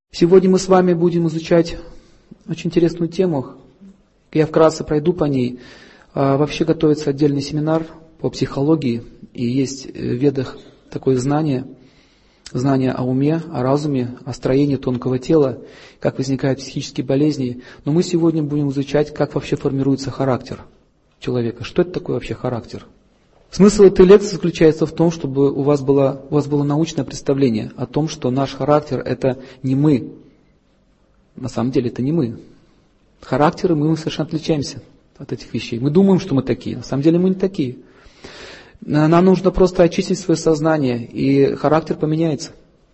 Сегодня мы с вами будем изучать очень интересную тему. Я вкратце пройду по ней. Вообще готовится отдельный семинар по психологии, и есть в Ведах такое знание о уме, о разуме, о строении тонкого тела, как возникают психические болезни. Но мы сегодня будем изучать, как вообще формируется характер человека. Что это такое вообще характер? Смысл этой лекции заключается в том, чтобы у вас было научное представление о том, что наш характер – это не мы. На самом деле это не мы. Характеры мы совершенно отличаемся от этих вещей. Мы думаем, что мы такие. На самом деле мы не такие. Нам нужно просто очистить свое сознание, и характер поменяется.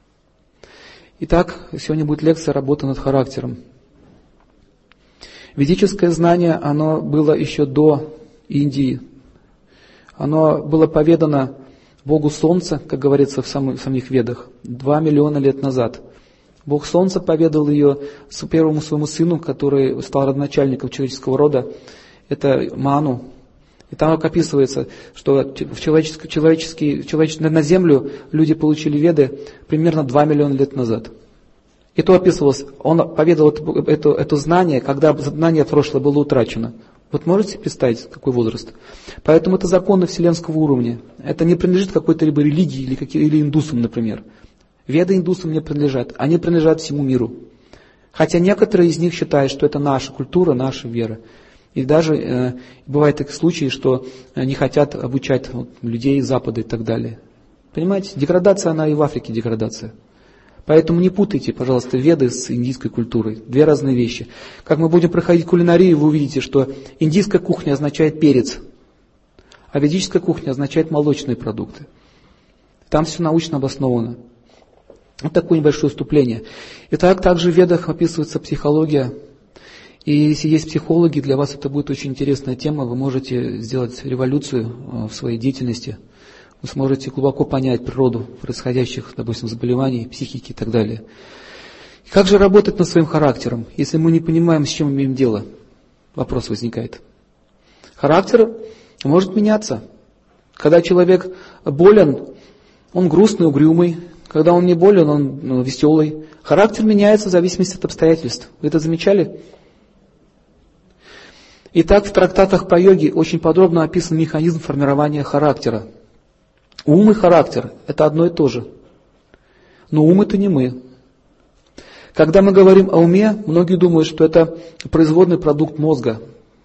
Итак, сегодня будет лекция «Работа над характером». Ведическое знание, оно было еще до Индии. Оно было поведано Богу Солнца, как говорится в самих Ведах, 2 миллиона лет назад. Бог Солнца поведал ее первому своему сыну, который стал родоначальником человеческого рода, это Ману. И там описывается, что на Землю люди получили Веды примерно 2 миллиона лет назад. И то описывалось, он поведал это знание, когда знание прошлое было утрачено. Вот можете представить, какой возраст? Поэтому это законы вселенского уровня. Это не принадлежит какой-то либо религии или индусам, например. Веды индусам не принадлежат, они принадлежат всему миру. Хотя некоторые из них считают, что это наша культура, наша вера. И даже бывают такие случаи, что не хотят обучать людей Запада и так далее. Понимаете, деградация, она и в Африке деградация. Поэтому не путайте, пожалуйста, Веды с индийской культурой. Две разные вещи. Как мы будем проходить кулинарию, вы увидите, что индийская кухня означает перец, а ведическая кухня означает молочные продукты. Там все научно обосновано. Вот такое небольшое вступление. Итак, также в Ведах описывается психология. И если есть психологи, для вас это будет очень интересная тема. Вы можете сделать революцию в своей деятельности. Вы сможете глубоко понять природу происходящих, допустим, заболеваний, психики и так далее. Как же работать над своим характером, если мы не понимаем, с чем имеем дело? Вопрос возникает. Характер может меняться. Когда человек болен, он грустный, угрюмый. Когда он не болен, он веселый. Характер меняется в зависимости от обстоятельств. Вы это замечали? Итак, в трактатах по йоге очень подробно описан механизм формирования характера. Ум и характер – это одно и то же. Но ум – это не мы. Когда мы говорим о уме, многие думают, что это производный продукт мозга.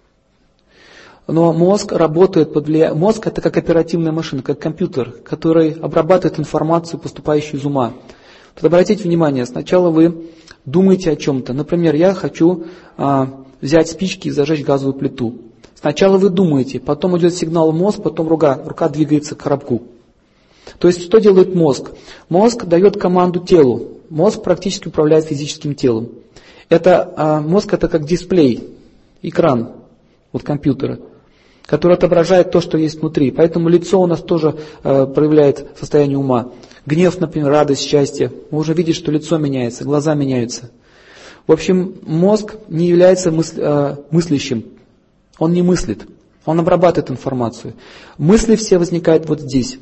Но мозг работает под влиянием... Мозг – это как оперативная машина, как компьютер, который обрабатывает информацию, поступающую из ума. Тут обратите внимание, сначала вы думаете о чем-то. Например, я хочу взять спички и зажечь газовую плиту. Сначала вы думаете, потом идет сигнал в мозг, потом рука двигается к коробку. То есть, что делает мозг? Мозг дает команду телу. Мозг практически управляет физическим телом. Мозг это как дисплей, экран компьютера, который отображает то, что есть внутри. Поэтому лицо у нас тоже проявляет состояние ума. Гнев, например, радость, счастье. Мы уже видим, что лицо меняется, глаза меняются. В общем, мозг не является мыслящим. Он не мыслит, он обрабатывает информацию. Мысли все возникают вот здесь.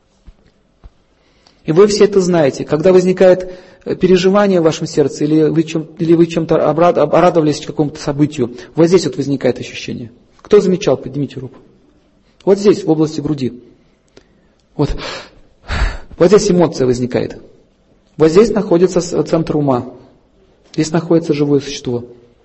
И вы все это знаете. Когда возникает переживание в вашем сердце, или вы чем-то обрадовались какому-то событию, вот здесь вот возникает ощущение. Кто замечал? Поднимите руку. Вот здесь, в области груди. Вот здесь эмоция возникает. Вот здесь находится центр ума. Здесь находится живое существо.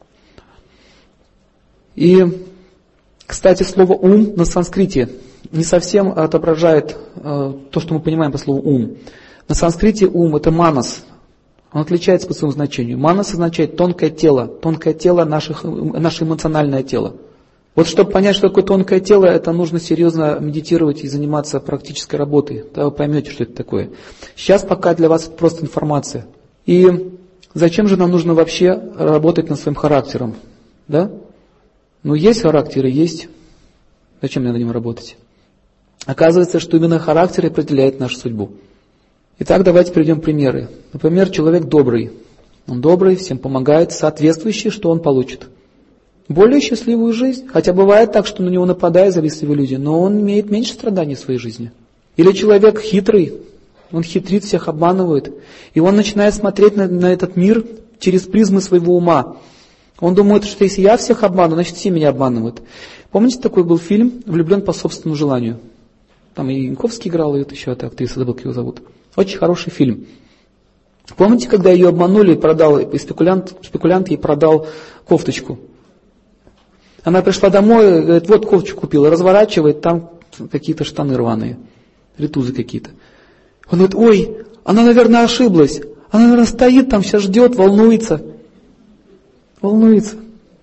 И, кстати, слово «ум» на санскрите не совсем отображает то, что мы понимаем по слову «ум». На санскрите «ум» – это «манас». Он отличается по своему значению. «Манас» означает тонкое тело наше эмоциональное тело. Вот чтобы понять, что такое тонкое тело, это нужно серьезно медитировать и заниматься практической работой. Тогда вы поймете, что это такое. Сейчас пока для вас это просто информация. И зачем же нам нужно вообще работать над своим характером? Да? Есть характер и есть. Зачем мне над ним работать? Оказывается, что именно характер определяет нашу судьбу. Итак, давайте приведем примеры. Например, человек добрый. Он добрый, всем помогает, соответствующий, что он получит? Более счастливую жизнь. Хотя бывает так, что на него нападают завистливые люди, но он имеет меньше страданий в своей жизни. Или человек хитрый, он хитрит, всех обманывает. И он начинает смотреть на этот мир через призмы своего ума. Он думает, что если я всех обману, значит все меня обманывают. Помните, такой был фильм «Влюблен по собственному желанию»? Там и Янковский играл, и вот еще эта актриса, забыл, как ее зовут. Очень хороший фильм. Помните, когда ее обманули, и спекулянт ей продал кофточку? Она пришла домой, говорит, вот кофточку купила, разворачивает, там какие-то штаны рваные, ритузы какие-то. Он говорит, ой, она, наверное, ошиблась. Она, наверное, стоит там, сейчас ждет, волнуется. Волнуется.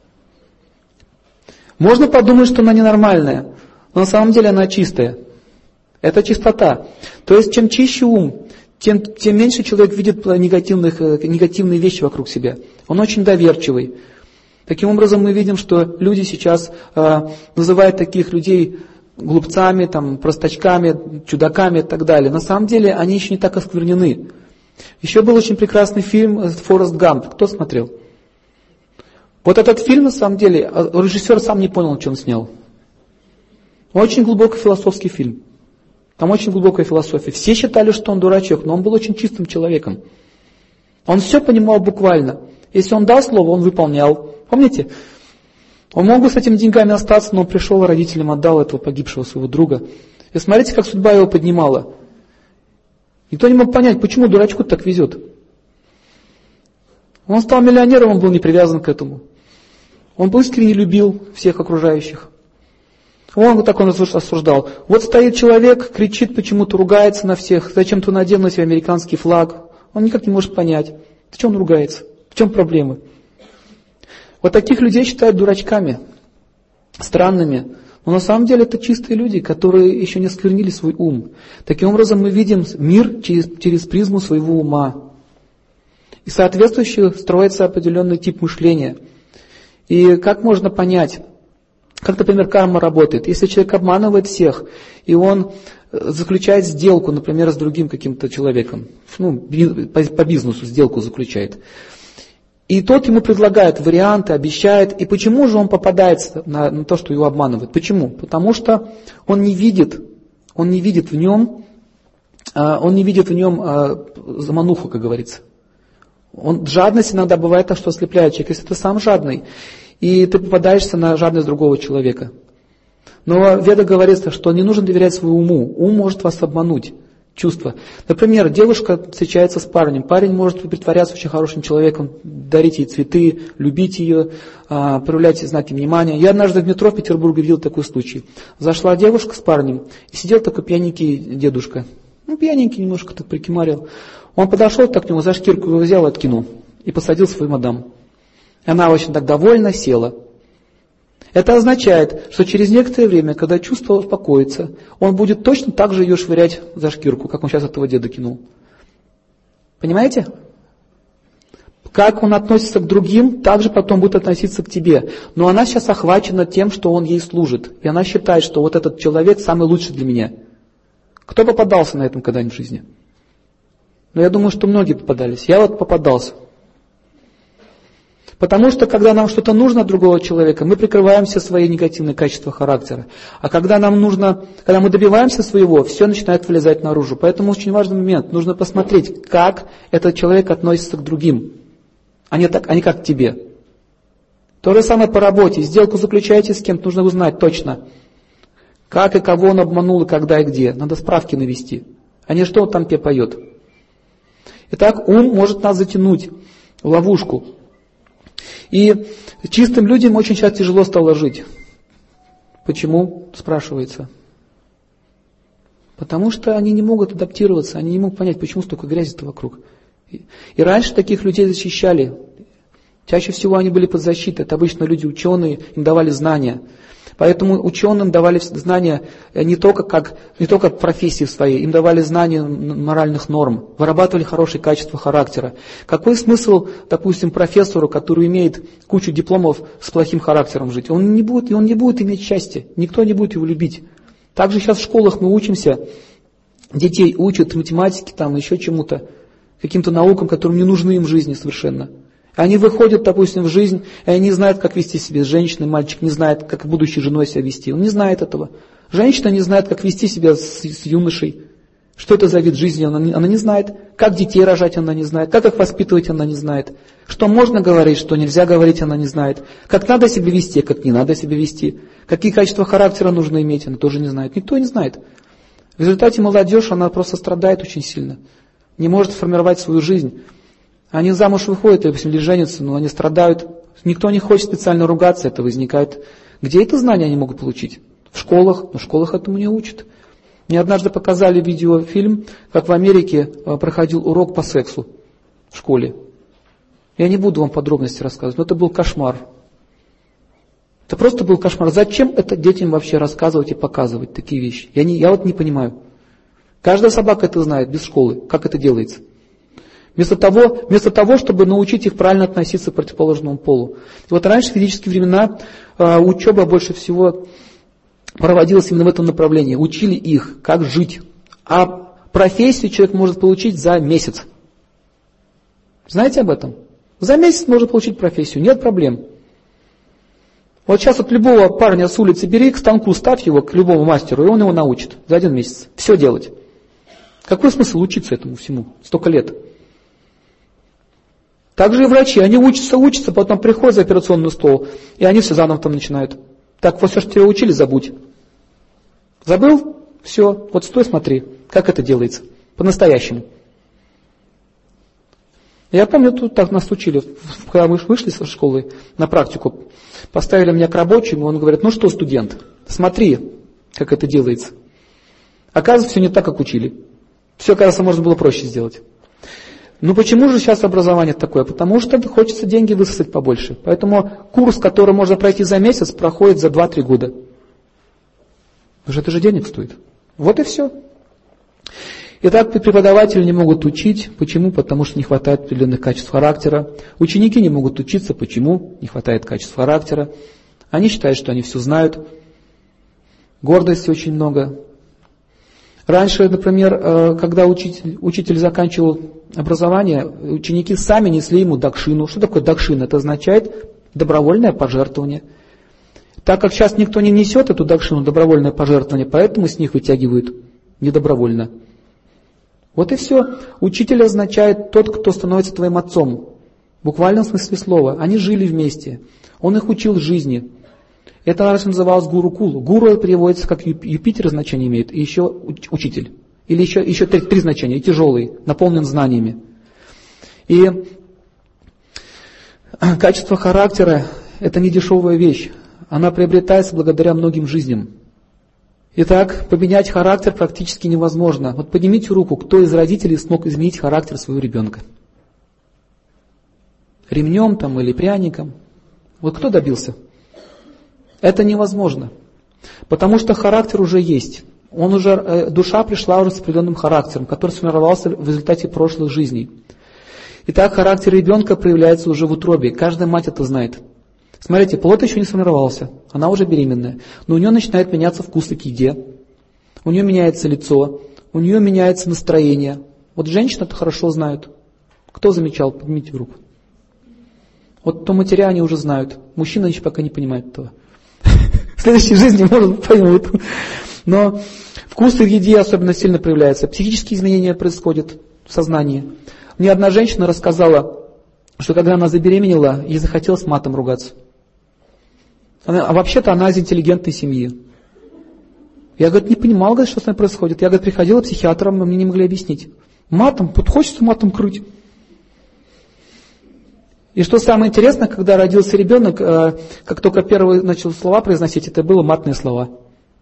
Можно подумать, что она ненормальная, но на самом деле она чистая. Это чистота. То есть, чем чище ум, тем меньше человек видит негативные вещи вокруг себя. Он очень доверчивый. Таким образом, мы видим, что люди сейчас называют таких людей глупцами, простачками, чудаками и так далее. На самом деле, они еще не так осквернены. Еще был очень прекрасный фильм «Форест Гамп». Кто смотрел? Вот этот фильм, на самом деле, режиссер сам не понял, что он снял. Очень глубокий философский фильм. Там очень глубокая философия. Все считали, что он дурачок, но он был очень чистым человеком. Он все понимал буквально. Если он дал слово, он выполнял. Помните? Он мог бы с этими деньгами остаться, но он пришел, родителям отдал этого погибшего своего друга. И смотрите, как судьба его поднимала. Никто не мог понять, почему дурачку так везет. Он стал миллионером, он был не привязан к этому. Он искренне любил всех окружающих. Он осуждал. Вот стоит человек, кричит почему-то, ругается на всех. Зачем ты надел на себя американский флаг? Он никак не может понять, в чем он ругается, в чем проблемы. Вот таких людей считают дурачками, странными. Но на самом деле это чистые люди, которые еще не осквернили свой ум. Таким образом мы видим мир через призму своего ума. И соответствующе строится определенный тип мышления. И как можно понять, как, например, карма работает? Если человек обманывает всех, и он заключает сделку, например, с другим каким-то человеком, по бизнесу сделку заключает, и тот ему предлагает варианты, обещает, и почему же он попадается на то, что его обманывают? Почему? Потому что он не видит в нем замануху, как говорится. Жадность иногда бывает так, что ослепляет человека. Если ты сам жадный, и ты попадаешься на жадность другого человека. Но Веда говорит, что не нужно доверять своему уму. Ум может вас обмануть. Чувства. Например, девушка встречается с парнем. Парень может притворяться очень хорошим человеком, дарить ей цветы, любить ее, проявлять знаки внимания. Я однажды в метро в Петербурге видел такой случай. Зашла девушка с парнем, и сидел такой пьяненький дедушка. Пьяненький немножко так прикимарил. Он подошел так к нему, за шкирку его взял и откинул. И посадил свою мадам. Она очень так довольно села. Это означает, что через некоторое время, когда чувство успокоится, он будет точно так же ее швырять за шкирку, как он сейчас этого деда кинул. Понимаете? Как он относится к другим, так же потом будет относиться к тебе. Но она сейчас охвачена тем, что он ей служит. И она считает, что вот этот человек самый лучший для меня. Кто попадался на этом когда-нибудь в жизни? Но я думаю, что многие попадались. Я вот попадался. Потому что, когда нам что-то нужно от другого человека, мы прикрываем все свои негативные качества характера. А когда мы добиваемся своего, все начинает вылезать наружу. Поэтому очень важный момент. Нужно посмотреть, как этот человек относится к другим, а не как к тебе. То же самое по работе. Сделку заключаете с кем-то, нужно узнать точно, как и кого он обманул, и когда и где. Надо справки навести, а не что он там поет. Итак, ум может нас затянуть в ловушку. И чистым людям очень сейчас тяжело стало жить. Почему, спрашивается? Потому что они не могут адаптироваться, они не могут понять, почему столько грязи-то вокруг. И раньше таких людей защищали. Чаще всего они были под защитой. Это обычно люди ученые, им давали знания. Поэтому ученым давали знания не только в профессии своей, им давали знания моральных норм, вырабатывали хорошие качества характера. Какой смысл, допустим, профессору, который имеет кучу дипломов, с плохим характером жить? Он не будет иметь счастья, никто не будет его любить. Также сейчас в школах мы учимся, детей учат математике, еще чему-то, каким-то наукам, которым не нужны им в жизни совершенно. Они выходят, допустим, в жизнь, и они не знают, как вести себя с женщиной, мальчик не знает, как будущей женой себя вести. Он не знает этого. Женщина не знает, как вести себя с юношей. Что это за вид жизни, она не знает. Как детей рожать, она не знает. Как их воспитывать, она не знает. Что можно говорить, что нельзя говорить, она не знает. Как надо себя вести, как не надо себя вести. Какие качества характера нужно иметь, она тоже не знает. Никто не знает. В результате молодежь, она просто страдает очень сильно. Не может сформировать свою жизнь. Они замуж выходят, или женятся, но они страдают. Никто не хочет специально ругаться, это возникает. Где это знание они могут получить? В школах, но в школах этому не учат. Мне однажды показали видеофильм, как в Америке проходил урок по сексу в школе. Я не буду вам подробности рассказывать, но это был кошмар. Это просто был кошмар. Зачем это детям вообще рассказывать и показывать такие вещи? Я вот не понимаю. Каждая собака это знает, без школы, как это делается. Вместо того, чтобы научить их правильно относиться к противоположному полу. И вот раньше, в ведические времена, учеба больше всего проводилась именно в этом направлении. Учили их, как жить. А профессию человек может получить за месяц. Знаете об этом? За месяц можно получить профессию, нет проблем. Вот сейчас вот любого парня с улицы бери, к станку ставь его, к любому мастеру, и он его научит за 1 месяц. Все делать. Какой смысл учиться этому всему? Столько лет. Также и врачи, они учатся, потом приходят за операционный стол, и они все заново там начинают. Так, вот все, что тебя учили, забудь. Забыл? Все, вот стой, смотри, как это делается. По-настоящему. Я помню, тут так нас учили, когда мы вышли со школы на практику, поставили меня к рабочему, он говорит, ну что, студент, смотри, как это делается. Оказывается, все не так, как учили. Все, кажется, можно было проще сделать. Ну почему же сейчас образование такое? Потому что хочется деньги высосать побольше. Поэтому курс, который можно пройти за месяц, проходит за 2-3 года. Потому что это же денег стоит. Вот и все. Итак, преподаватели не могут учить. Почему? Потому что не хватает определенных качеств характера. Ученики не могут учиться. Почему? Не хватает качеств характера. Они считают, что они все знают. Гордости очень много. Раньше, например, когда учитель заканчивал образование, ученики сами несли ему дакшину. Что такое дакшина? Это означает добровольное пожертвование. Так как сейчас никто не несет эту дакшину, добровольное пожертвование, поэтому с них вытягивают недобровольно. Вот и все. Учитель означает тот, кто становится твоим отцом. В буквальном смысле слова. Они жили вместе. Он их учил жизни. Это раньше называлось гурукул. Гуру переводится как Юпитер значение имеет, и еще учитель. Или еще 3 значения, и тяжелый, наполнен знаниями. И качество характера – это не дешевая вещь. Она приобретается благодаря многим жизням. Итак, поменять характер практически невозможно. Вот поднимите руку, кто из родителей смог изменить характер своего ребенка? Ремнем там или пряником? Вот кто добился? Это невозможно. Потому что характер уже есть. Душа пришла уже с определенным характером, который сформировался в результате прошлых жизней. Итак, характер ребенка проявляется уже в утробе. Каждая мать это знает. Смотрите, плод еще не сформировался, она уже беременная, но у нее начинает меняться вкусы к еде, у нее меняется лицо, у нее меняется настроение. Вот женщины это хорошо знают. Кто замечал? Поднимите руку. Вот то матеря они уже знают. Мужчины еще пока не понимают этого. В следующей жизни, может, поймут. Но вкусы в еде особенно сильно проявляются. Психические изменения происходят в сознании. Мне одна женщина рассказала, что когда она забеременела, ей захотелось матом ругаться. А вообще-то она из интеллигентной семьи. Я, говорит, не понимал, говорит, что с ней происходит. Я, говорит, приходила к психиатрам, мне не могли объяснить. Матом, вот хочется матом крыть. И что самое интересное, когда родился ребенок, как только первый начал слова произносить, это было матные слова.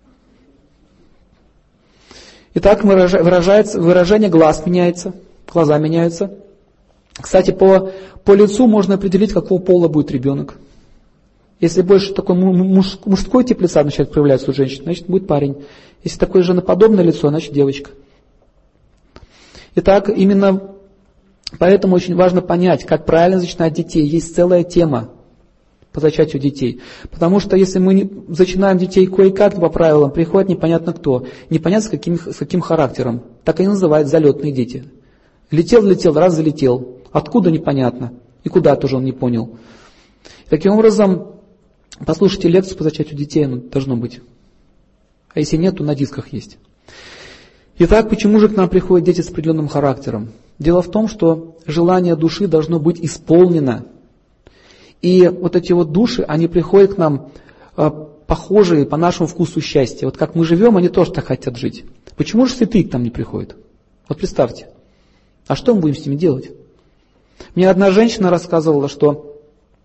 Итак, выражение глаз меняется, глаза меняются. Кстати, по лицу можно определить, какого пола будет ребенок. Если больше такой мужской тип лица начинает проявляться у женщин, значит будет парень. Если такое женоподобное лицо, значит девочка. Итак, именно поэтому очень важно понять, как правильно зачинать детей. Есть целая тема по зачатию детей. Потому что если мы зачинаем детей кое-как по правилам, приходит непонятно кто, непонятно с каким характером. Так и называют залетные дети. Летел, раз залетел. Откуда непонятно. И куда тоже он не понял. Таким образом, послушайте лекцию по зачатию детей, оно должно быть. А если нет, то на дисках есть. Итак, почему же к нам приходят дети с определенным характером? Дело в том, что желание души должно быть исполнено. И вот эти вот души, они приходят к нам похожие по нашему вкусу счастья. Вот как мы живем, они тоже так хотят жить. Почему же святые к нам не приходят? Вот представьте. А что мы будем с ними делать? Мне одна женщина рассказывала, что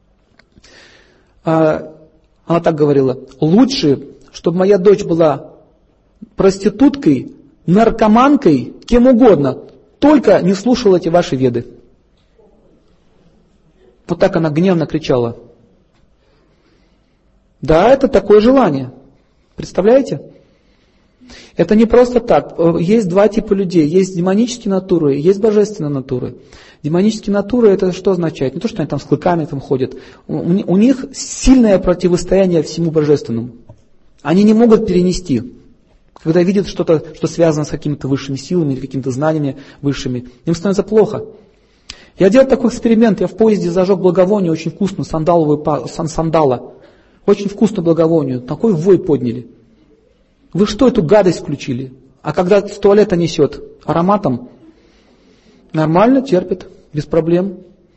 она так говорила: лучше, чтобы моя дочь была проституткой, наркоманкой, кем угодно, только не слушала эти ваши веды. Вот так она гневно кричала. Да, это такое желание. Представляете? Это не просто так. Есть два типа людей. Есть демонические натуры, есть божественные натуры. Демонические натуры, это что означает? Не то, что они там с клыками там ходят. У них сильное противостояние всему божественному. Они не могут перенести. Когда видят что-то, что связано с какими-то высшими силами или какими-то знаниями высшими, им становится плохо. Я делал такой эксперимент. Я в поезде зажег благовоние очень вкусно, сандала. Очень вкусно благовоние. Такой вой подняли. Вы что эту гадость включили? А когда с туалета несет ароматом, нормально терпит, без проблем.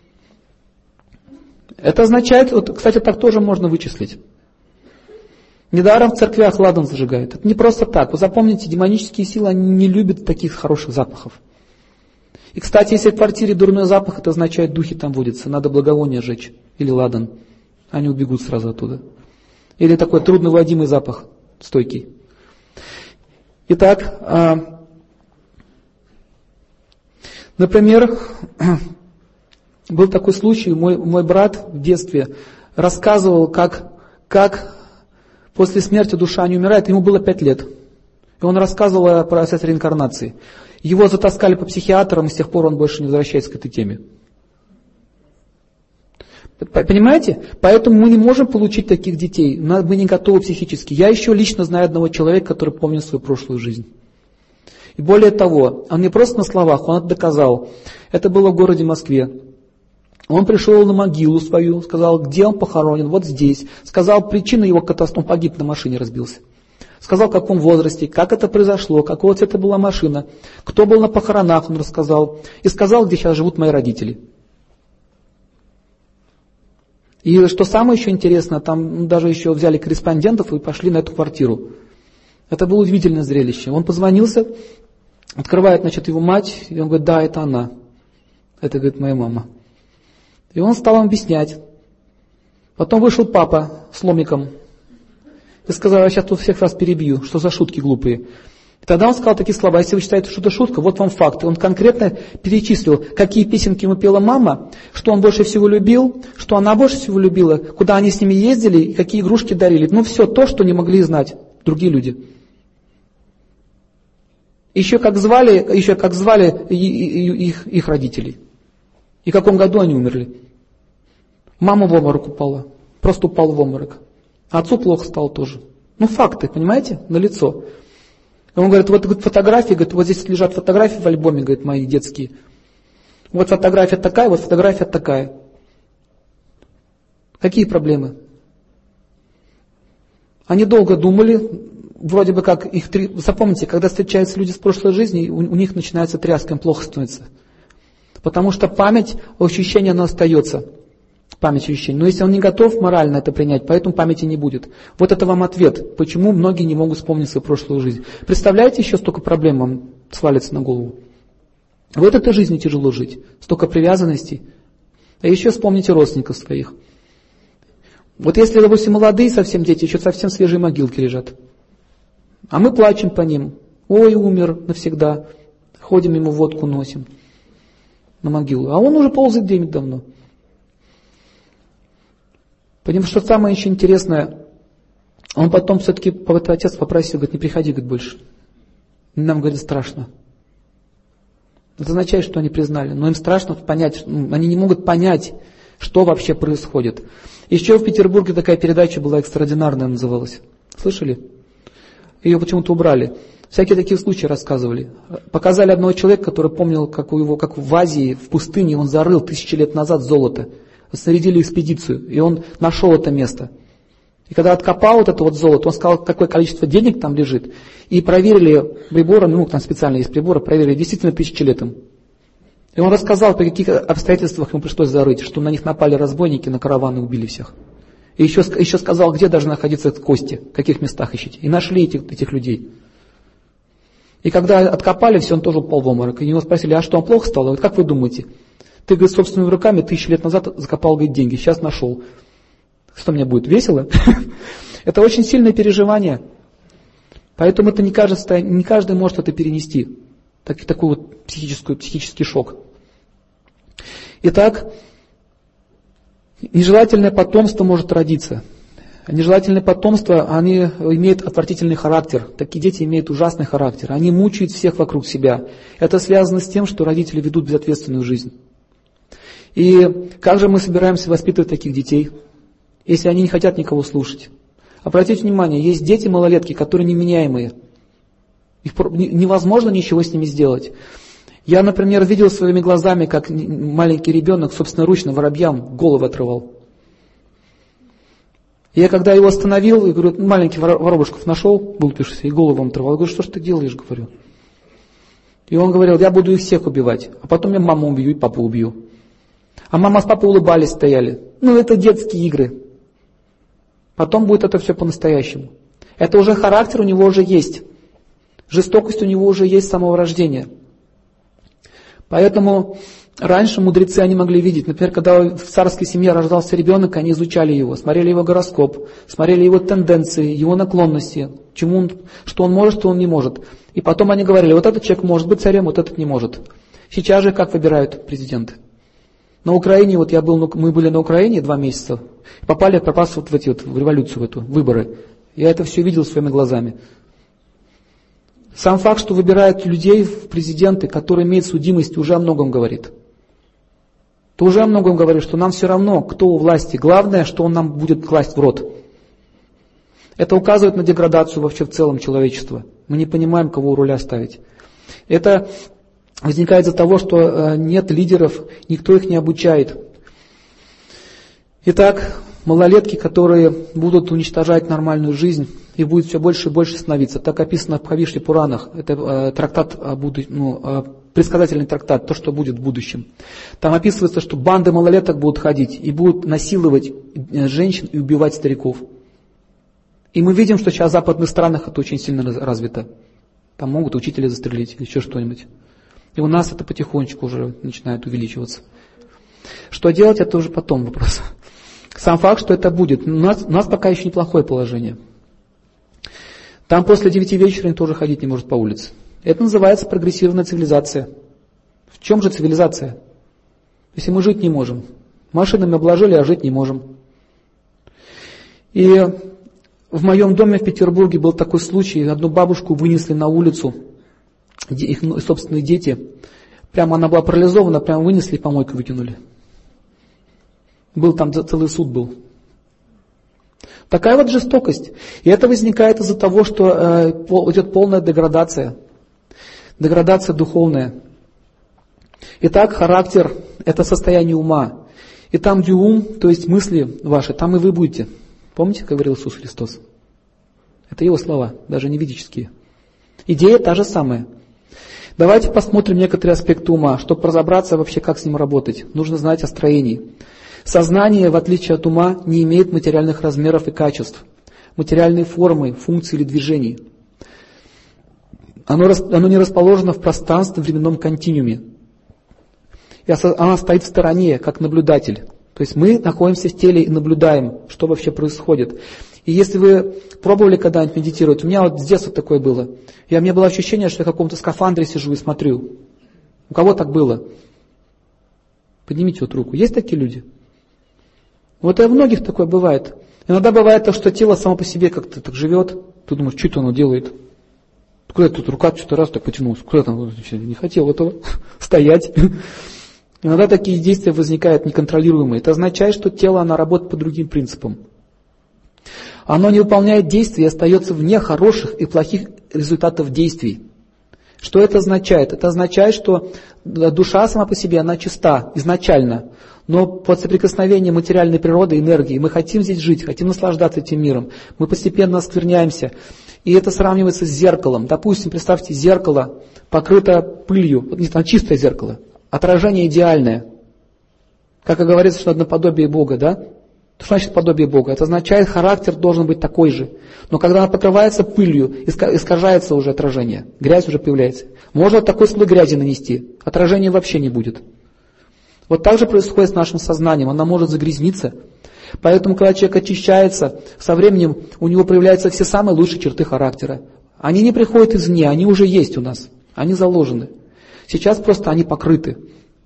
Это означает, вот, кстати, так тоже можно вычислить. Недаром в церквях ладан зажигают. Это не просто так. Вы запомните, демонические силы, они не любят таких хороших запахов. И, кстати, если в квартире дурной запах, это означает, духи там водятся. Надо благовоние жечь или ладан. Они убегут сразу оттуда. Или такой трудновыводимый запах, стойкий. Итак, например, был такой случай, мой брат в детстве рассказывал, как после смерти душа не умирает, ему было 5 лет. И он рассказывал о процессе реинкарнации. Его затаскали по психиатрам, и с тех пор он больше не возвращается к этой теме. Понимаете? Поэтому мы не можем получить таких детей. Мы не готовы психически. Я еще лично знаю одного человека, который помнит свою прошлую жизнь. И более того, он не просто на словах, он это доказал. Это было в городе Москве. Он пришел на могилу свою, сказал, где он похоронен, вот здесь. Сказал причину его катастрофы, он погиб на машине, разбился. Сказал, в каком возрасте, как это произошло, какого цвета была машина, кто был на похоронах, он рассказал. И сказал, где сейчас живут мои родители. И что самое еще интересное, там даже еще взяли корреспондентов и пошли на эту квартиру. Это было удивительное зрелище. Он позвонился, открывает, значит, его мать, и он говорит, да, это она. Это, говорит, моя мама. И он стал им объяснять. Потом вышел папа с ломиком и сказал, я сейчас тут всех вас перебью, что за шутки глупые. И тогда он сказал такие слова, если вы считаете, что это шутка, вот вам факты. Он конкретно перечислил, какие песенки ему пела мама, что он больше всего любил, что она больше всего любила, куда они с ними ездили и какие игрушки дарили. Ну все то, что не могли знать другие люди. Еще как звали их родителей. И в каком году они умерли. Мама в обморок упала. Просто упал в обморок. А отцу плохо стало тоже. Ну факты, понимаете, налицо. И он говорит, вот фотографии, говорит, вот здесь лежат фотографии в альбоме, говорит, мои детские. Вот фотография такая, вот фотография такая. Какие проблемы? Они долго думали, вроде бы как их запомните, когда встречаются люди с прошлой жизни, у них начинается тряска, им плохо становится. Потому что память, ощущение, оно остается. Память, ощущение. Но если он не готов морально это принять, поэтому памяти не будет. Вот это вам ответ, почему многие не могут вспомнить свою прошлую жизнь. Представляете, еще столько проблем вам свалится на голову. Вот этой жизни тяжело жить. Столько привязанностей. А еще вспомните родственников своих. Вот если, допустим, молодые совсем дети, еще совсем свежие могилки лежат. А мы плачем по ним. Ой, умер навсегда. Ходим ему водку носим на могилу. А он уже ползает где-нибудь давно. Потому что самое еще интересное, он потом все-таки, отец попросил, говорит, не приходи, говорит, больше. Нам, говорит, страшно. Это означает, что они признали. Но им страшно понять, они не могут понять, что вообще происходит. Еще в Петербурге такая передача была экстраординарная, называлась. Слышали? Ее почему-то убрали. Всякие такие случаи рассказывали. Показали одного человека, который помнил, как в Азии, в пустыне, он зарыл 1000 лет назад золото. Снарядили экспедицию, и он нашел это место. И когда откопал вот это вот золото, он сказал, какое количество денег там лежит, и проверили приборы, ну там специально есть приборы, проверили действительно 1000 лет им. И он рассказал, при каких обстоятельствах ему пришлось зарыть, что на них напали разбойники, на караваны убили всех. И еще сказал, где должны находиться кости, в каких местах ищите. И нашли этих людей. И когда откопали все, он тоже упал в обморок. И его спросили, а что, он плохо стал? Говорит, как вы думаете? Ты, говорит, собственными руками 1000 лет назад закопал, говорит, деньги, сейчас нашел. Что мне будет, весело? Это очень сильное переживание. Поэтому это не каждый может это перенести. Такой вот психический шок. Итак, нежелательное потомство может родиться. Нежелательное потомство, они имеют отвратительный характер. Такие дети имеют ужасный характер. Они мучают всех вокруг себя. Это связано с тем, что родители ведут безответственную жизнь. И как же мы собираемся воспитывать таких детей, если они не хотят никого слушать? Обратите внимание, есть дети малолетки, которые неменяемые. Невозможно ничего с ними сделать. Я, например, видел своими глазами, как маленький ребенок собственноручно воробьям голову отрывал. Я когда его остановил, и говорю, маленький воробушков нашел, вылупившийся, и голову вам отрывал. Я говорю, что ж ты делаешь, говорю. И он говорил, я буду их всех убивать, а потом я маму убью и папу убью. А мама с папой улыбались, стояли. Ну, это детские игры. Потом будет это все по-настоящему. Это уже характер у него уже есть. Жестокость у него уже есть с самого рождения. Поэтому раньше мудрецы они могли видеть. Например, когда в царской семье рождался ребенок, они изучали его, смотрели его гороскоп, смотрели его тенденции, его наклонности, что он может, что он не может. И потом они говорили, вот этот человек может быть царем, вот этот не может. Сейчас же как выбирают президенты? На Украине, вот мы были на Украине 2 месяца, попался вот в революцию, в эту, выборы. Я это все видел своими глазами. Сам факт, что выбирают людей в президенты, которые имеют судимость, уже о многом говорит. Это уже о многом говорит, что нам все равно, кто у власти. Главное, что он нам будет класть в рот. Это указывает на деградацию вообще в целом человечества. Мы не понимаем, кого у руля ставить. Это возникает из-за того, что нет лидеров, никто их не обучает. Итак, малолетки, которые будут уничтожать нормальную жизнь, и будет все больше и больше становиться. Так описано в Бхавишни Пуранах. Это трактат предсказательный трактат, то, что будет в будущем. Там описывается, что банды малолеток будут ходить и будут насиловать женщин и убивать стариков. И мы видим, что сейчас в западных странах это очень сильно развито. Там могут учителя застрелить или еще что-нибудь. И у нас это потихонечку уже начинает увеличиваться. Что делать, это уже потом вопрос. Сам факт, что это будет. У нас пока еще неплохое положение. Там после 9 вечера никто уже ходить не может по улице. Это называется прогрессивная цивилизация. В чем же цивилизация? Если мы жить не можем. Машинами обложили, а жить не можем. И в моем доме в Петербурге был такой случай. Одну бабушку вынесли на улицу, их собственные дети. Прямо она была парализована, прямо вынесли и помойку выкинули. Был там целый суд был. Такая вот жестокость. И это возникает из-за того, что идет полная деградация. Деградация духовная. Итак, характер – это состояние ума. И там, где ум, то есть мысли ваши, там и вы будете. Помните, как говорил Иисус Христос? Это его слова, даже не ведические. Идея та же самая. Давайте посмотрим некоторые аспекты ума, чтобы разобраться вообще, как с ним работать. Нужно знать о строении. Сознание, в отличие от ума, не имеет материальных размеров и качеств, материальной формы, функций или движений. Оно не расположено в пространстве-временном континууме. И оно стоит в стороне, как наблюдатель. То есть мы находимся в теле и наблюдаем, что вообще происходит. И если вы пробовали когда-нибудь медитировать, у меня вот с детства такое было. У меня было ощущение, что я в каком-то скафандре сижу и смотрю. У кого так было? Поднимите вот руку. Есть такие люди? Вот и у многих такое бывает. Иногда бывает то, что тело само по себе как-то так живет. Ты думаешь, что это оно делает? Куда тут рука что-то раз так потянулась? Куда там? Не хотел этого стоять. Иногда такие действия возникают неконтролируемые. Это означает, что тело, оно работает по другим принципам. Оно не выполняет действий и остается вне хороших и плохих результатов действий. Что это означает? Это означает, что душа сама по себе, она чиста изначально, Но под соприкосновением материальной природы, энергии, мы хотим здесь жить, хотим наслаждаться этим миром, мы постепенно оскверняемся. И это сравнивается с зеркалом. Допустим, представьте, зеркало покрыто пылью, не там чистое зеркало, отражение идеальное. Как и говорится, что это наподобие Бога, да? Что значит подобие Бога? Это означает, характер должен быть такой же. Но когда она покрывается пылью, искажается уже отражение, грязь уже появляется. Можно такой слой грязи нанести, отражения вообще не будет. Вот так же происходит с нашим сознанием, оно может загрязниться. Поэтому, когда человек очищается, со временем у него появляются все самые лучшие черты характера. Они не приходят извне, они уже есть у нас, они заложены. Сейчас просто они покрыты.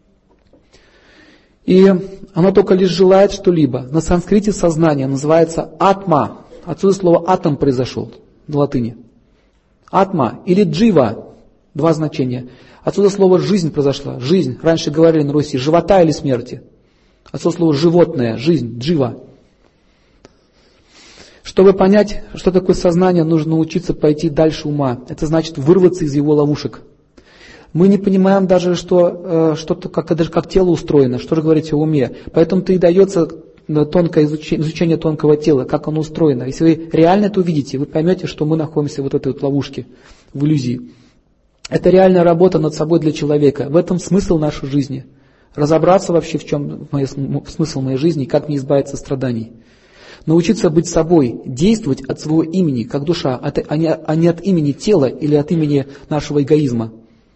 И оно только лишь желает что-либо. На санскрите сознание называется атма. Отсюда слово атом произошел, на латыни. Атма или джива, два значения. Отсюда слово жизнь произошла. Жизнь, раньше говорили на Руси, живота или смерти. Отсюда слово животное, жизнь, джива. Чтобы понять, что такое сознание, нужно научиться пойти дальше ума. Это значит вырваться из его ловушек. Мы не понимаем даже, как тело устроено, что же говорить о уме. Поэтому-то и дается тонкое изучение тонкого тела, как оно устроено. Если вы реально это увидите, вы поймете, что мы находимся в вот этой вот ловушке, в иллюзии. Это реальная работа над собой для человека. В этом смысл нашей жизни. Разобраться вообще, в чем смысл моей жизни, как мне избавиться от страданий. Научиться быть собой, действовать от своего имени, как душа, а не от имени тела или от имени нашего эгоизма.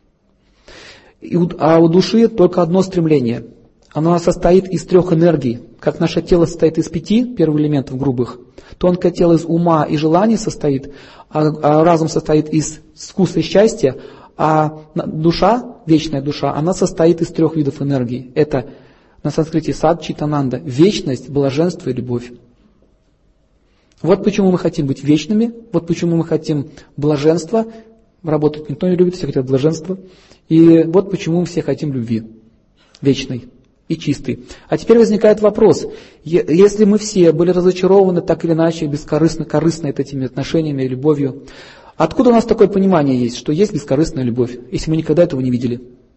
А у души только одно стремление. Оно состоит из 3 энергий. Как наше тело состоит из 5 первых элементов грубых, тонкое тело из ума и желаний состоит, а разум состоит из вкуса и счастья, а душа, вечная душа, она состоит из 3 видов энергии. Это на санскрите сад, читананда, вечность, блаженство и любовь. Вот почему мы хотим быть вечными, вот почему мы хотим блаженства. Работать никто не любит, все хотят блаженства. И вот почему мы все хотим любви, вечной и чистой. А теперь возникает вопрос, если мы все были разочарованы так или иначе, бескорыстно этими отношениями и любовью, откуда у нас такое понимание есть, что есть бескорыстная любовь, если мы никогда этого не видели?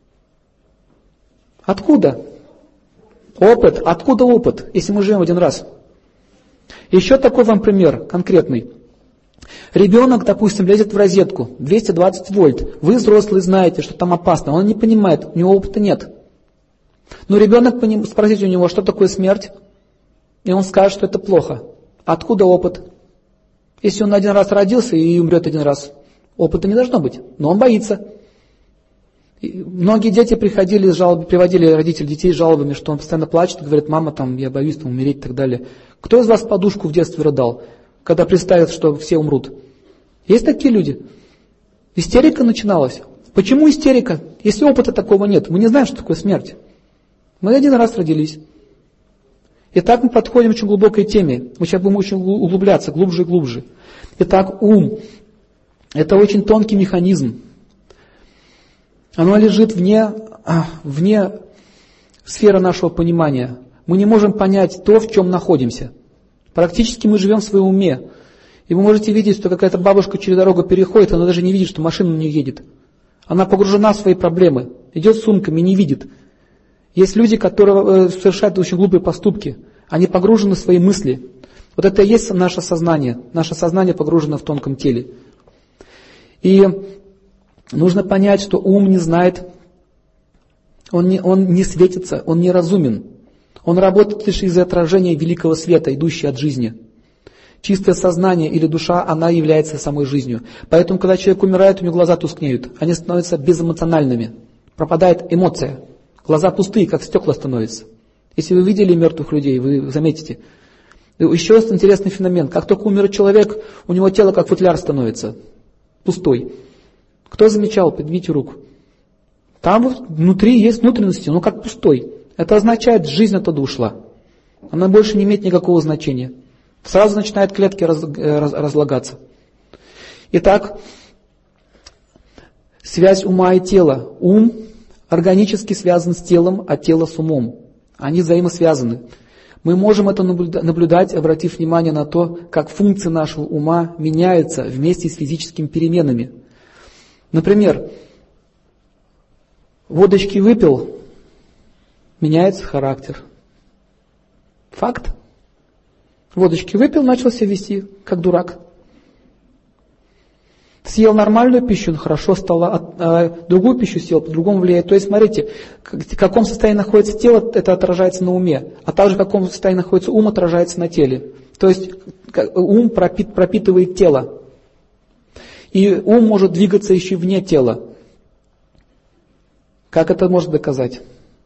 Откуда? Опыт. Откуда опыт, если мы живем один раз? Еще такой вам пример конкретный. Ребенок, допустим, лезет в розетку, 220 вольт. Вы, взрослые, знаете, что там опасно. Он не понимает, у него опыта нет. Но ребенок, спросите у него, что такое смерть, и он скажет, что это плохо. Откуда опыт? Если он один раз родился и умрет один раз, опыта не должно быть, но он боится. И многие дети приводили родители детей с жалобами, что он постоянно плачет, говорит, мама, я боюсь умереть и так далее. Кто из вас подушку в детстве рыдал, когда представит, что все умрут? Есть такие люди? Истерика начиналась. Почему истерика? Если опыта такого нет, мы не знаем, что такое смерть. Мы один раз родились. Итак, мы подходим к очень глубокой теме. Мы сейчас будем очень углубляться, глубже и глубже. Итак, ум – это очень тонкий механизм. Оно лежит вне сферы нашего понимания. Мы не можем понять то, в чем находимся. Практически мы живем в своем уме. И вы можете видеть, что какая-то бабушка через дорогу переходит, она даже не видит, что машина на нее едет. Она погружена в свои проблемы, идет с сумками, не видит. Есть люди, которые совершают очень глупые поступки. Они погружены в свои мысли. Вот это и есть наше сознание. Наше сознание погружено в тонком теле. И нужно понять, что ум не знает, он не светится, он не разумен. Он работает лишь из-за отражения великого света, идущего от жизни. Чистое сознание или душа, она является самой жизнью. Поэтому, когда человек умирает, у него глаза тускнеют. Они становятся безэмоциональными. Пропадает эмоция. Глаза пустые, как стекла становятся. Если вы видели мертвых людей, вы заметите. Еще есть интересный феномен. Как только умер человек, у него тело как футляр становится. Пустой. Кто замечал? Поднимите руку. Там внутри есть внутренности, но как пустой. Это означает, жизнь оттуда ушла. Она больше не имеет никакого значения. Сразу начинают клетки разлагаться. Итак, связь ума и тела. Ум органически связан с телом, а тело с умом. Они взаимосвязаны. Мы можем это наблюдать, обратив внимание на то, как функции нашего ума меняются вместе с физическими переменами. Например, водочки выпил, меняется характер. Факт. Водочки выпил, начал себя вести, как дурак. Съел нормальную пищу, он хорошо стал, другую пищу съел, по-другому влияет. То есть, смотрите, в каком состоянии находится тело, это отражается на уме, а также в каком состоянии находится ум, отражается на теле. То есть, ум пропитывает тело. И ум может двигаться еще вне тела. Как это можно доказать?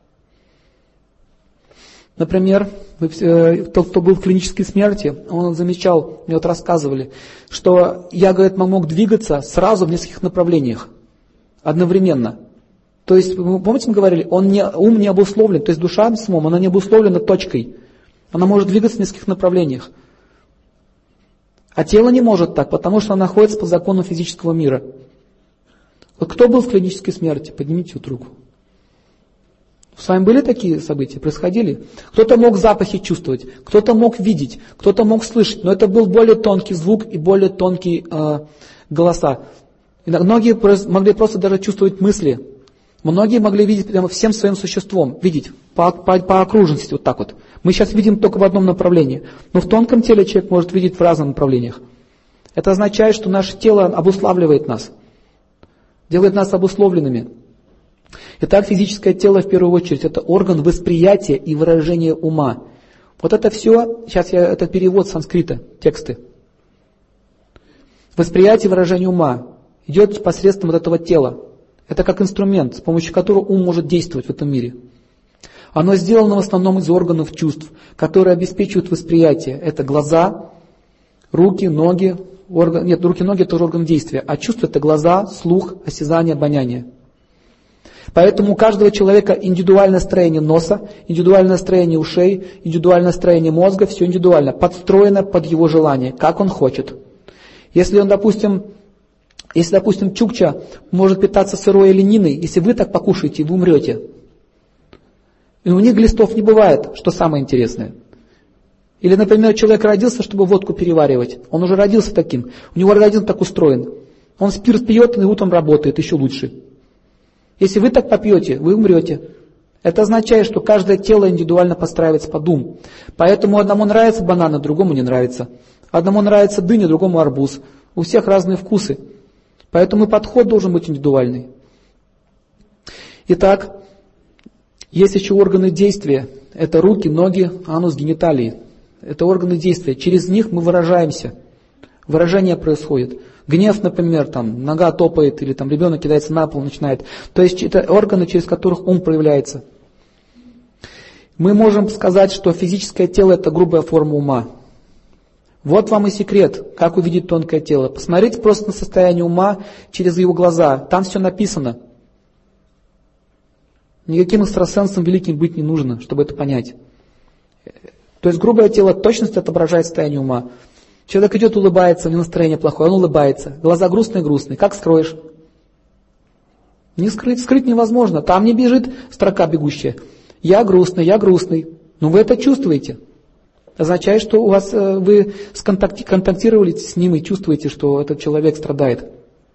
Например, тот, кто был в клинической смерти, он замечал, мне вот рассказывали, что я, говорит, мог двигаться сразу в нескольких направлениях, одновременно. То есть, помните, мы говорили, ум не обусловлен, то есть душа с умом, она не обусловлена точкой. Она может двигаться в нескольких направлениях. А тело не может так, потому что оно находится по закону физического мира. Вот кто был в клинической смерти? Поднимите вот руку. С вами были такие события? Происходили? Кто-то мог запахи чувствовать, кто-то мог видеть, кто-то мог слышать, но это был более тонкий звук и более тонкие голоса. Многие могли просто даже чувствовать мысли. Многие могли видеть прямо всем своим существом, видеть по окружности, вот так вот. Мы сейчас видим только в одном направлении, но в тонком теле человек может видеть в разных направлениях. Это означает, что наше тело обуславливает нас, делает нас обусловленными. Итак, физическое тело в первую очередь это орган восприятия и выражения ума. Вот это все, сейчас это перевод с санскрита, тексты. Восприятие и выражение ума идет посредством вот этого тела. Это как инструмент, с помощью которого ум может действовать в этом мире. Оно сделано в основном из органов чувств, которые обеспечивают восприятие. Это глаза, руки, ноги. Руки, ноги это орган действия, а чувства это глаза, слух, осязание, обоняние. Поэтому у каждого человека индивидуальное строение носа, индивидуальное строение ушей, индивидуальное строение мозга, все индивидуально, подстроено под его желание, как он хочет. Если, допустим, чукча может питаться сырой олениной, если вы так покушаете, вы умрете. И у них глистов не бывает, что самое интересное. Или, например, человек родился, чтобы водку переваривать. Он уже родился таким. У него организм так устроен. Он спирт пьет и утром работает еще лучше. Если вы так попьете, вы умрете. Это означает, что каждое тело индивидуально подстраивается под ум. Поэтому одному нравится банан, а другому не нравится. Одному нравится дыня, другому арбуз. У всех разные вкусы. Поэтому и подход должен быть индивидуальный. Итак, есть еще органы действия. Это руки, ноги, анус, гениталии. Это органы действия. Через них мы выражаемся. Выражение происходит. Гнев, например, там, нога топает, или там, ребенок кидается на пол, начинает. То есть это органы, через которых ум проявляется. Мы можем сказать, что физическое тело это грубая форма ума. Вот вам и секрет, как увидеть тонкое тело. Посмотрите просто на состояние ума через его глаза. Там все написано. Никаким экстрасенсом великим быть не нужно, чтобы это понять. То есть грубое тело точность отображает состояние ума. Человек идет, улыбается, у него настроение плохое, он улыбается. Глаза грустные. Как скроешь? Не скрыть невозможно. Там не бежит строка бегущая. Я грустный. Но вы это чувствуете. Означает, что у вас, вы контактировали с ним и чувствуете, что этот человек страдает.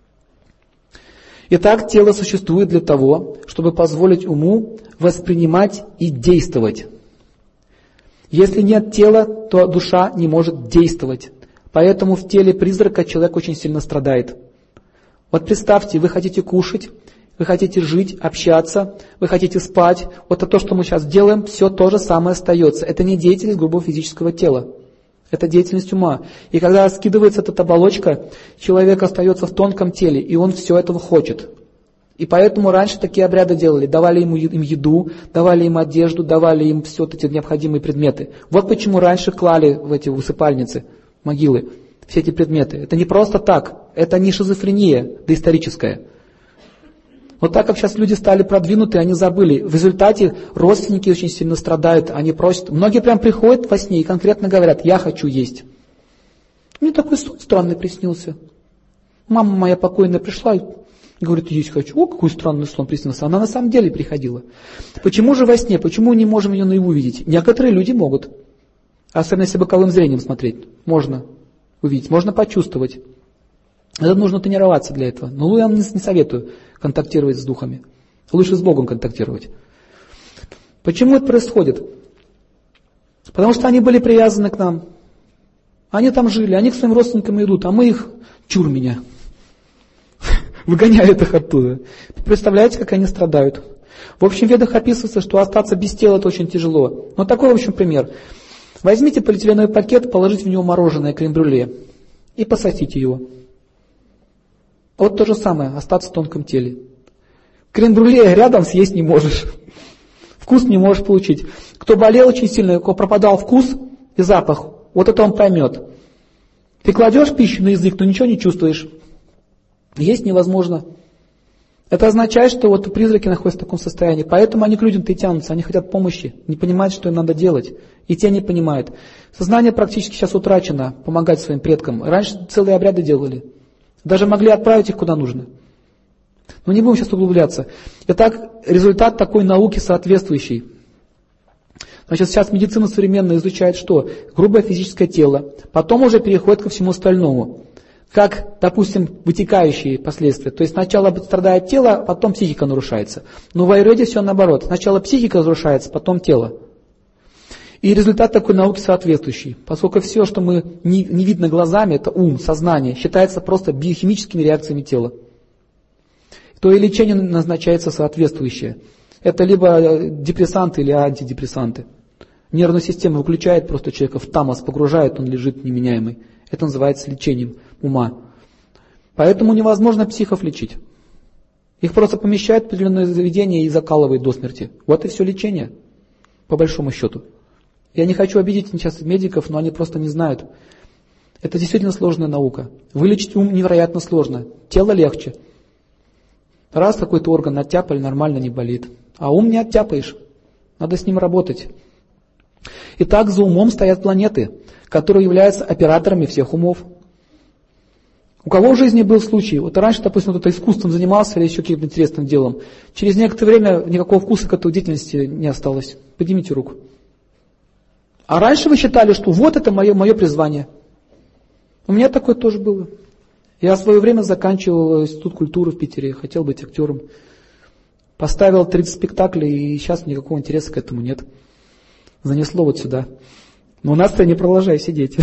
Итак, тело существует для того, чтобы позволить уму воспринимать и действовать. Если нет тела, то душа не может действовать. Поэтому в теле призрака человек очень сильно страдает. Вот представьте, вы хотите кушать, вы хотите жить, общаться, вы хотите спать. Вот это то, что мы сейчас делаем, все то же самое остается. Это не деятельность грубого физического тела. Это деятельность ума. И когда скидывается эта оболочка, человек остается в тонком теле, и он все этого хочет. И поэтому раньше такие обряды делали. Давали им еду, давали им одежду, давали им все эти необходимые предметы. Вот почему раньше клали в эти усыпальницы, могилы, все эти предметы. Это не просто так. Это не шизофрения доисторическая. Вот так как сейчас люди стали продвинуты, они забыли. В результате родственники очень сильно страдают, они просят. Многие прям приходят во сне и конкретно говорят: я хочу есть. Мне такой сон странный приснился. Мама моя покойная пришла и говорит: есть хочу. О, какой странный сон приснился. Она на самом деле приходила. Почему же во сне? Почему мы не можем ее наяву видеть? Некоторые люди могут. Особенно если боковым зрением смотреть. Можно увидеть, можно почувствовать. Это нужно тренироваться для этого. Но я вам не советую контактировать с духами. Лучше с Богом контактировать. Почему это происходит? Потому что они были привязаны к нам. Они там жили, они к своим родственникам идут, а мы их, чур меня, выгоняют их оттуда. Представляете, как они страдают? В общем, в ведах описывается, что остаться без тела это очень тяжело. Но такой, в общем, пример. Возьмите полиэтиленовый пакет, положите в него мороженое, крем-брюле и пососите его. Вот то же самое, остаться в тонком теле. Крем-брюле рядом съесть не можешь. Вкус не можешь получить. Кто болел очень сильно, у кого пропадал вкус и запах, вот это он поймет. Ты кладешь пищу на язык, но ничего не чувствуешь. Есть невозможно. Это означает, что вот призраки находятся в таком состоянии. Поэтому они к людям-то и тянутся, они хотят помощи, не понимают, что им надо делать. И те не понимают. Сознание практически сейчас утрачено, помогать своим предкам. Раньше целые обряды делали. Даже могли отправить их куда нужно. Но не будем сейчас углубляться. Итак, результат такой науки соответствующий. Значит, сейчас медицина современная изучает что? Грубое физическое тело. Потом уже переходит ко всему остальному. Как, допустим, вытекающие последствия. То есть сначала страдает тело, потом психика нарушается. Но в аюрведе все наоборот. Сначала психика разрушается, потом тело. И результат такой науки соответствующий. Поскольку все, что мы не видно глазами, это ум, сознание, считается просто биохимическими реакциями тела. То и лечение назначается соответствующее. Это либо депрессанты или антидепрессанты. Нервную систему выключает, просто человека в тамос погружает, он лежит неменяемый. Это называется лечением ума. Поэтому невозможно психов лечить. Их просто помещают в определенное заведение и закалывают до смерти. Вот и все лечение, по большому счету. Я не хочу обидеть сейчас медиков, но они просто не знают. Это действительно сложная наука. Вылечить ум невероятно сложно. Тело легче. Раз какой-то орган оттяпали, нормально не болит. А ум не оттяпаешь. Надо с ним работать. Итак, за умом стоят планеты, которые являются операторами всех умов. У кого в жизни был случай, вот раньше, допустим, кто-то искусством занимался или еще каким-то интересным делом, через некоторое время никакого вкуса к этой деятельности не осталось. Поднимите руку. А раньше вы считали, что вот это мое призвание. У меня такое тоже было. Я в свое время заканчивал институт культуры в Питере, хотел быть актером. Поставил 30 спектаклей, и сейчас никакого интереса к этому нет. Занесло вот сюда. Но у нас-то не продолжай сидеть.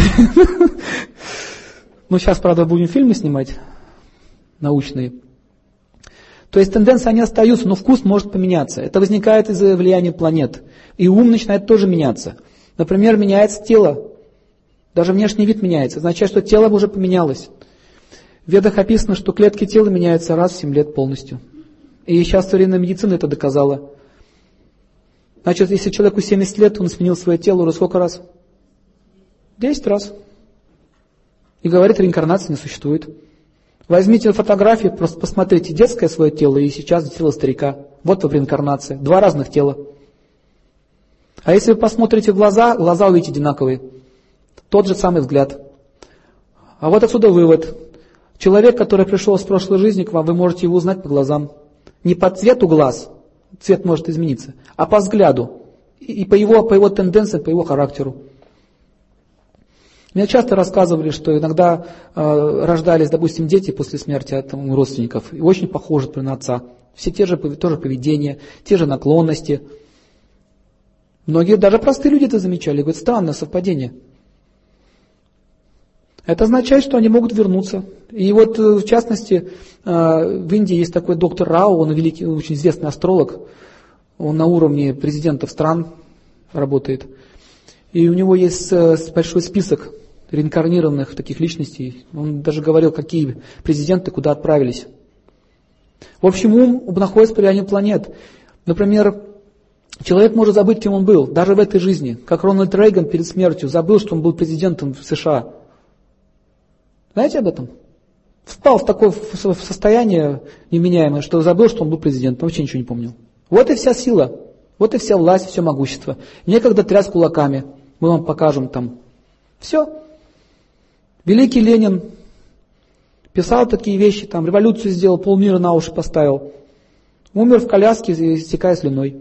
Ну, сейчас, правда, будем фильмы снимать, научные. То есть тенденции, они остаются, но вкус может поменяться. Это возникает из-за влияния планет. И ум начинает тоже меняться. Например, меняется тело. Даже внешний вид меняется. Означает, что тело уже поменялось. В ведах описано, что клетки тела меняются раз в 7 лет полностью. И сейчас современная медицина это доказала. Значит, если человеку 70 лет, он сменил свое тело уже сколько раз? 10 раз. И говорит, реинкарнации не существует. Возьмите фотографии, просто посмотрите детское свое тело и сейчас тело старика. Вот в реинкарнации. 2 разных тела. А если вы посмотрите в глаза увидите одинаковые. Тот же самый взгляд. А вот отсюда вывод. Человек, который пришел с прошлой жизни к вам, вы можете его узнать по глазам. Не по цвету глаз, цвет может измениться, а по взгляду. И по его тенденциям, по его характеру. Мне часто рассказывали, что иногда рождались, допустим, дети после смерти от родственников, и очень похожи на отца. Все те же тоже поведения, те же наклонности. Многие, даже простые люди это замечали, говорят, странное совпадение. Это означает, что они могут вернуться. И вот, в частности, в Индии есть такой доктор Рау, он великий, очень известный астролог, он на уровне президентов стран работает. И у него есть большой список реинкарнированных таких личностей. Он даже говорил, какие президенты куда отправились. В общем, ум находится под влиянием планет. Например, человек может забыть, кем он был, даже в этой жизни. Как Рональд Рейган перед смертью забыл, что он был президентом в США. Знаете об этом? Впал в такое состояние неменяемое, что забыл, что он был президентом, вообще ничего не помнил. Вот и вся сила, вот и вся власть, все могущество. Некогда тряс кулаками, мы вам покажем там. Все. Великий Ленин писал такие вещи, там, революцию сделал, полмира на уши поставил. Умер в коляске, истекая слюной.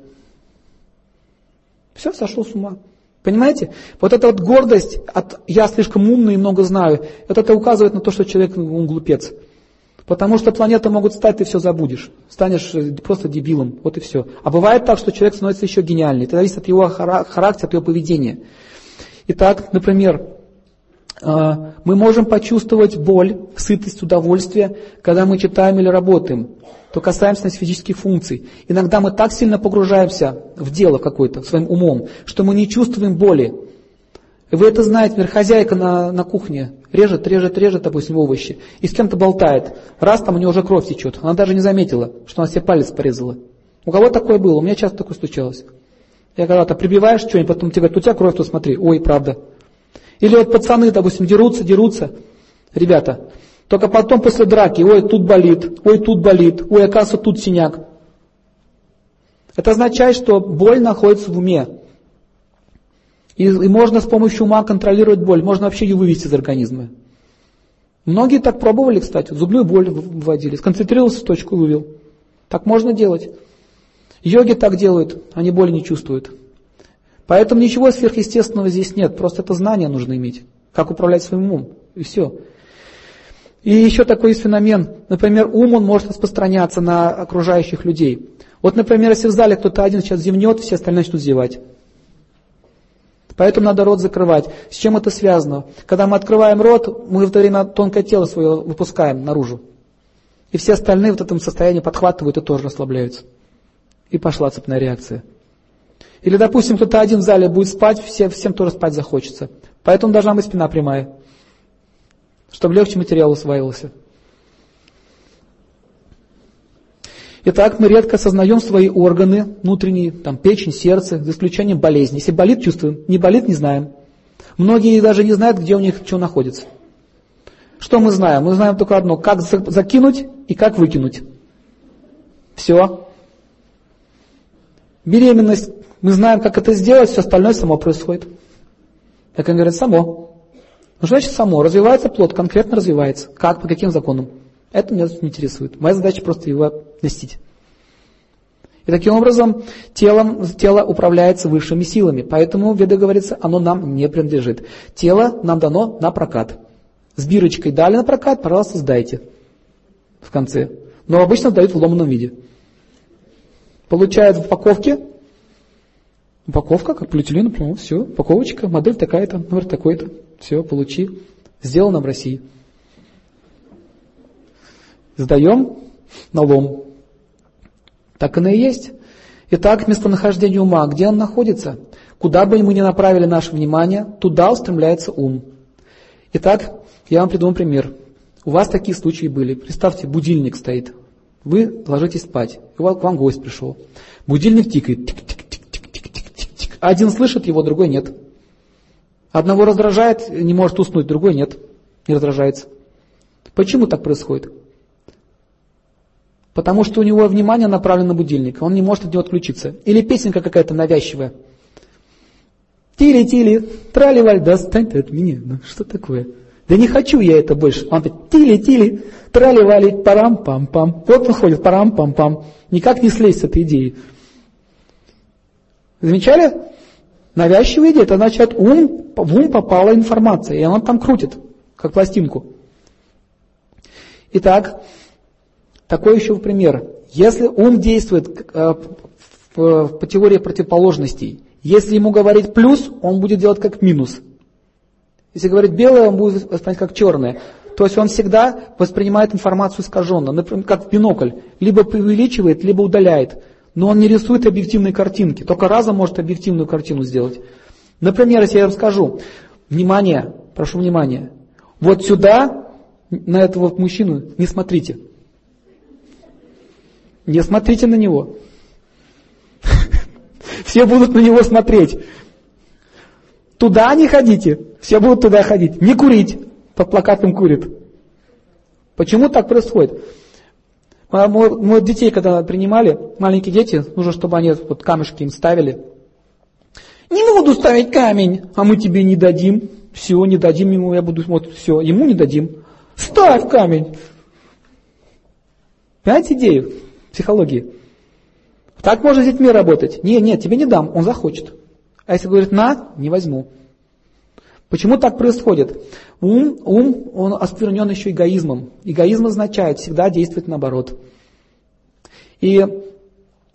Все, сошел с ума. Понимаете? Вот эта вот гордость от «я слишком умный и много знаю», это указывает на то, что человек он глупец. Потому что планеты могут стать, ты все забудешь. Станешь просто дебилом, вот и все. А бывает так, что человек становится еще гениальнее. Это зависит от его характера, от его поведения. Итак, например, мы можем почувствовать боль, сытость, удовольствие, когда мы читаем или работаем. То касаемся физических функций. Иногда мы так сильно погружаемся в дело какое-то, своим умом, что мы не чувствуем боли. И вы это знаете, например, хозяйка на кухне режет, допустим, овощи, и с кем-то болтает. Раз, там у нее уже кровь течет. Она даже не заметила, что она себе палец порезала. У кого такое было? У меня часто такое случалось. Я когда-то прибиваешь что-нибудь, потом тебе говорят, у тебя кровь, то смотри, ой, правда. Или вот пацаны, допустим, дерутся, ребята, только потом после драки, ой, тут болит, ой, оказывается, тут синяк. Это означает, что боль находится в уме. И можно с помощью ума контролировать боль, можно вообще ее вывести из организма. Многие так пробовали, кстати, зубную боль вводили, сконцентрировался в точку и вывел. Так можно делать. Йоги так делают, они боли не чувствуют. Поэтому ничего сверхъестественного здесь нет, просто это знание нужно иметь, как управлять своим умом, и все. И еще такой есть феномен, например, ум, он может распространяться на окружающих людей. Вот, например, если в зале кто-то один сейчас зевнет, все остальные начнут зевать. Поэтому надо рот закрывать. С чем это связано? Когда мы открываем рот, мы в это время тонкое тело свое выпускаем наружу. И все остальные в этом состоянии подхватывают и тоже расслабляются. И пошла цепная реакция. Или, допустим, кто-то один в зале будет спать, всем тоже спать захочется. Поэтому должна быть спина прямая, чтобы легче материал усваивался. Итак, мы редко осознаем свои органы внутренние, там, печень, сердце, за исключением болезни. Если болит, чувствуем, не болит, не знаем. Многие даже не знают, где у них что находится. Что мы знаем? Мы знаем только одно, как закинуть и как выкинуть. Все. Беременность, мы знаем, как это сделать, все остальное само происходит. Так они говорят, само. Ну, что значит само? Развивается плод, конкретно развивается. Как, по каким законам? Это меня не интересует. Моя задача просто его носить. И таким образом тело управляется высшими силами. Поэтому в Ведах говорится, оно нам не принадлежит. Тело нам дано на прокат. С бирочкой дали на прокат, пожалуйста, сдайте. В конце. Но обычно дают в ломаном виде. Получают в упаковке. Упаковка, как полиэтилен, ну, все, упаковочка, модель такая-то, номер такой-то. Все, получи. Сделано в России. Сдаем на лом. Так оно и есть. Итак, местонахождение ума, где он находится? Куда бы мы ни направили наше внимание, туда устремляется ум. Итак, я вам приведу пример. У вас такие случаи были. Представьте, будильник стоит. Вы ложитесь спать. И к вам гость пришел. Будильник тикает. Тик-тик-тик-тик-тик-тик. Один слышит его, другой нет. Одного раздражает, не может уснуть, другой нет. Не раздражается. Почему так происходит? Потому что у него внимание направлено на будильник. Он не может от него отключиться. Или песенка какая-то навязчивая. Тили-тили, трали-валь, достань ты от меня. Ну, что такое? Да не хочу я это больше. Он говорит, тили-тили, трали-вали, парам-пам-пам. Вот он ходит, парам-пам-пам. Никак не слезть с этой идеи. Замечали? Навязчивая идея. Это означает, в ум попала информация, и она там крутит, как пластинку. Итак, такой еще пример. Если ум действует по теории противоположностей, если ему говорить плюс, он будет делать как минус. Если говорить белое, он будет воспринимать как черное. То есть он всегда воспринимает информацию искаженно, например, как в бинокль. Либо преувеличивает, либо удаляет. Но он не рисует объективные картинки. Только разум может объективную картину сделать. Например, если я вам скажу, внимание, прошу внимания, вот сюда, на этого вот мужчину, не смотрите. Не смотрите на него. Все будут на него смотреть. Туда не ходите, все будут туда ходить. Не курить, под плакатом курит. Почему так происходит? Мы детей, когда принимали, маленькие дети, нужно, чтобы они вот камешки им ставили. Не буду ставить камень, а мы тебе не дадим. Все, не дадим ему, я буду, вот все, ему не дадим. Ставь камень. Понимаете идею психологии? Так можно с детьми работать. Нет, тебе не дам, он захочет. А если говорит на, не возьму. Почему так происходит? Ум, он осквернен еще эгоизмом. Эгоизм означает всегда действовать наоборот. И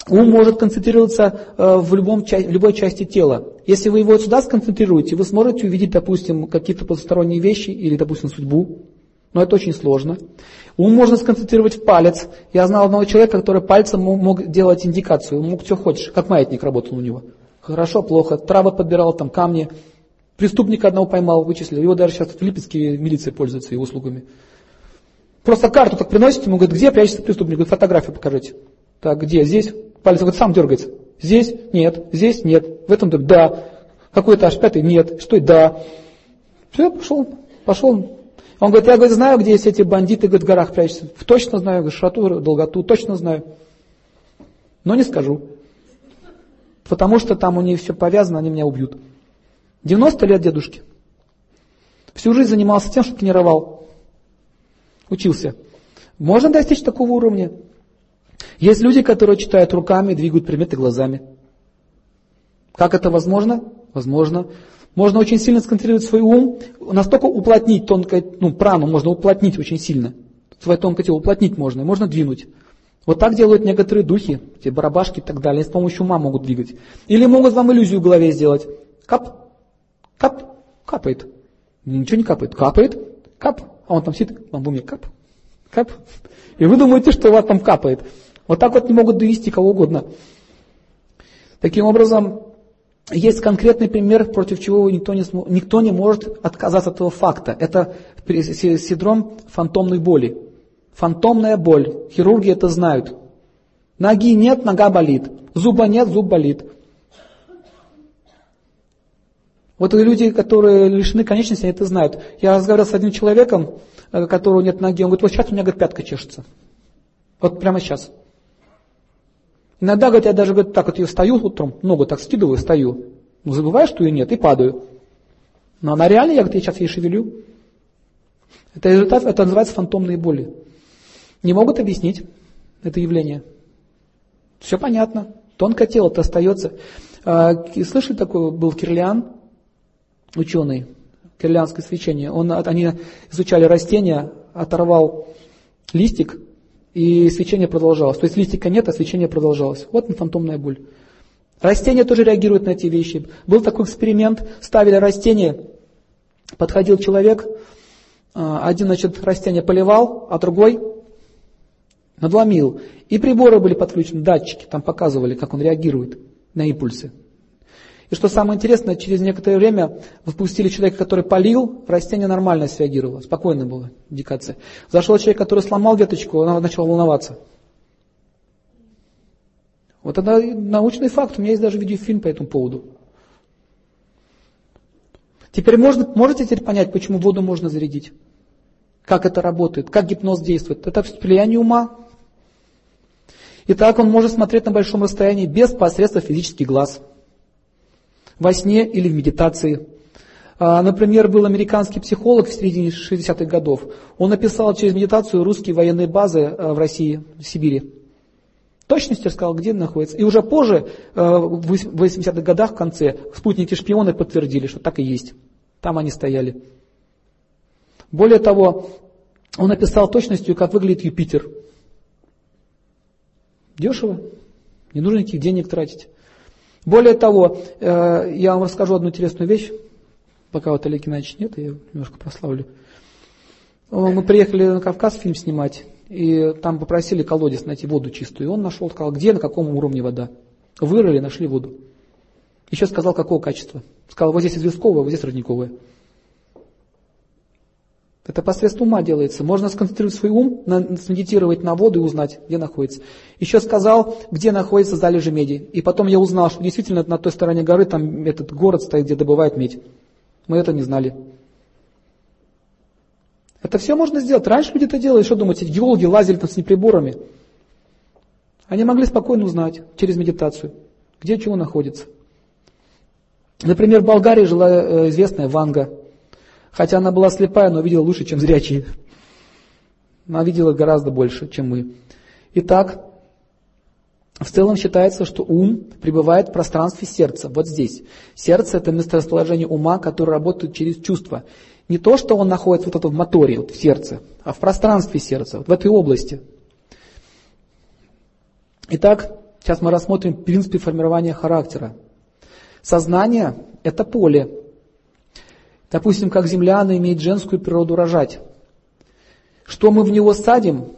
Ум может концентрироваться в любой части тела. Если вы его сюда сконцентрируете, вы сможете увидеть, допустим, какие-то потусторонние вещи или, допустим, судьбу. Но это очень сложно. Ум можно сконцентрировать в палец. Я знал одного человека, который пальцем мог делать индикацию. Он мог что хочешь, как маятник работал у него. Хорошо, плохо. Травы подбирал, там камни. Преступника одного поймал, вычислил. Его даже сейчас в Липецке милиция пользуется его услугами. Просто карту так приносите, ему говорит, где прячется преступник? Говорит, фотографию покажите. Так, где? Здесь? Палец говорит, сам дергается. Здесь? Нет. Здесь? Нет. В этом доме? Да. Какой этаж? 5? Нет. 6? Да. Все, пошел. Он говорит, я знаю, где есть эти бандиты, говорит, в горах прячутся. Точно знаю, широту, долготу, точно знаю. Но не скажу. Потому что там у них все повязано, они меня убьют. 90 лет дедушке. Всю жизнь занимался тем, что тренировал. Учился. Можно достичь такого уровня. Есть люди, которые читают руками, двигают предметы глазами. Как это возможно? Возможно. Можно очень сильно сконцентрировать свой ум, настолько уплотнить тонкое, прану можно уплотнить очень сильно. Свое тонкое тело уплотнить можно, и можно двинуть. Вот так делают некоторые духи, те барабашки и так далее, с помощью ума могут двигать. Или могут вам иллюзию в голове сделать. Кап, кап, капает. Ничего не капает. Капает, кап. А он там сидит, вам в уме кап, кап. И вы думаете, что у вас там капает. Вот так вот не могут довести кого угодно. Таким образом, есть конкретный пример, против чего никто не может отказаться от этого факта. Это синдром фантомной боли. Фантомная боль. Хирурги это знают. Ноги нет, нога болит. Зуба нет, зуб болит. Вот люди, которые лишены конечности, они это знают. Я разговаривал с одним человеком, у которого нет ноги. Он говорит, вот сейчас у меня, говорит, пятка чешется. Вот прямо сейчас. Иногда, говорит, я даже, говорит, так вот я встаю утром, ногу так скидываю, стою. Забываю, что ее нет, и падаю. Но она реально, я, говорит, я сейчас ей шевелю. Это результат, это называется фантомные боли. Не могут объяснить это явление. Все понятно. Тонкое тело-то остается. Слышали, такой был Кирлиан, ученый, кирлианское свечение. Они изучали растения, оторвал листик, и свечение продолжалось. То есть листика нет, а свечение продолжалось. Вот фантомная боль. Растения тоже реагируют на эти вещи. Был такой эксперимент, ставили растение, подходил человек, один, растение поливал, а другой надломил. И приборы были подключены, датчики, там показывали, как он реагирует на импульсы. И что самое интересное, через некоторое время выпустили человека, который полил, растение нормально среагировало, спокойно была индикация. Зашел человек, который сломал веточку, она начала волноваться. Вот это научный факт, у меня есть даже видеофильм по этому поводу. Теперь можете теперь понять, почему воду можно зарядить? Как это работает, как гипноз действует? Это влияние ума. Итак, он может смотреть на большом расстоянии без посредства физических глаз. Во сне или в медитации. Например, был американский психолог в середине 60-х годов. Он описал через медитацию русские военные базы в России, в Сибири. Точностью сказал, где они находятся. И уже позже, в 80-х годах, в конце, спутники-шпионы подтвердили, что так и есть. Там они стояли. Более того, он описал точностью, как выглядит Юпитер. Дешево, не нужно никаких денег тратить. Более того, я вам расскажу одну интересную вещь, пока вот Олег Геннадьевич нет, я немножко прославлю. Мы приехали на Кавказ фильм снимать, и там попросили колодец найти воду чистую. И он нашел, сказал, где, на каком уровне вода. Вырыли, нашли воду. Еще сказал, какого качества. Сказал, вот здесь известковая, вот здесь родниковая. Это посредством ума делается. Можно сконцентрировать свой ум, смедитировать на воду и узнать, где находится. Еще сказал, где находится залежи меди. И потом я узнал, что действительно на той стороне горы там этот город стоит, где добывают медь. Мы это не знали. Это все можно сделать. Раньше люди это делали. Что думаете, геологи лазили там с неприборами? Они могли спокойно узнать через медитацию, где чего находится. Например, в Болгарии жила известная Ванга. Хотя она была слепая, но видела лучше, чем зрячие. Она видела гораздо больше, чем мы. Итак, в целом считается, что ум пребывает в пространстве сердца, вот здесь. Сердце – это месторасположение ума, которое работает через чувства. Не то, что он находится вот это в моторе, вот в сердце, а в пространстве сердца, вот в этой области. Итак, Сейчас мы рассмотрим принципы формирования характера. Сознание – это поле. Допустим, как земля, она имеет женскую природу рожать. Что мы в него садим,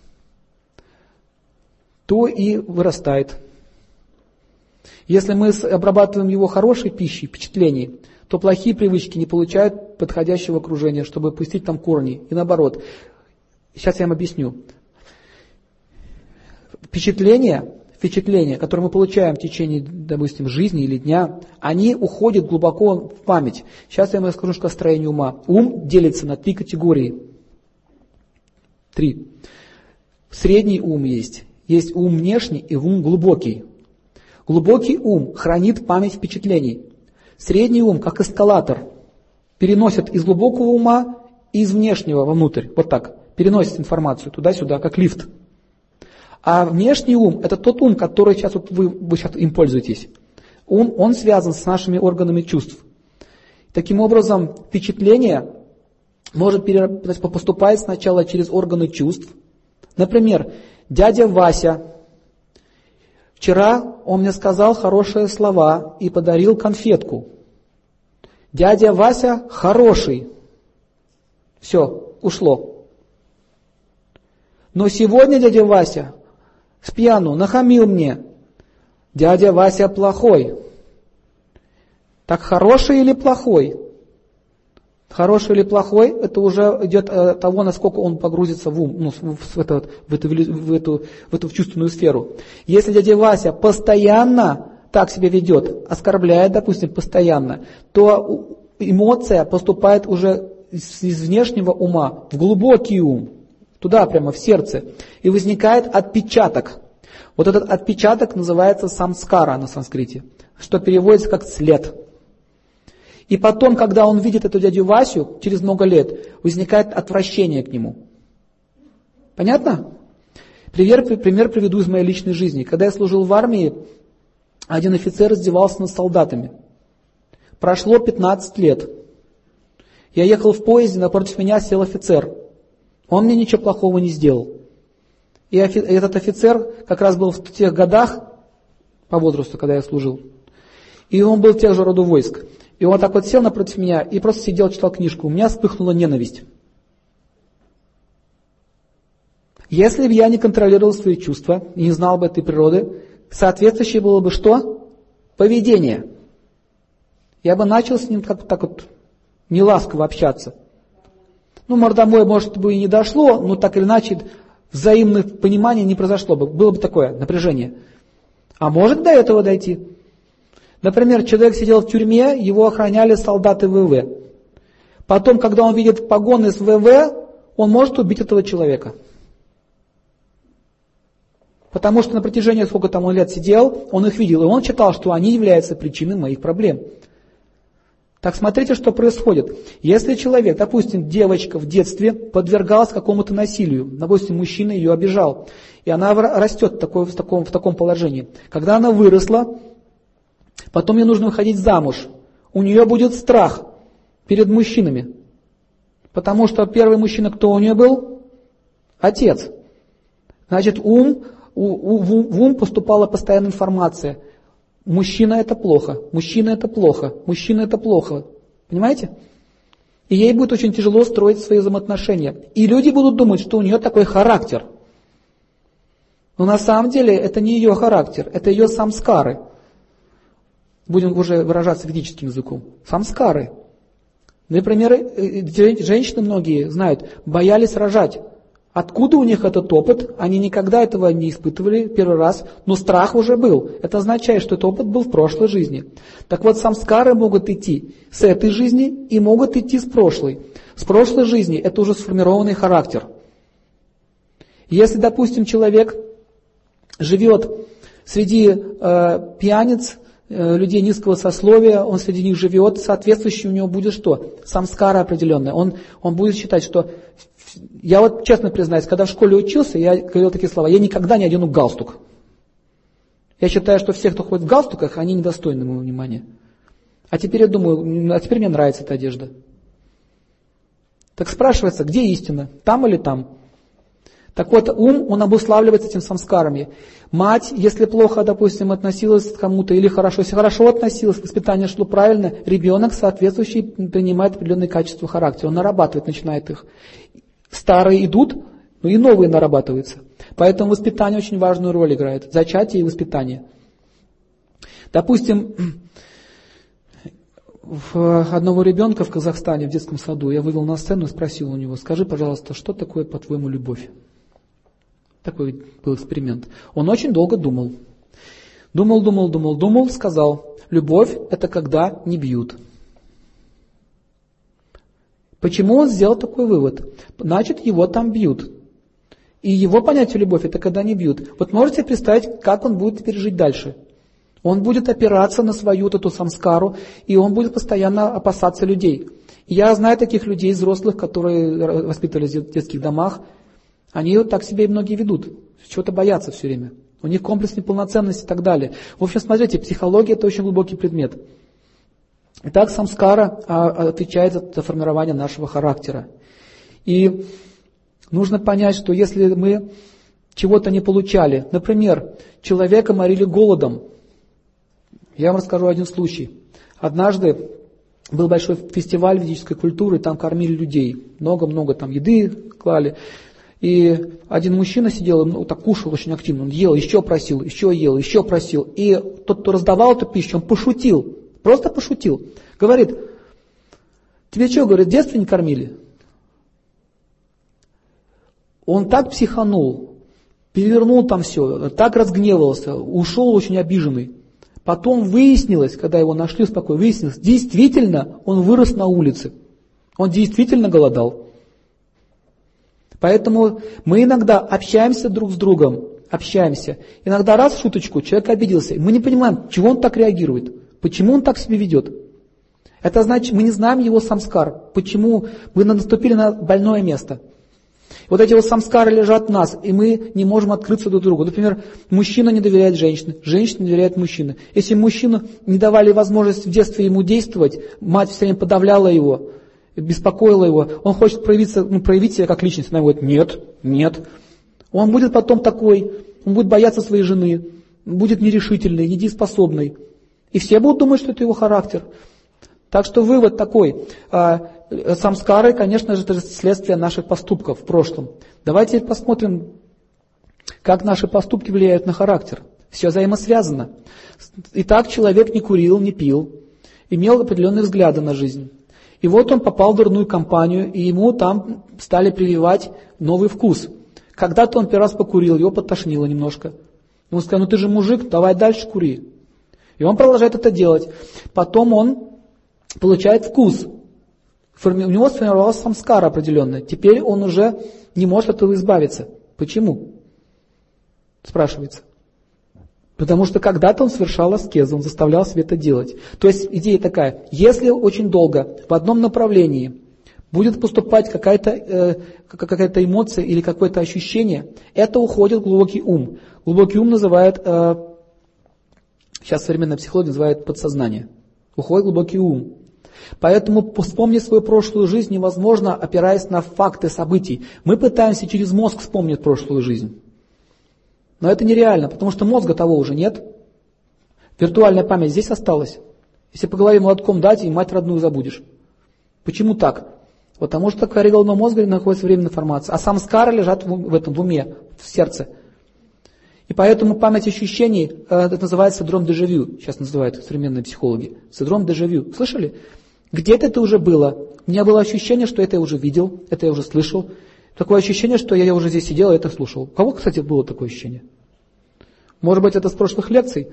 то и вырастает. Если мы обрабатываем его хорошей пищей, впечатлений, то плохие привычки не получают подходящего окружения, чтобы пустить там корни. И наоборот. Сейчас я вам объясню. Впечатления, которые мы получаем в течение, допустим, жизни или дня, они уходят глубоко в память. Сейчас я вам расскажу о строении ума. Ум делится на 3 категории. 3. Средний ум есть. Есть ум внешний и ум глубокий. Глубокий ум хранит память впечатлений. Средний ум, как эскалатор, переносит из глубокого ума и из внешнего вовнутрь. Вот так. Переносит информацию туда-сюда, как лифт. А внешний ум – это тот ум, который сейчас вы сейчас им пользуетесь. Он связан с нашими органами чувств. Таким образом, впечатление может поступать сначала через органы чувств. Например, дядя Вася. Вчера он мне сказал хорошие слова и подарил конфетку. Дядя Вася хороший. Все, ушло. Но сегодня дядя Вася спьяну нахамил мне. Дядя Вася плохой. Так хороший или плохой? Хороший или плохой, это уже идет от того, насколько он погрузится в ум, в эту чувственную сферу. Если дядя Вася постоянно так себя ведет, оскорбляет, допустим, постоянно, то эмоция поступает уже из внешнего ума в глубокий ум, туда прямо в сердце, и возникает отпечаток. Вот этот отпечаток называется самскара на санскрите, что переводится как след. И потом, когда он видит эту дядю Васю, через много лет, возникает отвращение к нему. Понятно? Пример приведу из моей личной жизни. Когда я служил в армии, один офицер издевался над солдатами. Прошло 15 лет. Я ехал в поезде, напротив меня сел офицер. Он мне ничего плохого не сделал. И этот офицер как раз был в тех годах, по возрасту, когда я служил, и он был в тех же роду войск. И он так вот сел напротив меня и просто сидел, читал книжку. У меня вспыхнула ненависть. Если бы я не контролировал свои чувства и не знал бы этой природы, соответствующее было бы что? Поведение. Я бы начал с ним как-то так вот неласково общаться. Домой, может, бы и не дошло, но так или иначе взаимное понимание не произошло бы. Было бы такое напряжение. А может до этого дойти. Например, человек сидел в тюрьме, его охраняли солдаты ВВ. Потом, когда он видит погоны с ВВ, он может убить этого человека. Потому что на протяжении сколько там он лет сидел, он их видел, и он считал, что они являются причиной моих проблем. Так смотрите, что происходит. Если человек, допустим, девочка в детстве подвергалась какому-то насилию, допустим, мужчина ее обижал, и она растет в таком положении. Когда она выросла, потом ей нужно выходить замуж. У нее будет страх перед мужчинами. Потому что первый мужчина, кто у нее был? Отец. Значит, в ум поступала постоянная информация. Мужчина это плохо, мужчина это плохо, мужчина это плохо. Понимаете? И ей будет очень тяжело строить свои взаимоотношения. И люди будут думать, что у нее такой характер. Но на самом деле это не ее характер, это ее самскары. Будем уже выражаться ведическим языком. Самскары. Например, женщины многие знают, боялись рожать. Откуда у них этот опыт? Они никогда этого не испытывали первый раз, но страх уже был. Это означает, что этот опыт был в прошлой жизни. Так вот, самскары могут идти с этой жизни и могут идти с прошлой. С прошлой жизни это уже сформированный характер. Если, допустим, человек живет среди пьяниц, людей низкого сословия, он среди них живет, соответствующий у него будет что? Самскара определенная. Он будет считать, что... Я вот честно признаюсь, когда в школе учился, я говорил такие слова: я никогда не одену галстук. Я считаю, что все, кто ходит в галстуках, они недостойны моего внимания. А теперь я думаю, теперь мне нравится эта одежда. Так спрашивается, где истина? Там или там? Так вот, ум, он обуславливается этим самскарами. Мать, если плохо, допустим, относилась к кому-то или хорошо, если хорошо относилась, воспитание шло правильно, ребенок соответствующий принимает определенные качества характера, он нарабатывает, начинает их. Старые идут, но и новые нарабатываются. Поэтому воспитание очень важную роль играет, зачатие и воспитание. Допустим, одного ребенка в Казахстане в детском саду я вывел на сцену и спросил у него: скажи, пожалуйста, что такое, по-твоему, любовь? Такой был эксперимент. Он очень долго думал. Думал, сказал: любовь – это когда не бьют. Почему он сделал такой вывод? Значит, его там бьют. И его понятие любовь – это когда не бьют. Вот можете представить, как он будет теперь жить дальше? Он будет опираться на свою эту самскару, и он будет постоянно опасаться людей. Я знаю таких людей, взрослых, которые воспитывались в детских домах. Они вот так себя и многие ведут. Чего-то боятся все время. У них комплекс неполноценности и так далее. В общем, смотрите, психология – это очень глубокий предмет. Итак, самскара отвечает за формирование нашего характера. И нужно понять, что если мы чего-то не получали, например, человека морили голодом. Я вам расскажу один случай. Однажды был большой фестиваль ведической культуры, там кормили людей. Много-много там еды клали. И один мужчина сидел, ну, так кушал очень активно, он ел, еще просил, еще ел, еще просил. И тот, кто раздавал эту пищу, он пошутил, просто пошутил. Говорит: тебе что, говорит, в детстве не кормили? Он так психанул, перевернул там все, так разгневался, ушел очень обиженный. Потом выяснилось, когда его нашли спокойно, выяснилось, действительно он вырос на улице, он действительно голодал. Поэтому мы иногда общаемся друг с другом, Иногда раз в шуточку человек обиделся, и мы не понимаем, чего он так реагирует, почему он так себя ведет. Это значит, мы не знаем его самскар, почему мы наступили на больное место. Вот эти вот самскары лежат в нас, и мы не можем открыться друг другу. Например, мужчина не доверяет женщине, женщина не доверяет мужчине. Если мужчину не давали возможность в детстве ему действовать, мать все время подавляла его, беспокоила его, он хочет проявить себя как личность, она говорит: нет. Он будет потом такой, он будет бояться своей жены, будет нерешительный, недееспособный. И все будут думать, что это его характер. Так что вывод такой: самскары, конечно же, это следствие наших поступков в прошлом. Давайте посмотрим, как наши поступки влияют на характер. Все взаимосвязано. Итак, человек не курил, не пил, имел определенные взгляды на жизнь. И вот он попал в дурную компанию, и ему там стали прививать новый вкус. Когда-то он первый раз покурил, его подтошнило немножко. Ему сказали: ну ты же мужик, давай дальше кури. И он продолжает это делать. Потом он получает вкус. У него сформировалась самскара определенная. Теперь он уже не может от этого избавиться. Почему? Спрашивается. Потому что когда-то он совершал аскезу, он заставлял себя это делать. То есть идея такая: если очень долго в одном направлении будет поступать какая-то эмоция или какое-то ощущение, это уходит в глубокий ум. Глубокий ум называют, сейчас современная психология называет подсознание. Уходит в глубокий ум. Поэтому вспомнить свою прошлую жизнь невозможно, опираясь на факты событий. Мы пытаемся через мозг вспомнить прошлую жизнь. Но это нереально, потому что мозга того уже нет. Виртуальная память здесь осталась. Если по голове молотком дать, и мать родную забудешь. Почему так? Потому что в коре головного мозга находится временная информация, а самскары лежат в уме, в сердце. И поэтому память ощущений, это называется синдром дежавю, сейчас называют современные психологи. Синдром дежавю. Слышали? Где-то это уже было. У меня было ощущение, что это я уже видел, это я уже слышал. Такое ощущение, что я уже здесь сидел и это слушал. У кого, кстати, было такое ощущение? Может быть, это с прошлых лекций?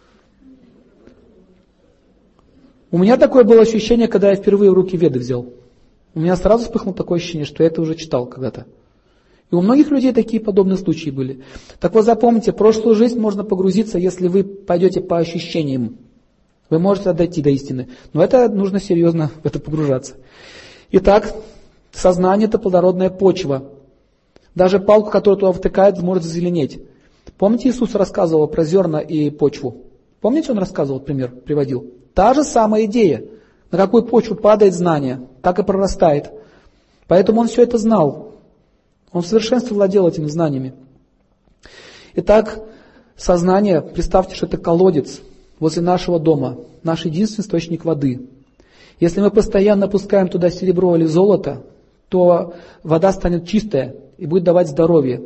У меня такое было ощущение, когда я впервые в руки Веды взял. У меня сразу вспыхнуло такое ощущение, что я это уже читал когда-то. И у многих людей такие подобные случаи были. Так вот запомните, прошлую жизнь можно погрузиться, если вы пойдете по ощущениям. Вы можете дойти до истины. Но это нужно серьезно в это погружаться. Итак, сознание – это плодородная почва. Даже палку, которую туда втыкают, может зазеленеть. Помните, Иисус рассказывал про зерна и почву? Помните, он рассказывал, пример приводил? Та же самая идея. На какую почву падает знание, так и прорастает. Поэтому он все это знал. Он в совершенстве владел этими знаниями. Итак, сознание, представьте, что это колодец возле нашего дома, наш единственный источник воды. Если мы постоянно пускаем туда серебро или золото, то вода станет чистая и будет давать здоровье.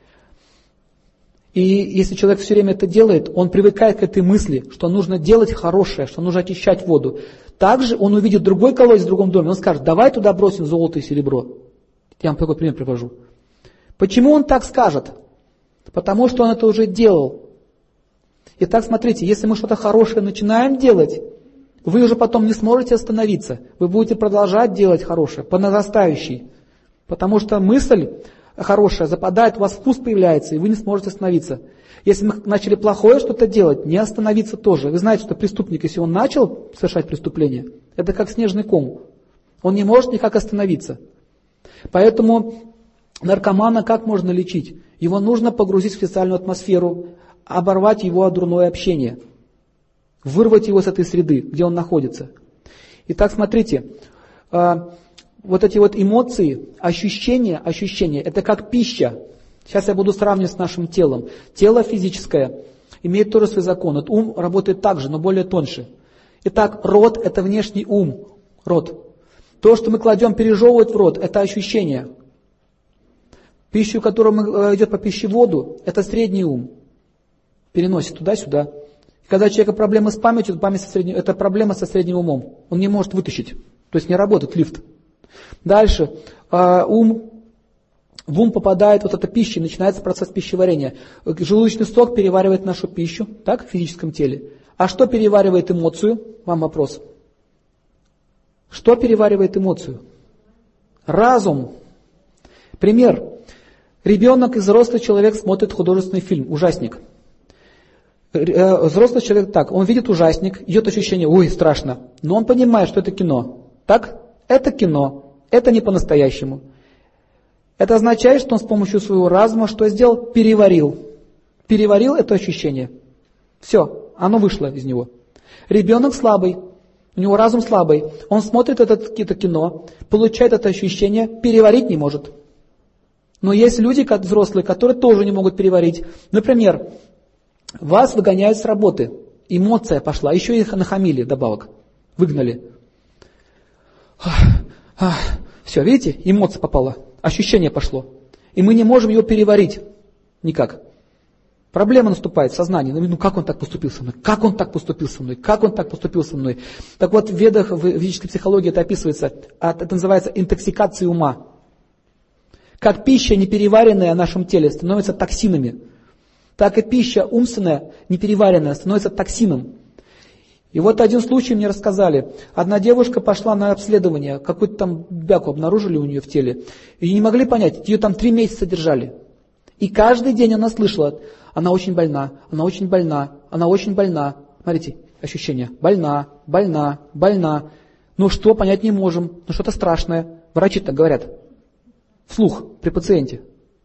И если человек все время это делает, он привыкает к этой мысли, что нужно делать хорошее, что нужно очищать воду. Также он увидит другой колодец в другом доме, он скажет: давай туда бросим золото и серебро. Я вам такой пример привожу. Почему он так скажет? Потому что он это уже делал. Итак, смотрите, если мы что-то хорошее начинаем делать, вы уже потом не сможете остановиться. Вы будете продолжать делать хорошее, по нарастающей. Потому что мысль хорошая западает, у вас вкус появляется, и вы не сможете остановиться. Если мы начали плохое что-то делать, не остановиться тоже. Вы знаете, что преступник, если он начал совершать преступление, это как снежный ком. Он не может никак остановиться. Поэтому наркомана как можно лечить? Его нужно погрузить в специальную атмосферу, оборвать его дурное общение, вырвать его с этой среды, где он находится. Итак, смотрите, вот эти вот эмоции, ощущения, это как пища. Сейчас я буду сравнивать с нашим телом. Тело физическое имеет тоже свой закон. Вот ум работает так же, но более тоньше. Итак, рот – это внешний ум. Рот. То, что мы кладем пережевывать в рот, это ощущение. Пищу, которая идет по пищеводу, это средний ум. Переносит туда-сюда. И когда у человека проблемы с памятью, это проблема со средним умом. Он не может вытащить. То есть не работает лифт. Дальше. В ум попадает вот эта пища, и начинается процесс пищеварения. Желудочный сок переваривает нашу пищу, так, в физическом теле. А что переваривает эмоцию? Вам вопрос. Что переваривает эмоцию? Разум. Пример. Ребенок и взрослый человек смотрит художественный фильм, ужасник. Взрослый человек так, он видит ужасник, идет ощущение: ой, страшно. Но он понимает, что это кино. Так? Это кино. Это не по-настоящему. Это означает, что он с помощью своего разума что сделал? Переварил. Переварил это ощущение. Все, оно вышло из него. Ребенок слабый, у него разум слабый. Он смотрит это кино, получает это ощущение, переварить не может. Но есть люди, как взрослые, которые тоже не могут переварить. Например, вас выгоняют с работы. Эмоция пошла, еще их нахамили вдобавок. Выгнали. Все, видите, эмоция попала, ощущение пошло. И мы не можем его переварить никак. Проблема наступает в сознании. Ну как он так поступил со мной? Как он так поступил со мной? Как он так поступил со мной? Так вот, в ведах, в ведической психологии это описывается, это называется интоксикацией ума. Как пища, непереваренная в нашем теле, становится токсинами, так и пища умственная, непереваренная, становится токсином. И вот один случай мне рассказали. Одна девушка пошла на обследование, какую-то там бяку обнаружили у нее в теле, и не могли понять, ее там 3 месяца держали. И каждый день она слышала: она очень больна, она очень больна, она очень больна. Смотрите, ощущение: больна, больна, больна. Ну что, понять не можем, ну что-то страшное. Врачи так говорят. Вслух при пациенте.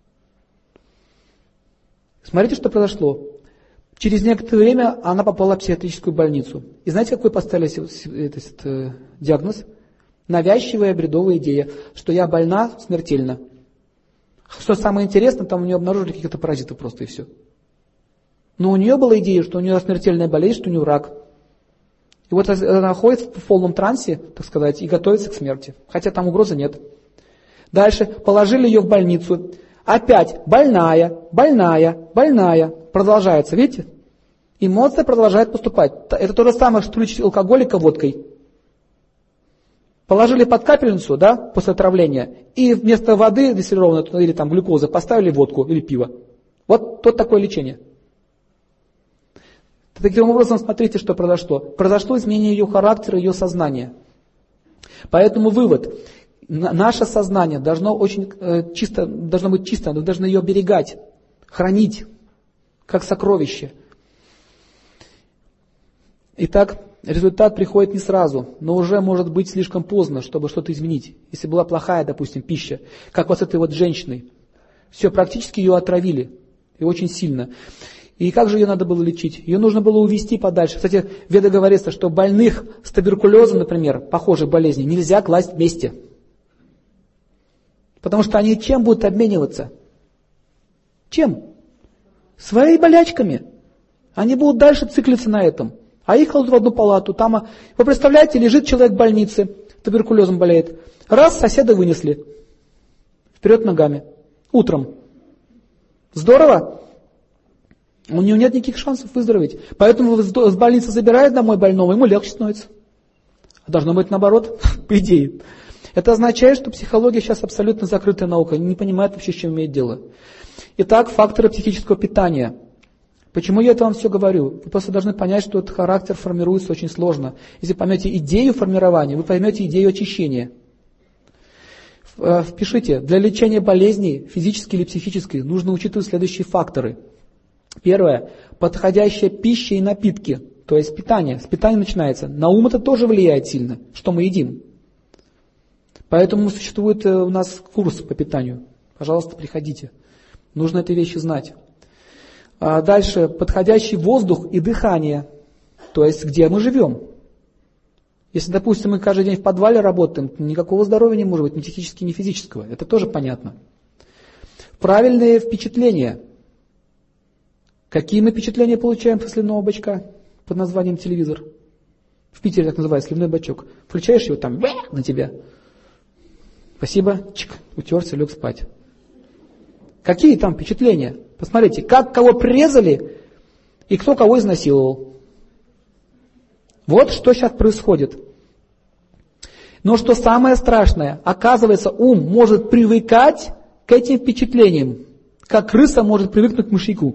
Смотрите, что произошло. Через некоторое время она попала в психиатрическую больницу. И знаете, какой поставили этот диагноз? Навязчивая бредовая идея, что я больна смертельно. Что самое интересное, там у нее обнаружили каких-то паразитов просто и все. Но у нее была идея, что у нее смертельная болезнь, что у нее рак. И вот она находится в полном трансе, так сказать, и готовится к смерти. Хотя там угрозы нет. Дальше положили ее в больницу. Опять больная, больная, больная. Продолжается, видите? Эмоция продолжает поступать. Это то же самое, что лечить алкоголика водкой. Положили под капельницу, да, после отравления, и вместо воды дистиллированной или там глюкозы поставили водку или пиво. Вот такое лечение. Таким образом, смотрите, что произошло. Произошло изменение ее характера, ее сознания. Поэтому вывод. Наше сознание должно быть чисто, мы должны ее оберегать, хранить, как сокровище. Итак, результат приходит не сразу, но уже может быть слишком поздно, чтобы что-то изменить. Если была плохая, допустим, пища, как вот с этой вот женщиной. Все, практически ее отравили, и очень сильно. И как же ее надо было лечить? Ее нужно было увезти подальше. Кстати, в Ведах говорится, что больных с туберкулезом, например, похожих болезней, нельзя класть вместе. Потому что они чем будут обмениваться? Чем? Своими болячками. Они будут дальше циклиться на этом. А их кладут в одну палату. Там, вы представляете, лежит человек в больнице, туберкулезом болеет. Раз, соседа вынесли. Вперед ногами. Утром. Здорово? У него нет никаких шансов выздороветь. Поэтому с больницы забирают домой больного, ему легче становится. А должно быть наоборот, по идее. Это означает, что психология сейчас абсолютно закрытая наука, не понимает вообще, с чем имеет дело. Итак, факторы психического питания. Почему я это вам все говорю? Вы просто должны понять, что этот характер формируется очень сложно. Если поймете идею формирования, вы поймете идею очищения. Впишите, для лечения болезней, физической или психической, нужно учитывать следующие факторы. Первое. Подходящая пища и напитки, то есть питание. С питания начинается. На ум это тоже влияет сильно, что мы едим. Поэтому существует у нас курс по питанию. Пожалуйста, приходите. Нужно эти вещи знать. Дальше. Подходящий воздух и дыхание, то есть где мы живем. Если, допустим, мы каждый день в подвале работаем, то никакого здоровья не может быть, ни психического, ни физического. Это тоже понятно. Правильные впечатления. Какие мы впечатления получаем со сливного бачка под названием телевизор? В Питере так называют сливной бачок. Включаешь его, там на тебя. Спасибо, чик, утерся, лег спать. Какие там впечатления? Посмотрите, как кого прирезали и кто кого изнасиловал. Вот что сейчас происходит. Но что самое страшное, оказывается, ум может привыкать к этим впечатлениям, как крыса может привыкнуть к мышьяку.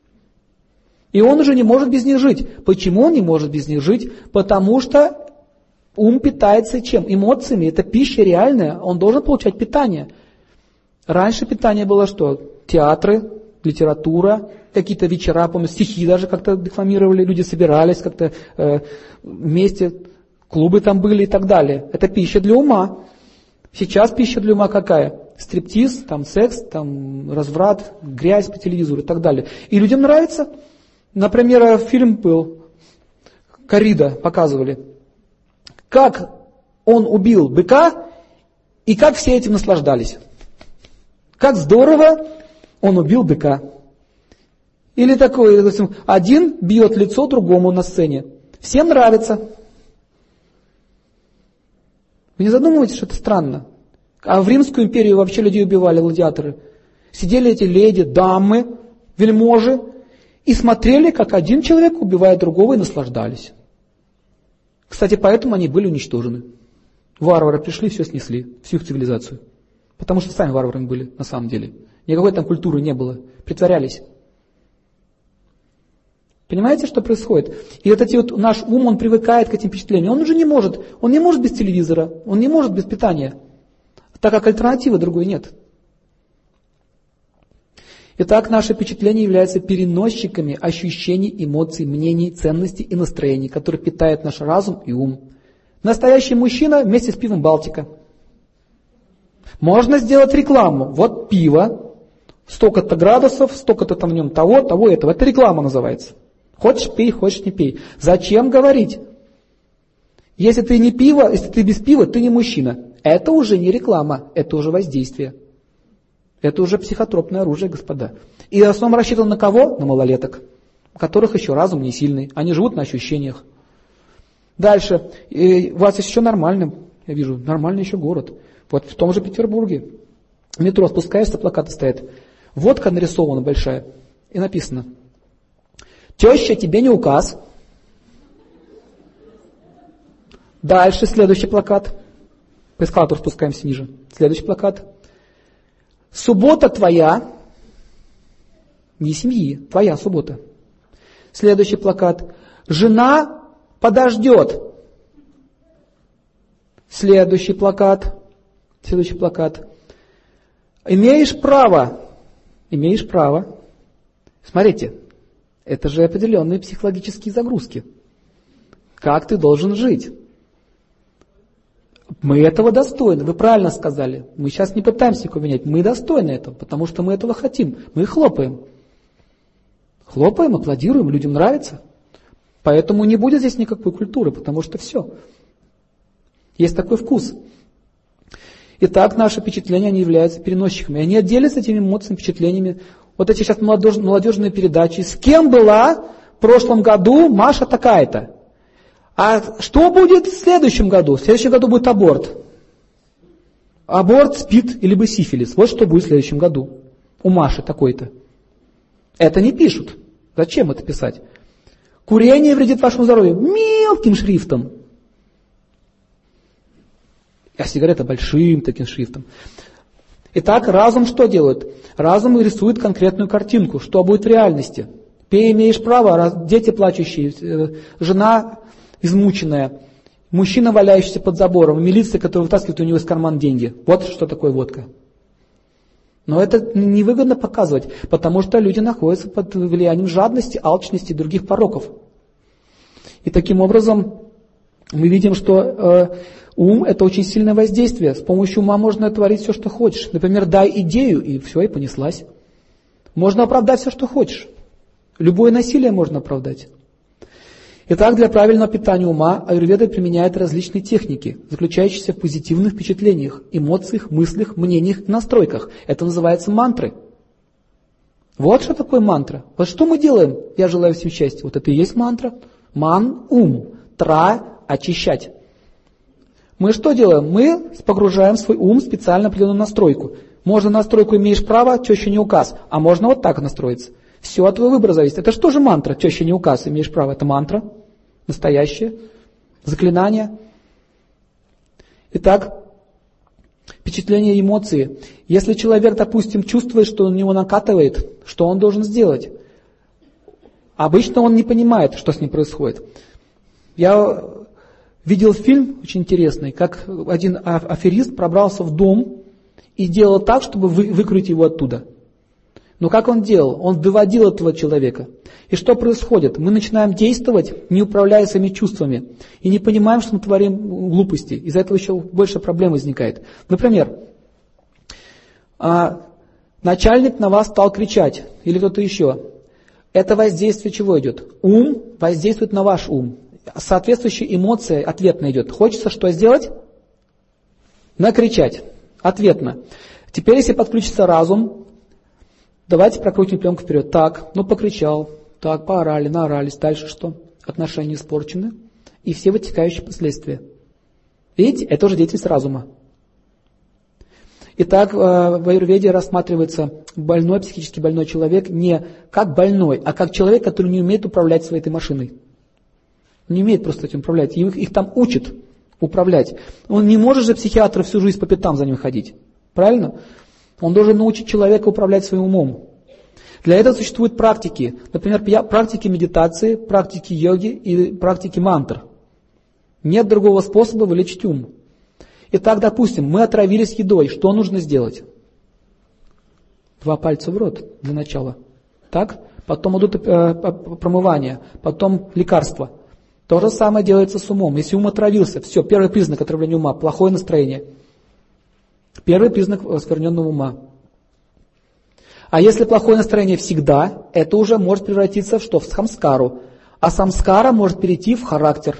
И он уже не может без них жить. Почему он не может без них жить? Потому что ум питается чем? Эмоциями. Это пища реальная, он должен получать питание. Раньше питание было что? Театры, литература, какие-то вечера, помню, стихи даже как-то декламировали, люди собирались как-то вместе, клубы там были и так далее. Это пища для ума. Сейчас пища для ума какая? Стриптиз, там секс, там разврат, грязь по телевизору и так далее. И людям нравится. Например, фильм был, «Коррида» показывали. Как он убил быка и как все этим наслаждались. Как здорово он убил быка. Или такой, допустим, один бьет лицо другому на сцене. Всем нравится. Вы не задумываетесь, что это странно? А в Римскую империю вообще людей убивали, гладиаторы. Сидели эти леди, дамы, вельможи, и смотрели, как один человек убивает другого, и наслаждались. Кстати, поэтому они были уничтожены. Варвары пришли, все снесли, всю их цивилизацию. Потому что сами варварами были, на самом деле. Никакой там культуры не было. Притворялись. Понимаете, что происходит? И вот эти вот, наш ум, он привыкает к этим впечатлениям. Он уже не может без телевизора, он не может без питания, так как альтернативы другой нет. Итак, наши впечатления являются переносчиками ощущений, эмоций, мнений, ценностей и настроений, которые питают наш разум и ум. Настоящий мужчина вместе с пивом Балтика. Можно сделать рекламу. Вот пиво, столько-то градусов, столько-то там в нем того, этого. Это реклама называется. Хочешь пей, хочешь не пей. Зачем говорить? Если ты не пиво, если ты без пива, ты не мужчина. Это уже не реклама, это уже воздействие. Это уже психотропное оружие, господа. И в основном рассчитан на кого? На малолеток, у которых еще разум не сильный. Они живут на ощущениях. Дальше. И у вас еще нормально, я вижу, нормальный еще город. Вот в том же Петербурге. В метро спускаешься, плакаты стоят. Водка нарисована большая. И написано: теща, тебе не указ. Дальше следующий плакат. По эскалатору спускаемся ниже. Следующий плакат. Суббота твоя, не семьи, твоя суббота. Следующий плакат. Жена подождет. Следующий плакат. Следующий плакат. Имеешь право. Имеешь право. Смотрите, это же определенные психологические загрузки. Как ты должен жить? Мы этого достойны, вы правильно сказали. Мы сейчас не пытаемся никого менять, мы достойны этого, потому что мы этого хотим. Мы хлопаем. Хлопаем, аплодируем, людям нравится. Поэтому не будет здесь никакой культуры, потому что все. Есть такой вкус. Итак, наши впечатления, они являются переносчиками. Они делятся этими эмоциями, впечатлениями. Вот эти сейчас молодежные передачи. С кем была в прошлом году Маша такая-то? А что будет в следующем году? В следующем году будет аборт. Аборт, СПИД или бы сифилис. Вот что будет в следующем году. У Маши такой-то. Это не пишут. Зачем это писать? Курение вредит вашему здоровью. Мелким шрифтом. А сигарета большим таким шрифтом. Итак, разум что делает? Разум рисует конкретную картинку. Что будет в реальности? Ты имеешь право, дети плачущие, жена измученная, мужчина, валяющийся под забором, милиция, которая вытаскивает у него из кармана деньги. Вот что такое водка. Но это невыгодно показывать, потому что люди находятся под влиянием жадности, алчности и других пороков. И таким образом мы видим, что ум – это очень сильное воздействие. С помощью ума можно творить все, что хочешь. Например, дай идею, и все, и понеслась. Можно оправдать все, что хочешь. Любое насилие можно оправдать. Итак, для правильного питания ума аюрведа применяет различные техники, заключающиеся в позитивных впечатлениях, эмоциях, мыслях, мнениях и настройках. Это называется мантры. Вот что такое мантра. Вот что мы делаем? Я желаю всем счастья. Вот это и есть мантра. Ман – ум. Тра – очищать. Мы что делаем? Мы погружаем свой ум в специально определенную настройку. Можно настройку имеешь право, теща не указ, а можно вот так настроиться. Все от твоего выбора зависит. Это что же мантра? Теща не указ, имеешь право. Это мантра. Настоящее. Заклинание. Итак, впечатления и эмоции. Если человек, допустим, чувствует, что на него накатывает, что он должен сделать? Обычно он не понимает, что с ним происходит. Я видел фильм очень интересный, как один аферист пробрался в дом и делал так, чтобы выкрутить его оттуда. Но как он делал? Он доводил этого человека. И что происходит? Мы начинаем действовать, не управляя своими чувствами, и не понимаем, что мы творим глупости. Из-за этого еще больше проблем возникает. Например, начальник на вас стал кричать, или кто-то еще. Это воздействие чего идет? Ум воздействует на ваш ум. Соответствующая эмоция ответно идет. Хочется что сделать? Накричать. Ответно. Теперь, если подключится разум, давайте прокрутим пленку вперед. Так, ну покричал, так, поорали, наорались. Дальше что? Отношения испорчены. И все вытекающие последствия. Видите, это уже деятельность разума. Итак, в аюрведе рассматривается больной, психически больной человек не как больной, а как человек, который не умеет управлять своей этой машиной. Он не умеет просто этим управлять. Их там учат управлять. Он не может же психиатр всю жизнь по пятам за ним ходить. Правильно? Он должен научить человека управлять своим умом. Для этого существуют практики. Например, практики медитации, практики йоги и практики мантр. Нет другого способа вылечить ум. Итак, допустим, мы отравились едой. Что нужно сделать? 2 пальца в рот для начала. Так? Потом идут промывания, потом лекарства. То же самое делается с умом. Если ум отравился, все, первый признак отравления ума – плохое настроение. Первый признак оскверненного ума. А если плохое настроение всегда, это уже может превратиться в что? В самскару. А самскара может перейти в характер.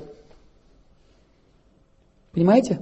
Понимаете?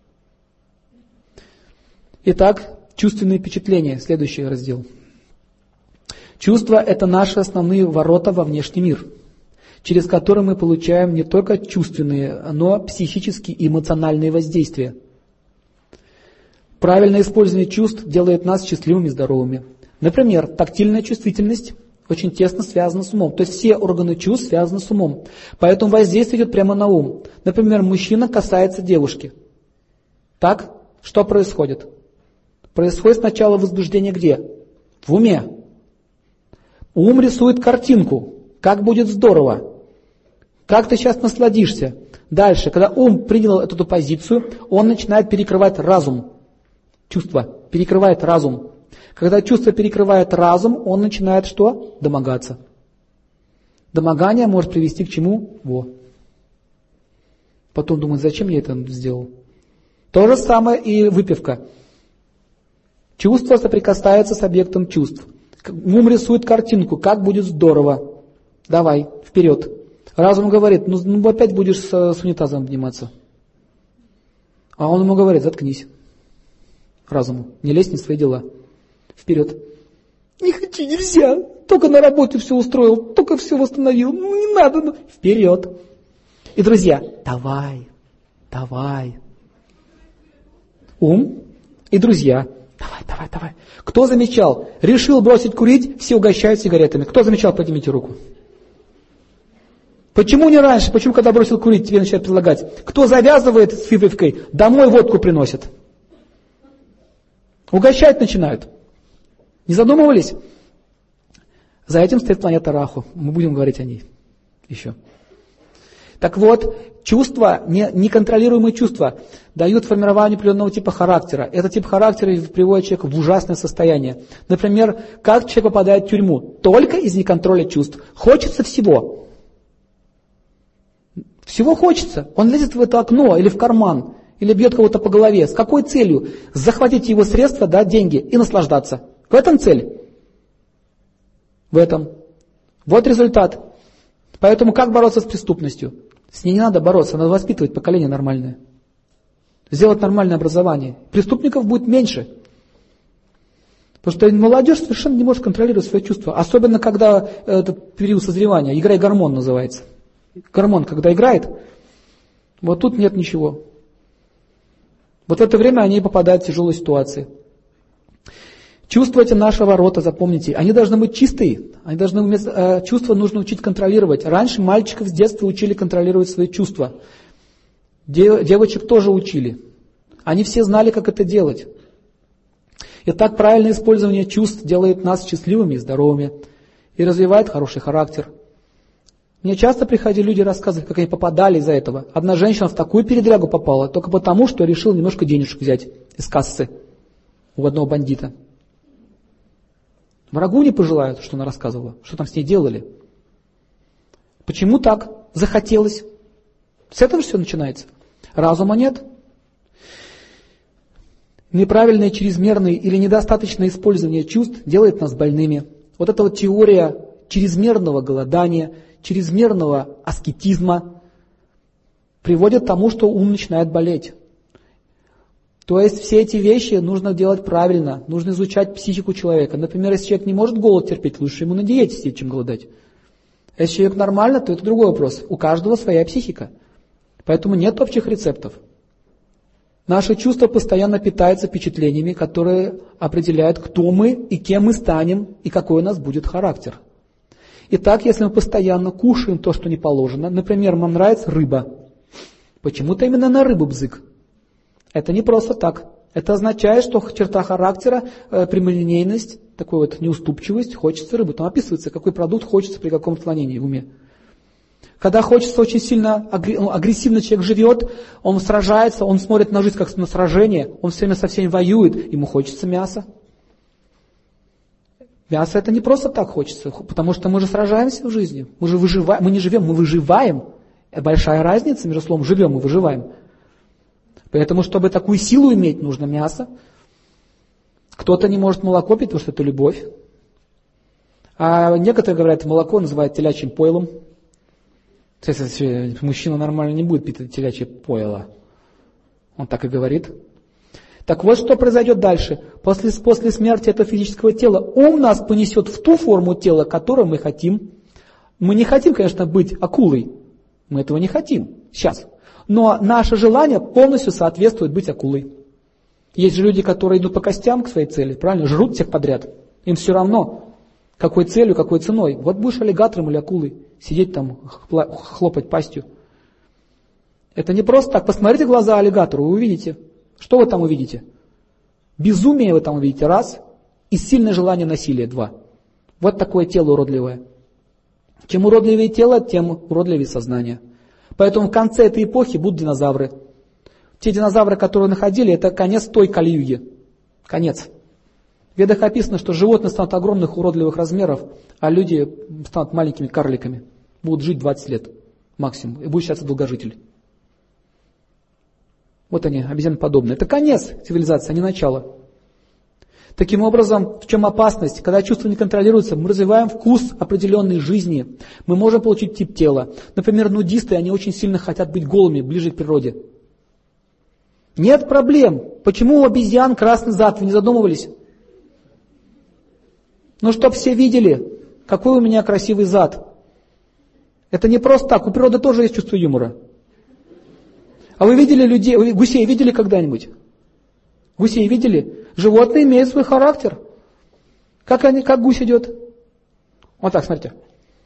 Итак, чувственные впечатления. Следующий раздел. Чувства – это наши основные ворота во внешний мир, через которые мы получаем не только чувственные, но психические и эмоциональные воздействия. Правильное использование чувств делает нас счастливыми и здоровыми. Например, тактильная чувствительность очень тесно связана с умом. То есть все органы чувств связаны с умом. Поэтому воздействие идет прямо на ум. Например, мужчина касается девушки. Так? Что происходит? Происходит сначала возбуждение где? В уме. Ум рисует картинку. Как будет здорово. Как ты сейчас насладишься. Дальше, когда ум принял эту позицию, он начинает перекрывать разум. Чувство перекрывает разум. Когда чувство перекрывает разум, он начинает что? Домогаться. Домогание может привести к чему? Потом думает, зачем я это сделал? То же самое и выпивка. Чувство соприкасается с объектом чувств. Ум рисует картинку, как будет здорово. Давай, вперед. Разум говорит, ну опять будешь с унитазом обниматься. А он ему говорит, заткнись. разуму. Не лезь не в свои дела. Вперед. Не хочу, нельзя. Только на работе все устроил, только все восстановил. Ну не надо. Ну. Вперед. И, друзья, давай. Ум и друзья. Давай. Кто замечал? Решил бросить курить, все угощают сигаретами. Кто замечал? Поднимите руку. Почему не раньше? Почему, когда бросил курить, тебе начинают предлагать? Кто завязывает с выпивкой, домой водку приносит. Угощать начинают. Не задумывались? За этим стоит планета Раху. Мы будем говорить о ней еще. Так вот, чувства, неконтролируемые чувства, дают формированию определенного типа характера. Этот тип характера приводит человека в ужасное состояние. Например, как человек попадает в тюрьму? Только из неконтроля чувств. Хочется всего. Всего хочется. Он лезет в это окно или в карман, или бьет кого-то по голове. С какой целью? Захватить его средства, дать деньги и наслаждаться. В этом цель. В этом. Вот результат. Поэтому как бороться с преступностью? С ней не надо бороться, надо воспитывать поколение нормальное. Сделать нормальное образование. Преступников будет меньше. Потому что молодежь совершенно не может контролировать свои чувства. Особенно, когда этот период созревания. Играй гормон называется. Гормон, когда играет, вот тут нет ничего. Вот в это время они попадают в тяжелые ситуации. Чувства эти нашего рода, запомните, они должны быть чистые. Они должны уметь, чувства нужно учить контролировать. Раньше мальчиков с детства учили контролировать свои чувства. Девочек тоже учили. Они все знали, как это делать. И так правильное использование чувств делает нас счастливыми и здоровыми. И развивает хороший характер. Мне часто приходили люди рассказывать, как они попадали из-за этого. Одна женщина в такую передрягу попала, только потому, что решила немножко денежек взять из кассы у одного бандита. Врагу не пожелают, что она рассказывала, что там с ней делали. Почему так? Захотелось. С этого все начинается. Разума нет. Неправильное, чрезмерное или недостаточное использование чувств делает нас больными. Вот эта вот теория чрезмерного голодания, чрезмерного аскетизма приводит к тому, что ум начинает болеть. То есть все эти вещи нужно делать правильно, нужно изучать психику человека. Например, если человек не может голод терпеть, лучше ему на диете сидеть, чем голодать. А если человек нормально, то это другой вопрос. У каждого своя психика. Поэтому нет общих рецептов. Наши чувства постоянно питаются впечатлениями, которые определяют, кто мы и кем мы станем, и какой у нас будет характер. Итак, если мы постоянно кушаем то, что не положено, например, нам нравится рыба, почему-то именно на рыбу бзык. Это не просто так. Это означает, что черта характера, прямолинейность, такой вот неуступчивость, хочется рыбы. Там описывается, какой продукт хочется при каком отклонении в уме. Когда хочется очень сильно, агрессивно человек живет, он сражается, он смотрит на жизнь как на сражение, он все время со всеми воюет, ему хочется мяса. Мясо это не просто так хочется, потому что мы же сражаемся в жизни. Мы же выживаем, мы не живем, мы выживаем. Большая разница между словом живем и выживаем. Поэтому, чтобы такую силу иметь, нужно мясо. Кто-то не может молоко пить, потому что это любовь. А некоторые говорят, молоко называют телячьим пойлом. То есть, мужчина нормально не будет пить телячье пойло. Он так и говорит. Так вот, что произойдет дальше. После смерти этого физического тела ум нас понесет в ту форму тела, которую мы хотим. Мы не хотим, конечно, быть акулой. Мы этого не хотим сейчас. Но наше желание полностью соответствует быть акулой. Есть же люди, которые идут по костям к своей цели, правильно? Жрут всех подряд. Им все равно, какой целью, какой ценой. Вот будешь аллигатором или акулой, сидеть там, хлопать пастью. Это не просто так. Посмотрите в глаза аллигатору, вы увидите. Что вы там увидите? Безумие вы там увидите, раз, и сильное желание насилия, два. Вот такое тело уродливое. Чем уродливее тело, тем уродливее сознание. Поэтому в конце этой эпохи будут динозавры. Те динозавры, которые находили, это конец той Кали-юги. Конец. В Ведах описано, что животные станут огромных уродливых размеров, а люди станут маленькими карликами. Будут жить 20 лет максимум, и будет считаться долгожитель. Вот они, обезьяноподобные. Это конец цивилизации, а не начало. Таким образом, в чем опасность? Когда чувства не контролируются, мы развиваем вкус определенной жизни. Мы можем получить тип тела. Например, нудисты, они очень сильно хотят быть голыми, ближе к природе. Нет проблем. Почему у обезьян красный зад? Вы не задумывались? Ну, чтоб все видели, какой у меня красивый зад. Это не просто так. У природы тоже есть чувство юмора. А вы видели людей, вы гусей видели когда-нибудь? Гусей видели? Животные имеют свой характер. Как гусь идет? Вот так, смотрите.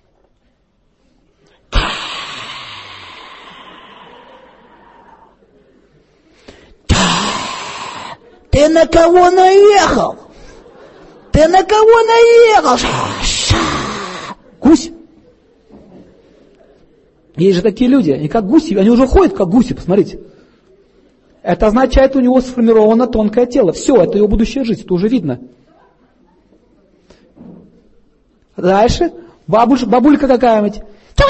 Ты на кого наехал? Ты на кого наехал? Гусь. Есть же такие люди, они как гуси, они уже ходят как гуси, посмотрите. Это означает, у него сформировано тонкое тело. Все, это его будущая жизнь, это уже видно. Дальше, бабулька какая-нибудь.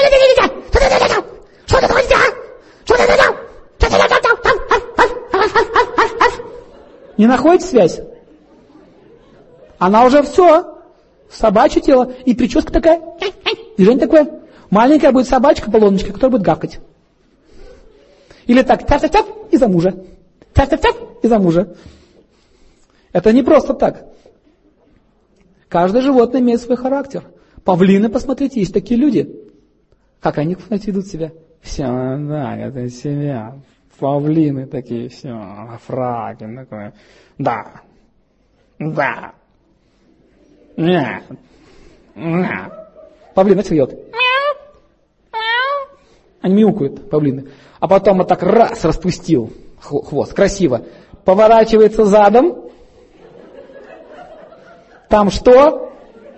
Не находите связь? Она уже все, собачье тело, и прическа такая, движение такое. Маленькая будет собачка, баллоночка, которая будет гавкать. Или так, тяп-тяп-тяп, и за мужа. Тяп-тяп-тяп, и за мужа. Это не просто так. Каждое животное имеет свой характер. Павлины, посмотрите, есть такие люди. Как они, кстати, ведут себя? Все, да, это себя. Павлины такие, все, фраки такое. Да. Да. Нет. Нет. Павлин, знаете, делает? Они мяукают, павлины. А потом вот так раз распустил хвост, красиво. Поворачивается задом. Там что?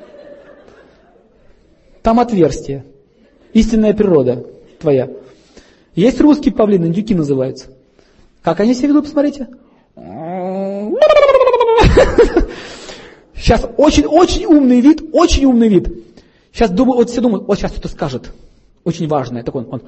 Там отверстие. Истинная природа твоя. Есть русские павлины, индюки называются. Как они себя ведут, посмотрите. Сейчас очень умный вид, очень умный вид. Сейчас думаю, вот все думают, вот сейчас кто-то скажет. Очень важное. Так он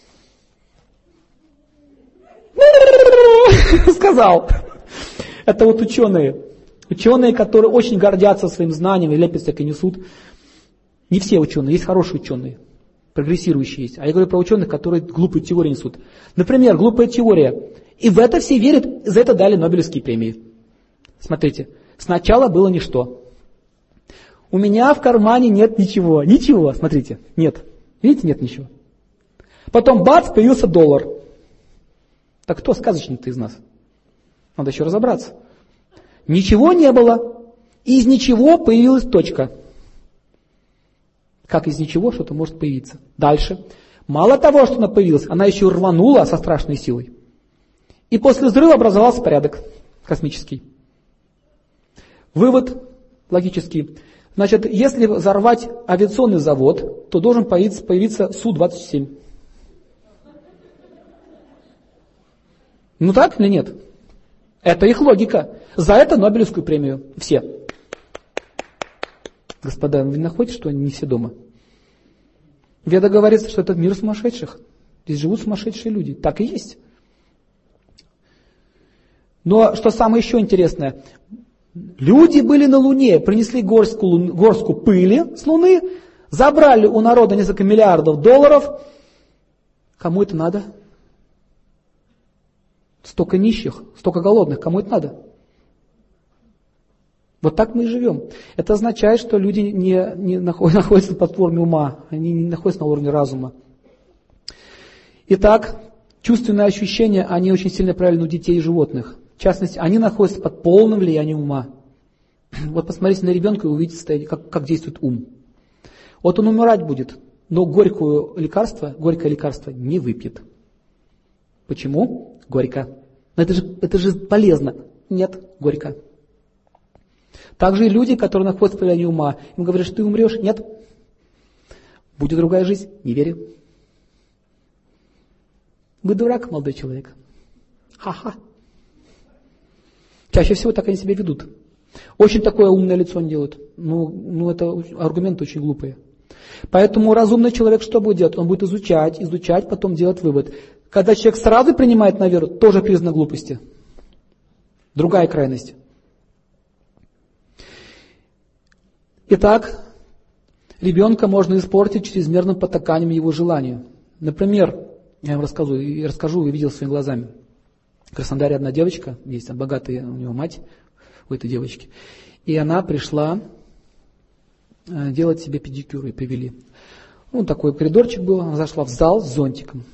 сказал. Это вот ученые. Ученые, которые очень гордятся своим знанием и лепесток и несут. Не все ученые, есть хорошие ученые. Прогрессирующие есть. А я говорю про ученых, которые глупые теории несут. Например, глупая теория. И в это все верят, за это дали Нобелевские премии. Смотрите, сначала было ничто. У меня в кармане нет ничего. Ничего, смотрите, нет. Видите, нет ничего. Потом бац, появился доллар. Так кто сказочник-то из нас? Надо еще разобраться. Ничего не было. И из ничего появилась точка. Как из ничего что-то может появиться? Дальше. Мало того, что она появилась, она еще рванула со страшной силой. И после взрыва образовался порядок космический. Вывод логический. Значит, если взорвать авиационный завод, то должен появиться Су-27. Ну так или нет? Это их логика. За это Нобелевскую премию. Все. Господа, вы находите, что они не все дома? Веда говорится, что это мир сумасшедших. Здесь живут сумасшедшие люди. Так и есть. Но что самое еще интересное, люди были на Луне, принесли горстку пыли с Луны, забрали у народа несколько миллиардов долларов. Кому это надо? Столько нищих, столько голодных, кому это надо? Вот так мы и живем. Это означает, что люди не находятся на платформе ума, они не находятся на уровне разума. Итак, чувственные ощущения, они очень сильно проявлены у детей и животных. В частности, они находятся под полным влиянием ума. Вот посмотрите на ребенка и увидите, как действует ум. Вот он умирать будет, но горькое лекарство не выпьет. Почему? Горько. Но это же полезно. Нет, горько. Также и люди, которые находятся в состоянии ума, им говорят, что ты умрешь. Нет. Будет другая жизнь. Не верю. Вы дурак, молодой человек. Ха-ха. Чаще всего так они себя ведут. Очень такое умное лицо они делают. Ну это аргументы очень глупые. Поэтому разумный человек что будет делать? Он будет изучать, потом делать вывод. Когда человек сразу принимает на веру, тоже признак глупости. Другая крайность. Итак, ребенка можно испортить чрезмерным потаканием его желанию. Например, я вам расскажу, я видел своими глазами. В Краснодаре одна девочка, есть богатая у него мать, у этой девочки, и она пришла делать себе педикюр, и привели. Ну, такой коридорчик был, она зашла в зал с зонтиком.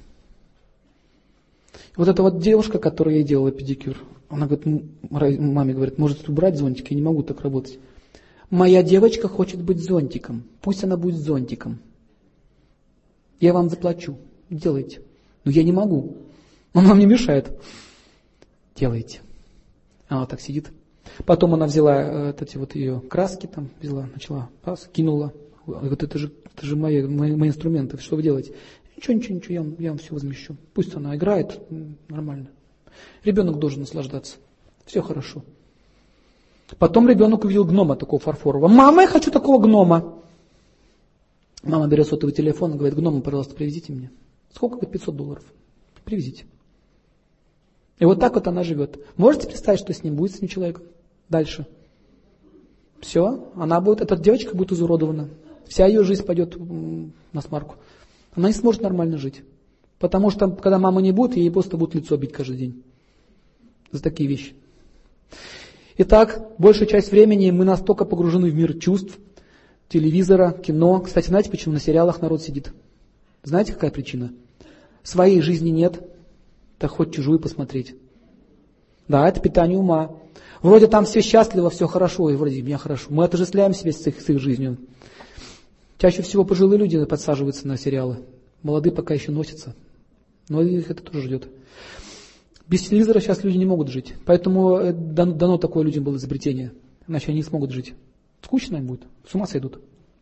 Вот эта вот девушка, которая ей делала педикюр, она говорит, маме говорит, может убрать зонтик, я не могу так работать. Моя девочка хочет быть зонтиком, пусть она будет зонтиком. Я вам заплачу, делайте. Но я не могу, он вам не мешает. Делайте. Она вот так сидит. Потом она взяла эти вот ее краски, там взяла, начала, кинула. Говорит, это же мои инструменты, что вы делаете? Ничего, я вам все возмещу. Пусть она играет, нормально. Ребенок должен наслаждаться. Все хорошо. Потом ребенок увидел гнома такого фарфорового. Мама, я хочу такого гнома. Мама берет сотовый телефон и говорит, гнома, пожалуйста, привезите мне. Сколько? Говорит, $500. Привезите. И вот так вот она живет. Можете представить, что с ним будет, с этим человеком? Дальше. Все, эта девочка будет изуродована. Вся ее жизнь пойдет на смарку. Она не сможет нормально жить. Потому что, когда мамы не будет, ей просто будут лицо бить каждый день. За такие вещи. Итак, большую часть времени мы настолько погружены в мир чувств, телевизора, кино. Кстати, знаете, почему на сериалах народ сидит? Знаете, какая причина? Своей жизни нет, так хоть чужую посмотреть. Да, это питание ума. Вроде там все счастливо, все хорошо, и вроде меня хорошо. Мы отождествляем себя с их жизнью. Чаще всего пожилые люди подсаживаются на сериалы. Молодые пока еще носятся. Но их это тоже ждет. Без телевизора сейчас люди не могут жить. Поэтому дано такое людям было изобретение. Иначе они не смогут жить. Скучно им будет. С ума сойдут.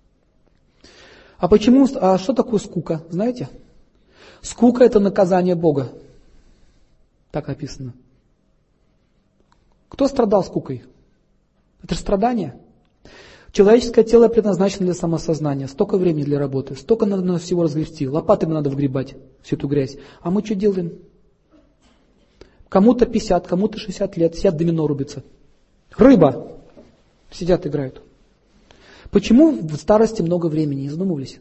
А что такое скука? Знаете? Скука – это наказание Бога. Так написано. Кто страдал скукой? Это же страдание. Человеческое тело предназначено для самосознания. Столько времени для работы, столько надо всего разгребсти. Лопатами надо вгребать всю эту грязь. А мы что делаем? Кому-то 50, кому-то 60 лет, сидят домино рубятся. Рыба! Сидят, играют. Почему в старости много времени? Не задумывались?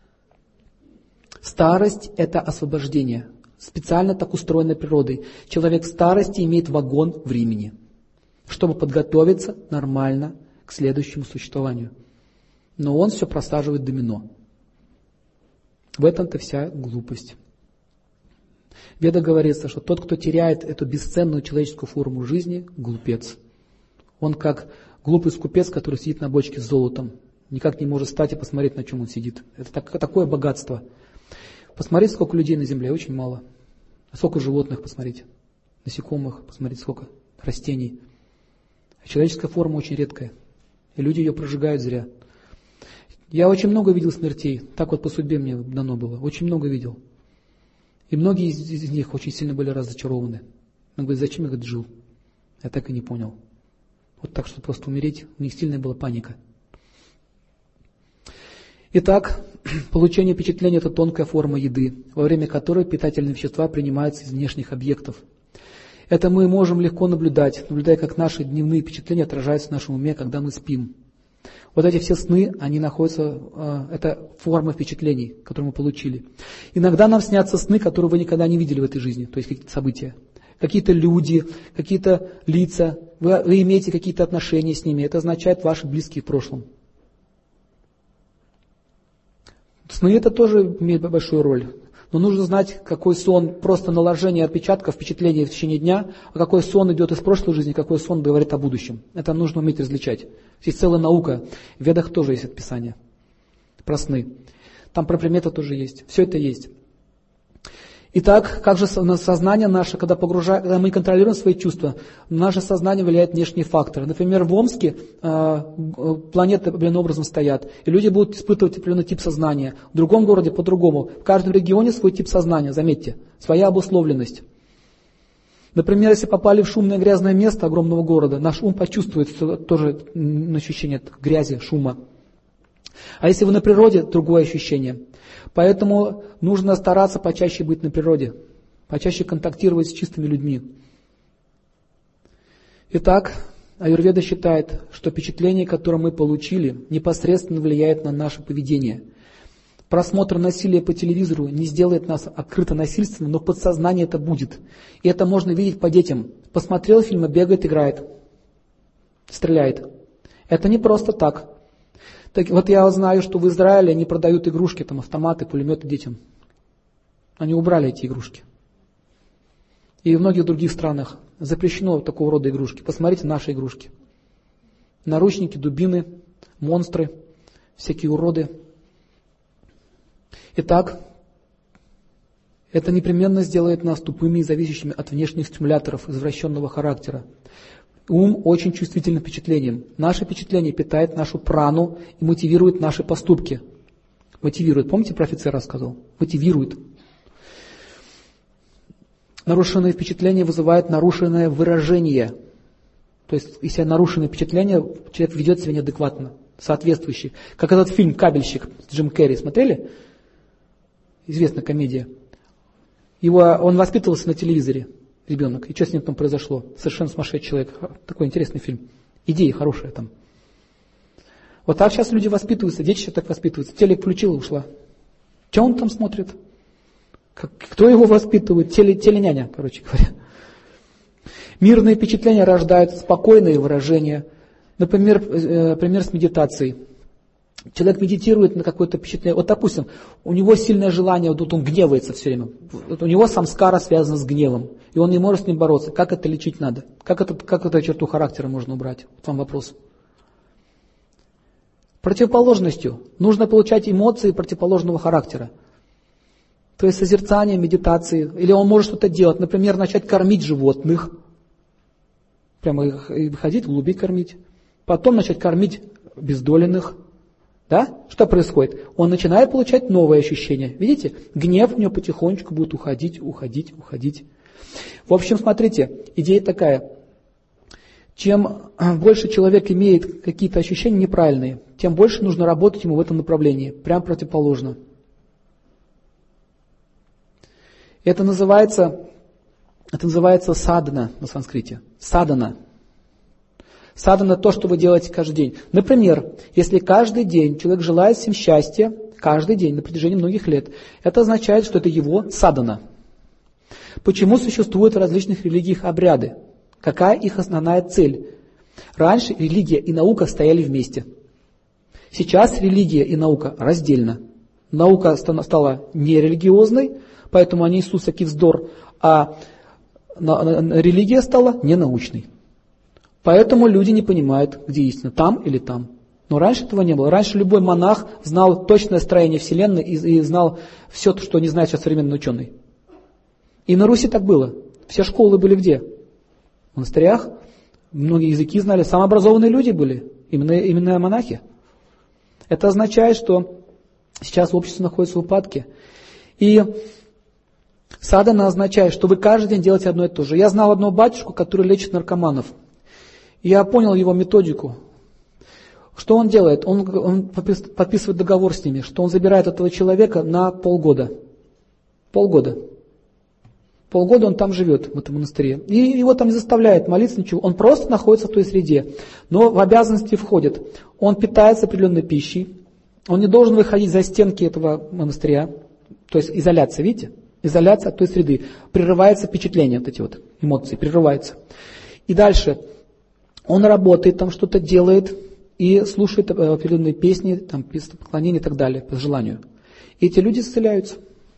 Старость – это освобождение. Специально так устроено природой. Человек в старости имеет вагон времени, чтобы подготовиться нормально к следующему существованию. Но он все просаживает домино. В этом-то вся глупость. В Ведах говорится, что тот, кто теряет эту бесценную человеческую форму жизни, глупец. Он как глупый скупец, который сидит на бочке с золотом. Никак не может встать и посмотреть, на чем он сидит. Это такое богатство. Посмотрите, сколько людей на земле, очень мало. А сколько животных посмотрите. Насекомых, посмотрите, сколько растений. А человеческая форма очень редкая. И люди ее прожигают зря. Я очень много видел смертей. Так вот по судьбе мне дано было. Очень много видел. И многие из них очень сильно были разочарованы. Он говорит, зачем я жил? Я так и не понял. Вот так, что просто умереть, у них сильная была паника. Итак, получение впечатления – это тонкая форма еды, во время которой питательные вещества принимаются из внешних объектов. Это мы можем легко наблюдая, как наши дневные впечатления отражаются в нашем уме, когда мы спим. Вот эти все сны, они находятся, это форма впечатлений, которые мы получили. Иногда нам снятся сны, которые вы никогда не видели в этой жизни, то есть какие-то события. Какие-то люди, какие-то лица, вы имеете какие-то отношения с ними, это означает ваши близкие в прошлом. Сны это тоже имеет большую роль. Но нужно знать, какой сон, просто наложение отпечатков, впечатлений в течение дня, а какой сон идет из прошлой жизни, какой сон говорит о будущем. Это нужно уметь различать. Есть целая наука. В Ведах тоже есть описание про сны. Там про приметы тоже есть. Все это есть. Итак, как же сознание наше, когда мы контролируем свои чувства, наше сознание влияет внешние факторы. Например, в Омске планеты определенным образом стоят, и люди будут испытывать определенный тип сознания. В другом городе по-другому. В каждом регионе свой тип сознания, заметьте, своя обусловленность. Например, если попали в шумное грязное место огромного города, наш ум почувствует тоже ощущение грязи, шума. А если вы на природе, другое ощущение. Поэтому нужно стараться почаще быть на природе, почаще контактировать с чистыми людьми. Итак, аюрведа считает, что впечатление, которое мы получили, непосредственно влияет на наше поведение. Просмотр насилия по телевизору не сделает нас открыто насильственными, но в подсознании это будет. И это можно видеть по детям. Посмотрел фильм, бегает, играет, стреляет. Это не просто так. Так вот я знаю, что в Израиле они продают игрушки, там автоматы, пулеметы детям. Они убрали эти игрушки. И в многих других странах запрещено такого рода игрушки. Посмотрите наши игрушки. Наручники, дубины, монстры, всякие уроды. Итак, это непременно сделает нас тупыми и зависящими от внешних стимуляторов извращенного характера. Ум очень чувствителен к впечатлениям. Наше впечатление питает нашу прану и мотивирует наши поступки. Мотивирует. Помните, про офицера сказал? Мотивирует. Нарушенное впечатление вызывает нарушенное выражение. То есть, если нарушенное впечатление, человек ведет себя неадекватно, соответствующий. Как этот фильм «Кабельщик» с Джим Керри. Смотрели? Известная комедия. Он воспитывался на телевизоре, ребенок. И что с ним там произошло? Совершенно сумасшедший человек. Такой интересный фильм. Идея хорошая там. Вот так сейчас люди воспитываются, дети сейчас так воспитываются. Телек включил и ушла. Что он там смотрит? Кто его воспитывает? Теленяня, короче говоря. Мирные впечатления рождают спокойные выражения. Например, пример с медитацией. Человек медитирует на какое-то впечатление. Вот, допустим, у него сильное желание, вот он гневается все время. Вот у него самскара связана с гневом. И он не может с ним бороться. Как это лечить надо? Как эту черту характера можно убрать? Вот вам вопрос. Противоположностью. Нужно получать эмоции противоположного характера. То есть созерцание, медитации. Или он может что-то делать. Например, начать кормить животных. Прямо их ходить, голубей кормить. Потом начать кормить обездоленных. Да? Что происходит? Он начинает получать новые ощущения. Видите? Гнев у него потихонечку будет уходить. В общем, смотрите, идея такая. Чем больше человек имеет какие-то ощущения неправильные, тем больше нужно работать ему в этом направлении. Прям противоположно. Это называется садхана на санскрите. Садхана. Садхана — то, что вы делаете каждый день. Например, если каждый день человек желает всем счастья, каждый день на протяжении многих лет, это означает, что это его садхана. Почему существуют в различных религиях обряды? Какая их основная цель? Раньше религия и наука стояли вместе. Сейчас религия и наука раздельно. Наука стала нерелигиозной, поэтому они несут всякий вздор, а религия стала ненаучной. Поэтому люди не понимают, где истина, там или там. Но раньше этого не было. Раньше любой монах знал точное строение Вселенной и знал все, что не знает сейчас современный ученый. И на Руси так было. Все школы были где? В монастырях. Многие языки знали. Самообразованные люди были. Именно монахи. Это означает, что сейчас общество находится в упадке. И садхана означает, что вы каждый день делаете одно и то же. Я знал одного батюшку, который лечит наркоманов. Я понял его методику. Что он делает? Он подписывает договор с ними, что он забирает этого человека на полгода. Полгода он там живет, в этом монастыре. И его там не заставляют молиться, ничего. Он просто находится в той среде. Но в обязанности входит. Он питается определенной пищей. Он не должен выходить за стенки этого монастыря. То есть изоляция, видите? Изоляция от той среды. Прерывается впечатление, вот эти вот эмоции, прерываются. И дальше. Он работает, там что-то делает и слушает определенные песни, там, поклонения и так далее, по желанию. И эти люди исцеляются.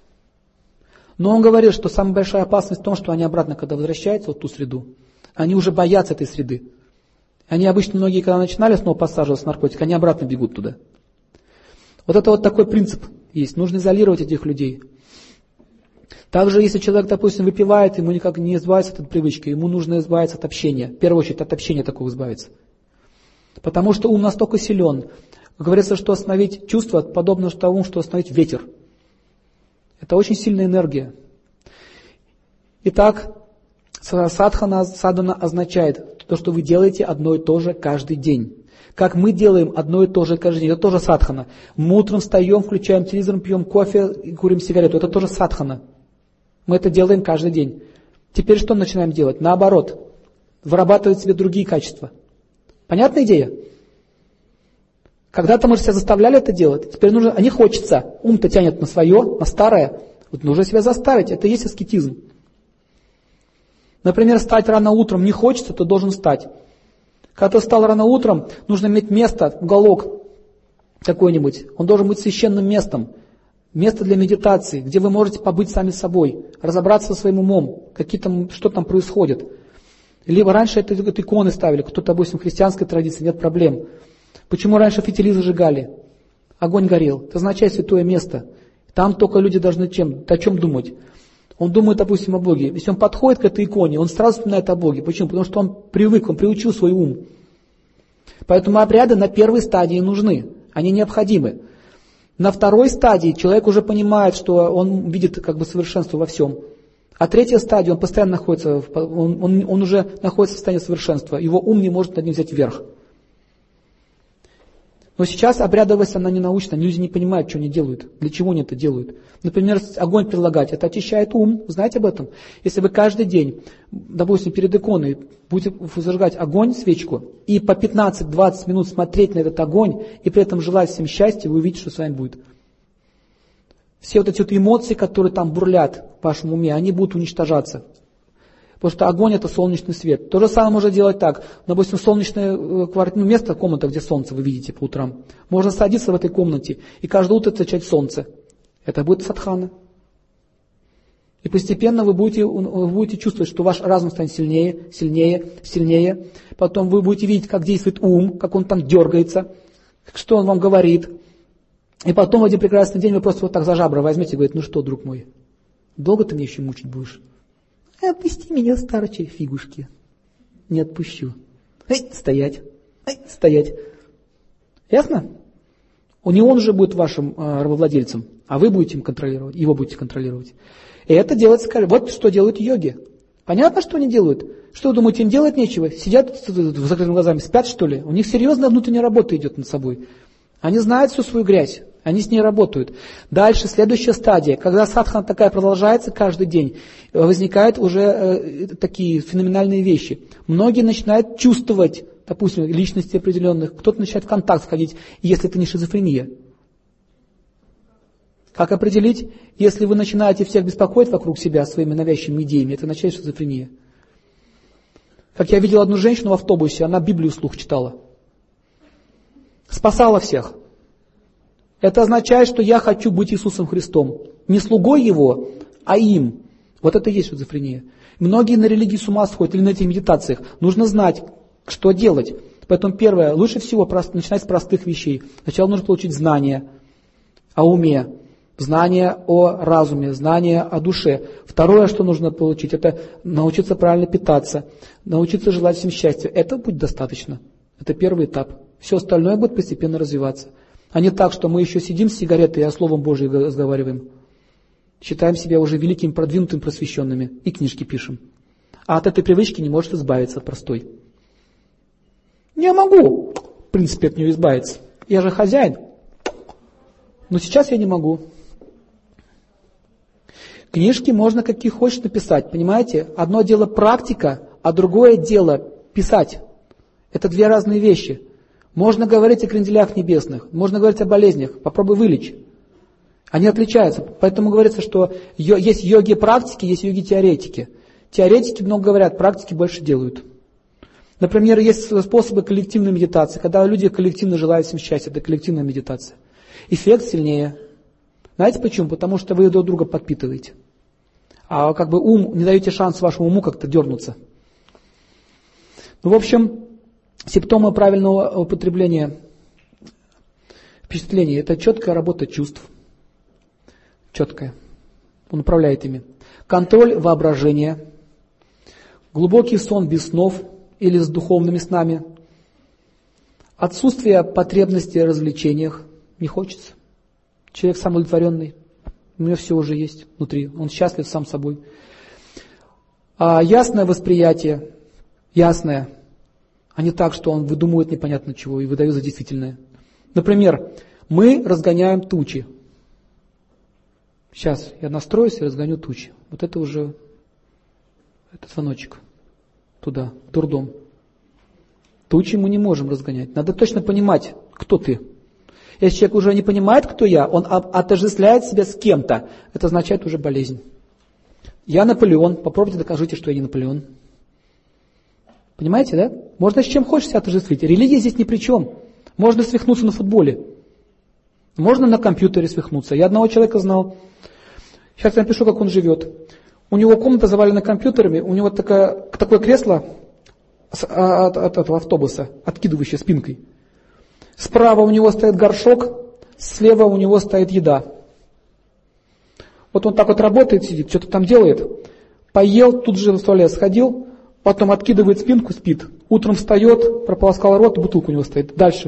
Но он говорит, что самая большая опасность в том, что они обратно, когда возвращаются в ту среду, они уже боятся этой среды. Они обычно, многие, когда начинали снова подсаживаться с наркотиками, они обратно бегут туда. Вот это вот такой принцип есть. Нужно изолировать этих людей. Также, если человек, допустим, выпивает, ему никак не избавиться от этой привычки, ему нужно избавиться от общения. В первую очередь, от общения такого избавиться. Потому что ум настолько силен. Говорится, что остановить чувство подобно тому, что остановить ветер. Это очень сильная энергия. Итак, садхана означает то, что вы делаете одно и то же каждый день. Как мы делаем одно и то же каждый день, это тоже садхана. Мы утром встаем, включаем телевизор, пьем кофе и курим сигарету. Это тоже садхана. Мы это делаем каждый день. Теперь что начинаем делать? Наоборот, вырабатывать в себе другие качества. Понятная идея? Когда-то мы же себя заставляли это делать, теперь нужно, а не хочется. Ум-то тянет на свое, на старое. Вот нужно себя заставить, это и есть аскетизм. Например, встать рано утром не хочется, то должен встать. Когда ты встал рано утром, нужно иметь место, уголок какой-нибудь. Он должен быть священным местом. Место для медитации, где вы можете побыть сами собой, разобраться со своим умом, что там происходит. Либо раньше это иконы ставили, кто-то, допустим, в христианской традиции, нет проблем. Почему раньше фитили зажигали? Огонь горел. Это означает святое место. Там только люди должны о чем думать. Он думает, допустим, о Боге. Если он подходит к этой иконе, он сразу вспоминает о Боге. Почему? Потому что он привык, он приучил свой ум. Поэтому обряды на первой стадии нужны, они необходимы. На второй стадии человек уже понимает, что он видит как бы совершенство во всем. А третья стадия, он постоянно находится, он уже находится в состоянии совершенства. Его ум не может над ним взять верх. Но сейчас обрядовость, она не научна, люди не понимают, что они делают, для чего они это делают. Например, огонь предлагать, это очищает ум, вы знаете об этом? Если вы каждый день, допустим, перед иконой будете зажигать огонь, свечку, и по 15-20 минут смотреть на этот огонь, и при этом желать всем счастья, вы увидите, что с вами будет. Все вот эти вот эмоции, которые там бурлят в вашем уме, они будут уничтожаться. Потому что огонь — это солнечный свет. То же самое можно делать так. Допустим, солнечное место, комната, где солнце вы видите по утрам. Можно садиться в этой комнате и каждое утро встречать солнце. Это будет садхана. И постепенно вы будете чувствовать, что ваш разум станет сильнее, сильнее, сильнее. Потом вы будете видеть, как действует ум, как он там дергается, что он вам говорит. И потом в один прекрасный день вы просто вот так за жабры возьмете и говорите: ну что, друг мой, долго ты меня еще мучить будешь? Отпусти меня, старче, фигушки. Не отпущу. Стоять. Стоять. Ясно? Не он же будет вашим рабовладельцем, а вы будете им контролировать, его будете контролировать. И это делается, вот что делают йоги. Понятно, что они делают? Что вы думаете, им делать нечего? Сидят с закрытыми глазами, спят, что ли? У них серьезная внутренняя работа идет над собой. Они знают всю свою грязь, они с ней работают. Дальше, следующая стадия. Когда садхана такая продолжается каждый день, возникают уже такие феноменальные вещи. Многие начинают чувствовать, допустим, личности определенных, кто-то начинает в контакт входить, если это не шизофрения. Как определить, если вы начинаете всех беспокоить вокруг себя своими навязчивыми идеями, это начинает шизофрения. Как я видел одну женщину в автобусе, она Библию вслух читала. Спасала всех. Это означает, что я хочу быть Иисусом Христом. Не слугой Его, а им. Вот это и есть шизофрения. Многие на религии с ума сходят или на этих медитациях. Нужно знать, что делать. Поэтому первое, лучше всего начинать с простых вещей. Сначала нужно получить знания о уме, знания о разуме, знания о душе. Второе, что нужно получить, это научиться правильно питаться, научиться желать всем счастья. Это будет достаточно. Это первый этап. Все остальное будет постепенно развиваться. А не так, что мы еще сидим с сигаретой и о Словом Божьем разговариваем. Считаем себя уже великим, продвинутым, просвещенными. И книжки пишем. А от этой привычки не может избавиться от простой. Не могу, в принципе, от нее избавиться. Я же хозяин. Но сейчас я не могу. Книжки можно какие хочешь написать, понимаете? Одно дело практика, а другое дело писать. Это две разные вещи. Можно говорить о кренделях небесных, можно говорить о болезнях, попробуй вылечь. Они отличаются. Поэтому говорится, что есть йоги-практики, есть йоги-теоретики. Теоретики много говорят, практики больше делают. Например, есть способы коллективной медитации, когда люди коллективно желают всем счастья, это коллективная медитация. Эффект сильнее. Знаете почему? Потому что вы друг друга подпитываете. А как бы не даете шанс вашему уму как-то дернуться. Ну, в общем, симптомы правильного употребления впечатлений – это четкая работа чувств. Четкая. Он управляет ими. Контроль воображения. Глубокий сон без снов или с духовными снами. Отсутствие потребности в развлечениях. Не хочется. Человек самоудовлетворенный. У него все уже есть внутри. Он счастлив сам собой. Ясное восприятие. Ясное. А не так, что он выдумывает непонятно чего и выдает за действительное. Например, мы разгоняем тучи. Сейчас я настроюсь и разгоню тучи. Вот это уже этот звоночек туда, в дурдом. Тучи мы не можем разгонять. Надо точно понимать, кто ты. Если человек уже не понимает, кто я, он отождествляет себя с кем-то, это означает уже болезнь. Я Наполеон, попробуйте докажите, что я не Наполеон. Понимаете, да? Можно с чем хочешь себя отождествить. Религия здесь ни при чем. Можно свихнуться на футболе. Можно на компьютере свихнуться. Я одного человека знал. Сейчас я напишу, как он живет. У него комната завалена компьютерами, у него такое кресло от этого автобуса, откидывающее спинкой. Справа у него стоит горшок, слева у него стоит еда. Вот он так вот работает, сидит, что-то там делает. Поел, тут же в туалет сходил, потом откидывает спинку, спит. Утром встает, прополоскал рот, бутылка у него стоит. Дальше.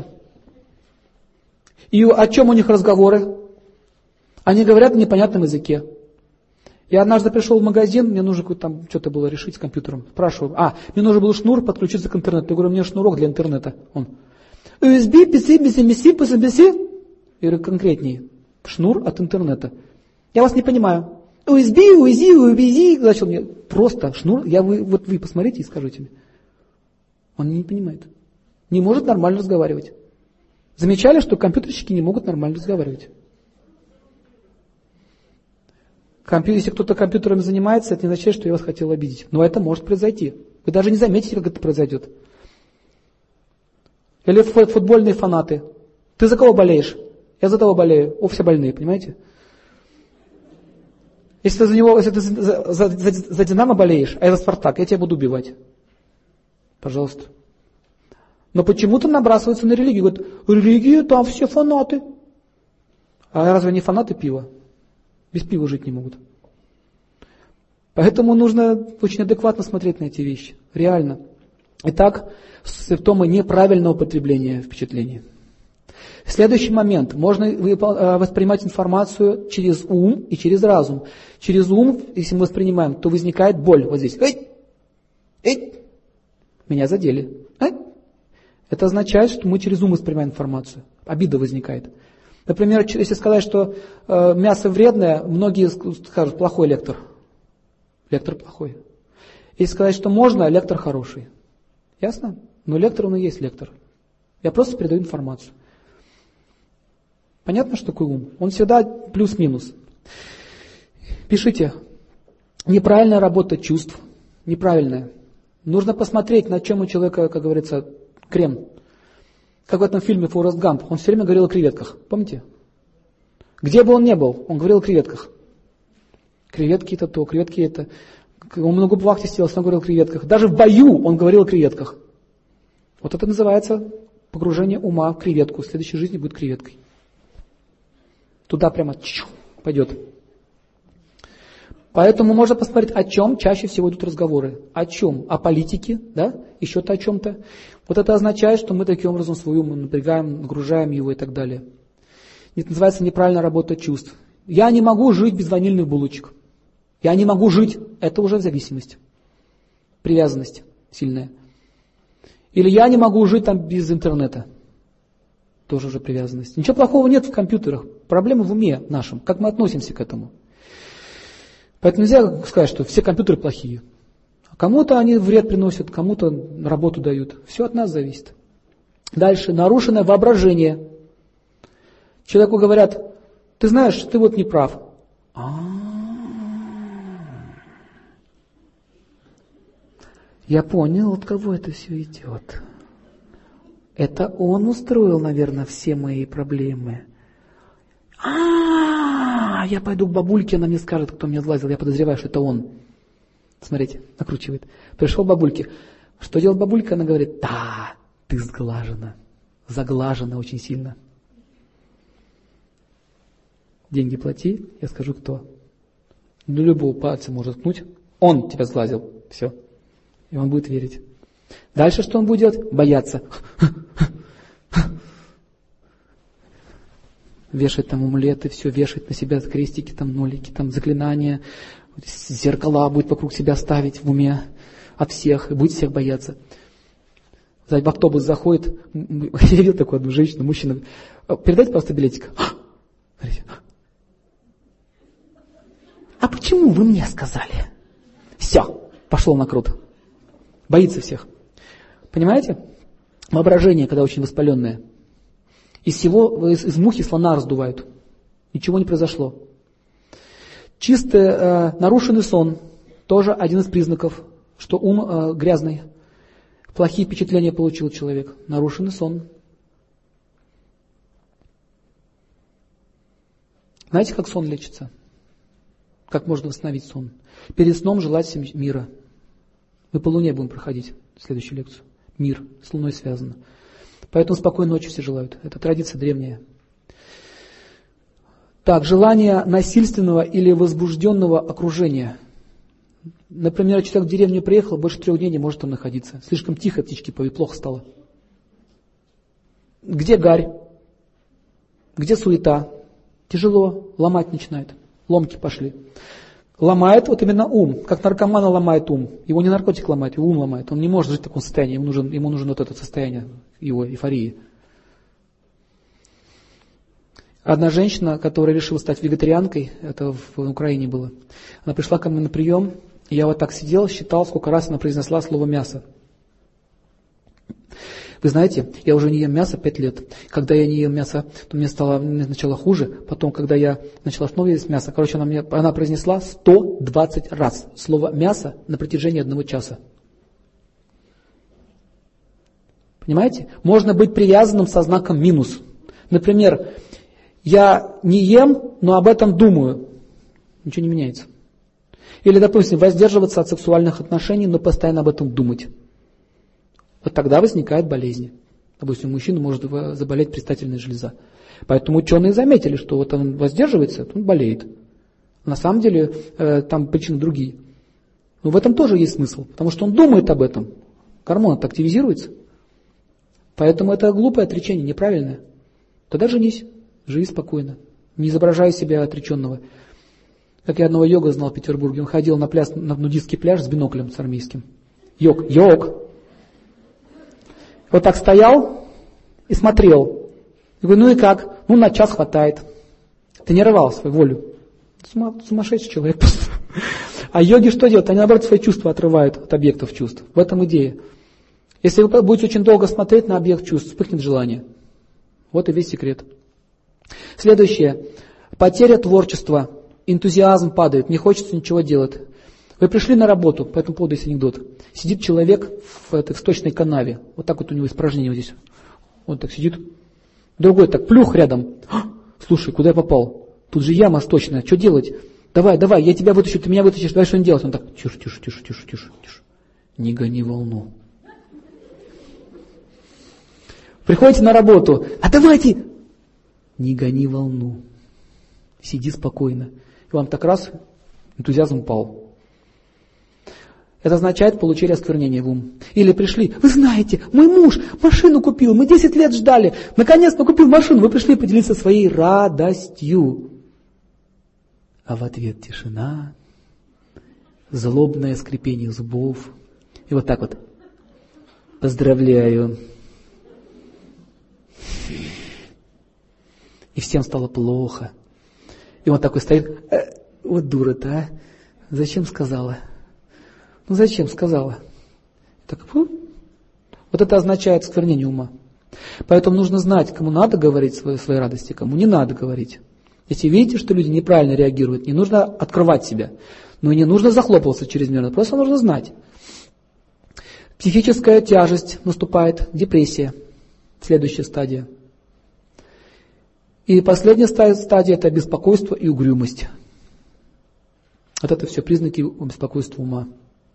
И о чем у них разговоры? Они говорят на непонятном языке. Я однажды пришел в магазин, мне нужно там что-то было решить с компьютером. Спрашиваю, мне нужен был шнур подключиться к интернету. Я говорю, мне шнурок для интернета. Он, USB, PC, BC, PC. Я говорю, конкретнее. Шнур от интернета. Я вас не понимаю. USB. Начал мне просто шнур. Вы посмотрите и скажите мне. Он не понимает. Не может нормально разговаривать. Замечали, что компьютерщики не могут нормально разговаривать? Если кто-то компьютером занимается, это не означает, что я вас хотел обидеть. Но это может произойти. Вы даже не заметите, как это произойдет. Или футбольные фанаты. Ты за кого болеешь? Я за того болею. Все больные, понимаете? Если ты за Динамо болеешь, а я за Спартак, я тебя буду убивать. Пожалуйста. Но почему-то набрасываются на религию. Говорят, религия, там все фанаты. А разве не фанаты пива? Без пива жить не могут. Поэтому нужно очень адекватно смотреть на эти вещи. Реально. Итак, симптомы неправильного употребления впечатлений. Следующий момент. Можно воспринимать информацию через ум и через разум. Через ум, если мы воспринимаем, то возникает боль. Вот здесь. Меня задели. Это означает, что мы через ум воспринимаем информацию. Обида возникает. Например, если сказать, что мясо вредное, многие скажут, плохой лектор. Лектор плохой. Если сказать, что можно, лектор хороший. Ясно? Но лектор, он и есть лектор. Я просто передаю информацию. Понятно, что такое ум? Он всегда плюс-минус. Пишите. Неправильная работа чувств. Неправильная. Нужно посмотреть, на чем у человека, как говорится, крем. Как в этом фильме «Форест Гамп». Он все время говорил о креветках. Помните? Где бы он ни был, он говорил о креветках. Креветки это то, креветки это. Он много в вахте сидел, он говорил о креветках. Даже в бою он говорил о креветках. Вот это называется погружение ума в креветку. В следующей жизни будет креветкой. Туда прямо пойдет. Поэтому можно посмотреть, о чем чаще всего идут разговоры. О чем? О политике, да? Еще-то о чем-то. Вот это означает, что мы таким образом свой ум напрягаем, нагружаем его и так далее. Это называется неправильная работа чувств. Я не могу жить без ванильных булочек. Я не могу жить. Это уже зависимость. Привязанность сильная. Или я не могу жить там без интернета. Тоже уже привязанность. Ничего плохого нет в компьютерах. Проблема в уме нашем. Как мы относимся к этому. Поэтому нельзя сказать, что все компьютеры плохие. Кому-то они вред приносят, кому-то работу дают. Все от нас зависит. Дальше. Нарушенное воображение. Человеку говорят, ты знаешь, ты вот не прав. Я понял, от кого это все идет. Это он устроил, наверное, все мои проблемы. Я пойду к бабульке, она мне скажет, кто меня сглазил. Я подозреваю, что это он. Смотрите, накручивает. Пришел к бабульке. Что делает бабулька? Она говорит, да, ты сглажена. Заглажена очень сильно. Деньги плати, я скажу, кто. На любого пальца может ткнуть. Он тебя сглазил. Все. И он будет верить. Дальше что он будет делать? Бояться. Вешать там амулеты, все, вешать на себя крестики, там нолики, там заклинания, зеркала будет вокруг себя ставить в уме от всех, и будет всех бояться. В автобус заходит, я видел такую одну женщину, мужчина, передайте, пожалуйста, билетик. А почему вы мне сказали? Все, пошло накрут. Боится всех. Понимаете? Воображение, когда очень воспаленное. Из мухи слона раздувают. Ничего не произошло. Чистый, нарушенный сон тоже один из признаков, что ум грязный. Плохие впечатления получил человек. Нарушенный сон. Знаете, как сон лечится? Как можно восстановить сон? Перед сном желать всем мира. Мы по Луне будем проходить следующую лекцию. Мир с Луной связано. Поэтому спокойной ночи все желают. Это традиция древняя. Так, желание насильственного или возбужденного окружения. Например, человек в деревню приехал, больше 3 дней не может там находиться. Слишком тихо, птички поют, плохо стало. Где гарь? Где суета? Тяжело, ломать начинает. Ломки пошли. Ломает вот именно ум. Как наркомана ломает ум. Его не наркотик ломает, его ум ломает. Он не может жить в таком состоянии. Ему нужно вот это состояние его эйфории. Одна женщина, которая решила стать вегетарианкой, это в Украине было, она пришла ко мне на прием, и я вот так сидел, считал, сколько раз она произнесла слово «мясо». Вы знаете, я уже не ем мясо 5 лет. Когда я не ем мясо, то мне стало сначала хуже, потом, когда я начала снова есть мясо, она произнесла 120 раз слово «мясо» на протяжении 1 часа. Понимаете? Можно быть привязанным со знаком минус. Например, я не ем, но об этом думаю. Ничего не меняется. Или, допустим, воздерживаться от сексуальных отношений, но постоянно об этом думать. Вот тогда возникает болезнь. Допустим, у мужчины может заболеть предстательная железа. Поэтому ученые заметили, что вот он воздерживается, он болеет. На самом деле там причины другие. Но в этом тоже есть смысл, потому что он думает об этом. Гормон активизируется. Поэтому это глупое отречение, неправильное. Тогда женись, живи спокойно. Не изображай себя отреченного. Как я одного йога знал в Петербурге, он ходил на нудистский пляж с биноклем с армейским. Йог. Вот так стоял и смотрел. Я говорю, ну и как? Ну на час хватает. Тренировал свою волю. Сумасшедший человек просто. А йоги что делают? Они наоборот свои чувства отрывают от объектов чувств. В этом идея. Если вы будете очень долго смотреть на объект чувств, вспыхнет желание. Вот и весь секрет. Следующее. Потеря творчества. Энтузиазм падает. Не хочется ничего делать. Вы пришли на работу, по этому поводу есть анекдот. Сидит человек в сточной канаве. Вот так вот у него испражнение вот здесь. Он так сидит. Другой так плюх рядом. Слушай, куда я попал? Тут же яма сточная. Что делать? Давай, я тебя вытащу, ты меня вытащишь. Давай что-нибудь делать. Он так, тише. Не гони волну. Приходите на работу. А давайте. Не гони волну. Сиди спокойно. И вам так раз энтузиазм упал. Это означает, получили осквернение в ум. Или пришли, вы знаете, мой муж машину купил, мы 10 лет ждали, наконец-то купил машину, вы пришли поделиться своей радостью. А в ответ тишина, злобное скрипение зубов. И вот так вот, поздравляю. И всем стало плохо. И он такой стоит, вот дура-то, а? Зачем сказала? Ну зачем сказала? Так, вот это означает сквернение ума. Поэтому нужно знать, кому надо говорить свои радости, кому не надо говорить. Если видите, что люди неправильно реагируют, не нужно открывать себя. Но и не нужно захлопываться чрезмерно, просто нужно знать. Психическая тяжесть наступает, депрессия. Следующая стадия. И последняя стадия – это беспокойство и угрюмость. Вот это все признаки беспокойства ума.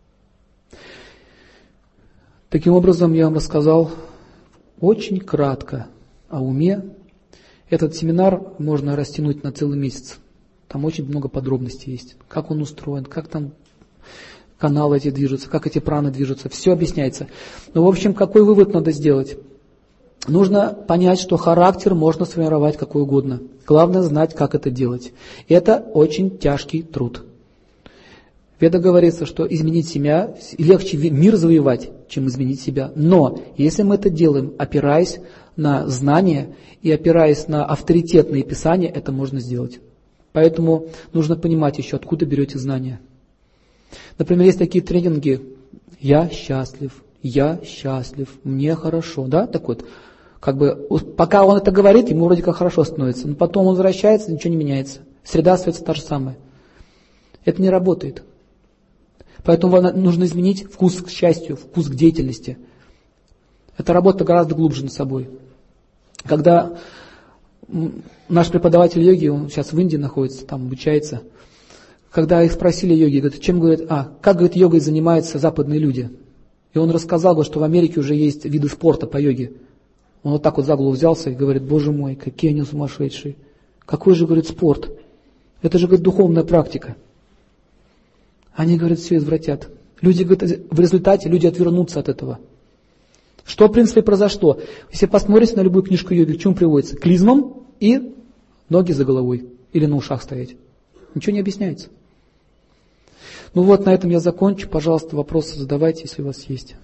Таким образом, я вам рассказал очень кратко о уме. Этот семинар можно растянуть на целый месяц. Там очень много подробностей есть. Как он устроен, как там каналы эти движутся, как эти праны движутся. Все объясняется. Но, в общем, какой вывод надо сделать? Нужно понять, что характер можно сформировать какой угодно. Главное знать, как это делать. Это очень тяжкий труд. В Ведах говорится, что изменить себя, легче мир завоевать, чем изменить себя. Но если мы это делаем, опираясь на знания и опираясь на авторитетные писания, это можно сделать. Поэтому нужно понимать еще, откуда берете знания. Например, есть такие тренинги «Я счастлив», мне хорошо, да, так вот. Пока он это говорит, ему вроде как хорошо становится. Но потом он возвращается, ничего не меняется. Среда остается та же самая. Это не работает. Поэтому нужно изменить вкус к счастью, вкус к деятельности. Это работа гораздо глубже над собой. Когда наш преподаватель йоги, он сейчас в Индии находится, там обучается, когда их спросили йоги, говорят, как, говорит, йогой занимаются западные люди? И он рассказал, говорит, что в Америке уже есть виды спорта по йоге. Он вот так вот за голову взялся и говорит, боже мой, какие они сумасшедшие. Какой же, говорит, спорт? Это же, говорит, духовная практика. Они, говорят, все извратят. Люди, говорят, в результате люди отвернутся от этого. Что, в принципе, произошло? Если посмотрите на любую книжку йоги, к чему приводится? К клизмам и ноги за головой. Или на ушах стоять. Ничего не объясняется. Ну вот, на этом я закончу. Пожалуйста, вопросы задавайте, если у вас есть.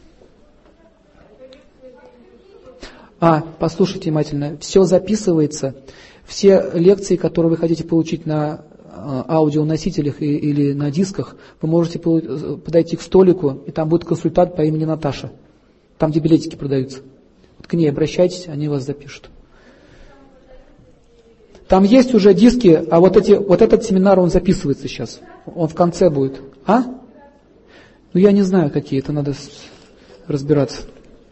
Послушайте внимательно. Все записывается. Все лекции, которые вы хотите получить на аудионосителях или на дисках, вы можете подойти к столику, и там будет консультант по имени Наташа. Там, где билетики продаются. Вот к ней обращайтесь, они вас запишут. Там есть уже диски, а вот этот семинар, он записывается сейчас. Он в конце будет. Ну, я не знаю, какие, это надо разбираться.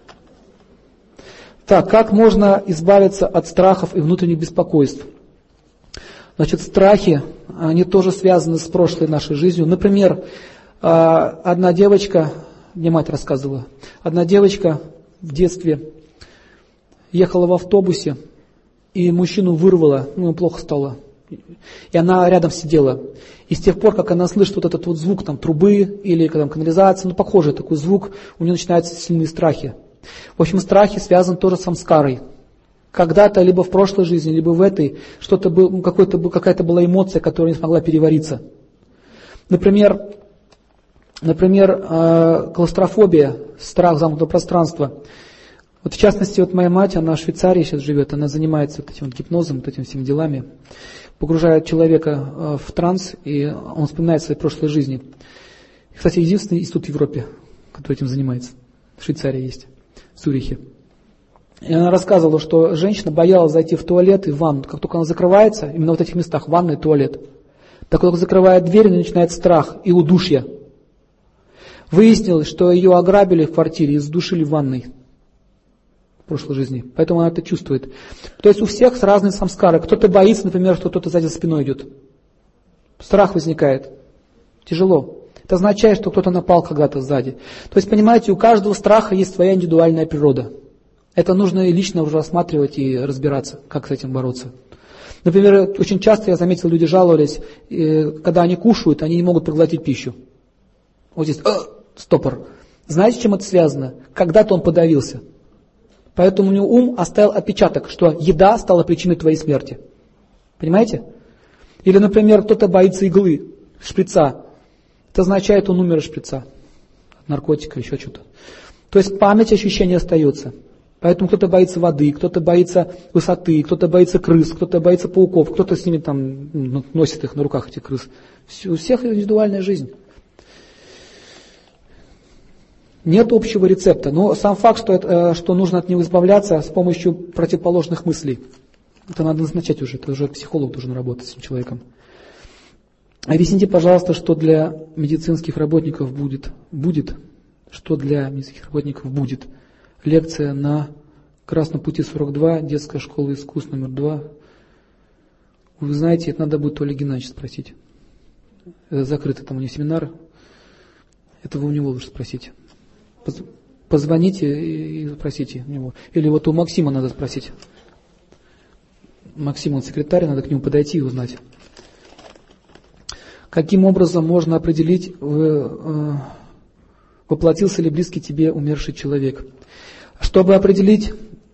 Так, как можно избавиться от страхов и внутренних беспокойств? Значит, страхи, они тоже связаны с прошлой нашей жизнью. Например, одна девочка, мне мать рассказывала, одна девочка в детстве ехала в автобусе, и мужчину вырвало, ему плохо стало. И она рядом сидела. И с тех пор, как она слышит вот этот вот звук там, трубы или там, канализации, похожий такой звук, у нее начинаются сильные страхи. В общем, страхи связаны тоже с самскарой. Когда-то, либо в прошлой жизни, либо в этой, какая-то была эмоция, которая не смогла перевариться. Например, клаустрофобия, страх замкнутого пространства. Вот в частности, вот моя мать, она в Швейцарии сейчас живет, она занимается вот этим вот гипнозом, вот этими всеми делами, погружает человека в транс, и он вспоминает свои прошлые жизни. Кстати, единственный институт в Европе, который этим занимается, в Швейцарии есть, в Цюрихе. И она рассказывала, что женщина боялась зайти в туалет и в ванну. Как только она закрывается, именно в этих местах, ванна и туалет, так только закрывает дверь, и начинает страх и удушье. Выяснилось, что ее ограбили в квартире и задушили в ванной в прошлой жизни. Поэтому она это чувствует. То есть у всех с разными самскары. Кто-то боится, например, что кто-то сзади за спиной идет. Страх возникает. Тяжело. Это означает, что кто-то напал когда-то сзади. То есть, понимаете, у каждого страха есть своя индивидуальная природа. Это нужно лично уже рассматривать и разбираться, как с этим бороться. Например, очень часто я заметил, люди жаловались, когда они кушают, они не могут проглотить пищу. Вот здесь стопор. Знаете, с чем это связано? Когда-то он подавился. Поэтому у него ум оставил отпечаток, что еда стала причиной твоей смерти. Понимаете? Или, например, кто-то боится иглы, шприца. Это означает, он умер от шприца, от наркотика, еще что-то. То есть память, ощущение остается. Поэтому кто-то боится воды, кто-то боится высоты, кто-то боится крыс, кто-то боится пауков, кто-то с ними там носит их на руках, этих крыс. У всех индивидуальная жизнь. Нет общего рецепта, но сам факт, что нужно от него избавляться с помощью противоположных мыслей. Это надо назначать уже, это уже психолог должен работать с этим человеком. Объясните, пожалуйста, что для медицинских работников будет. Что для медицинских работников будет. Лекция на Красном пути 42, детская школа искусств номер 2. Вы знаете, это надо будет Олега Геннадьевича спросить. Это закрытый там у него семинар. Это вы у него лучше спросите. Позвоните и спросите у него. Или вот у Максима надо спросить. Максим, он секретарь, надо к нему подойти и узнать. Каким образом можно определить, воплотился ли близкий тебе умерший человек? Чтобы определить,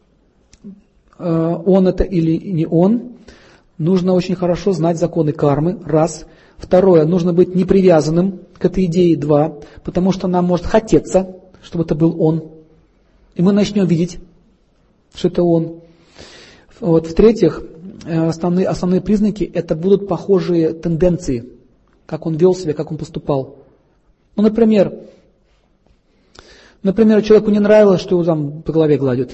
он это или не он, нужно очень хорошо знать законы кармы, раз. Второе, нужно быть непривязанным к этой идее, два, потому что нам может хотеться, чтобы это был он. И мы начнем видеть, что это он. Вот. В-третьих, основные признаки, это будут похожие тенденции, как он вел себя, как он поступал. Ну, например, человеку не нравилось, что его там по голове гладят.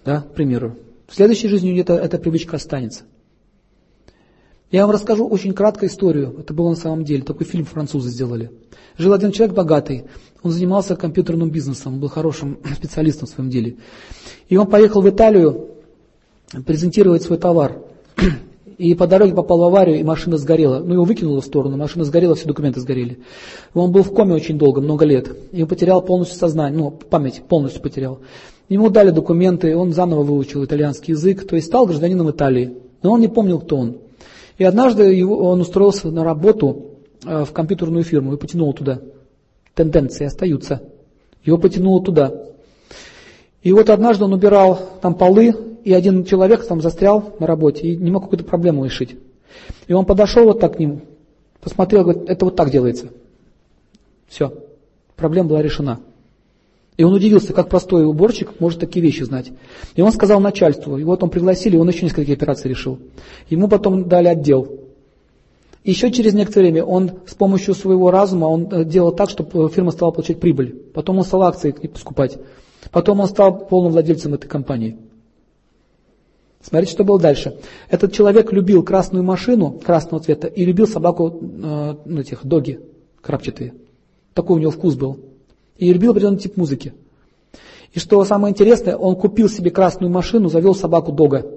да, к примеру. В следующей жизни эта привычка останется. Я вам расскажу очень краткую историю. Это было на самом деле. Такой фильм французы сделали. Жил один человек богатый. Он занимался компьютерным бизнесом. Он был хорошим специалистом в своем деле. И он поехал в Италию презентировать свой товар. И по дороге попал в аварию, и машина сгорела. Ну, его выкинуло в сторону, машина сгорела, все документы сгорели. И он был в коме очень долго, много лет. И он потерял полностью сознание, ну, память полностью потерял. Ему дали документы, он заново выучил итальянский язык, то есть стал гражданином Италии. Но он не помнил, кто он. И однажды он устроился на работу в компьютерную фирму и потянул туда. Тенденции остаются. Его потянуло туда. И вот однажды он убирал там полы, и один человек там застрял на работе и не мог какую-то проблему решить. И он подошел вот так к нему, посмотрел, говорит, это вот так делается. Все, проблема была решена. И он удивился, как простой уборщик может такие вещи знать. И он сказал начальству, и вот он пригласили, он еще несколько операций решил. Ему потом дали отдел. И еще через некоторое время он с помощью своего разума он делал так, чтобы фирма стала получать прибыль. Потом он стал акции скупать. Потом он стал полным владельцем этой компании. Смотрите, что было дальше. Этот человек любил красную машину, красного цвета, и любил собаку, этих доги, крапчатые. Такой у него вкус был. И любил определенный тип музыки. И что самое интересное, он купил себе красную машину, завел собаку дога.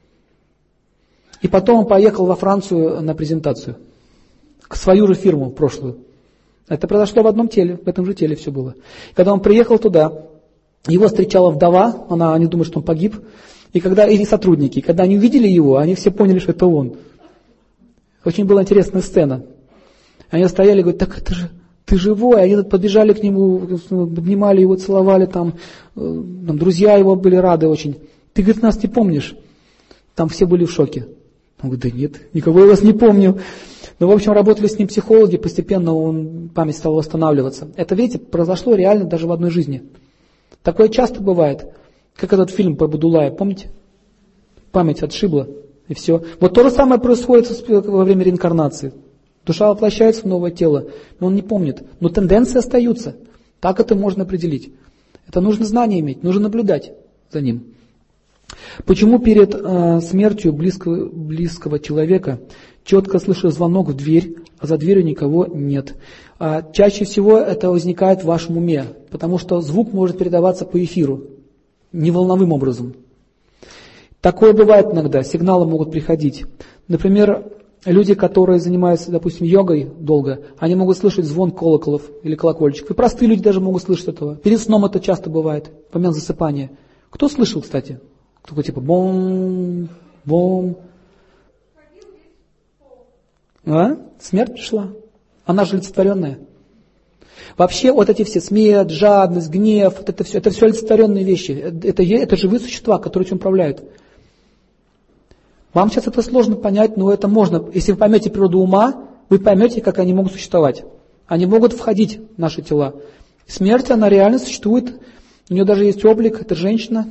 И потом он поехал во Францию на презентацию. К свою же фирму прошлую. Это произошло в одном теле, в этом же теле все было. Когда он приехал туда, его встречала вдова, они думают, что он погиб. И сотрудники, когда они увидели его, они все поняли, что это он. Очень была интересная сцена. Они стояли и говорят, так это же, ты живой. Они подбежали к нему, обнимали его, целовали, там друзья его были рады очень. Ты, говорит, нас не помнишь? Там все были в шоке. Он говорит, да нет, никого я вас не помню. Ну, в общем, работали с ним психологи, постепенно память стала восстанавливаться. Это, видите, произошло реально даже в одной жизни. Такое часто бывает. Как этот фильм про Будулая, помните? Память отшибла, и все. Вот то же самое происходит во время реинкарнации. Душа воплощается в новое тело, но он не помнит. Но тенденции остаются. Так это можно определить. Это нужно знание иметь, нужно наблюдать за ним. Почему перед смертью близкого человека четко слышишь звонок в дверь, а за дверью никого нет? Чаще всего это возникает в вашем уме, потому что звук может передаваться по эфиру. Не волновым образом. Такое бывает иногда, сигналы могут приходить. Например, люди, которые занимаются, допустим, йогой долго, они могут слышать звон колоколов или колокольчиков. И простые люди даже могут слышать этого. Перед сном это часто бывает, в момент засыпания. Кто слышал, кстати? Такой типа бом, бом. Смерть пришла. Она же олицетворенная. Вообще вот эти все смерть, жадность, гнев, это все олицетворенные вещи. Это живые существа, которые этим управляют. Вам сейчас это сложно понять, но это можно. Если вы поймете природу ума, вы поймете, как они могут существовать. Они могут входить в наши тела. Смерть, она реально существует. У нее даже есть облик, это женщина.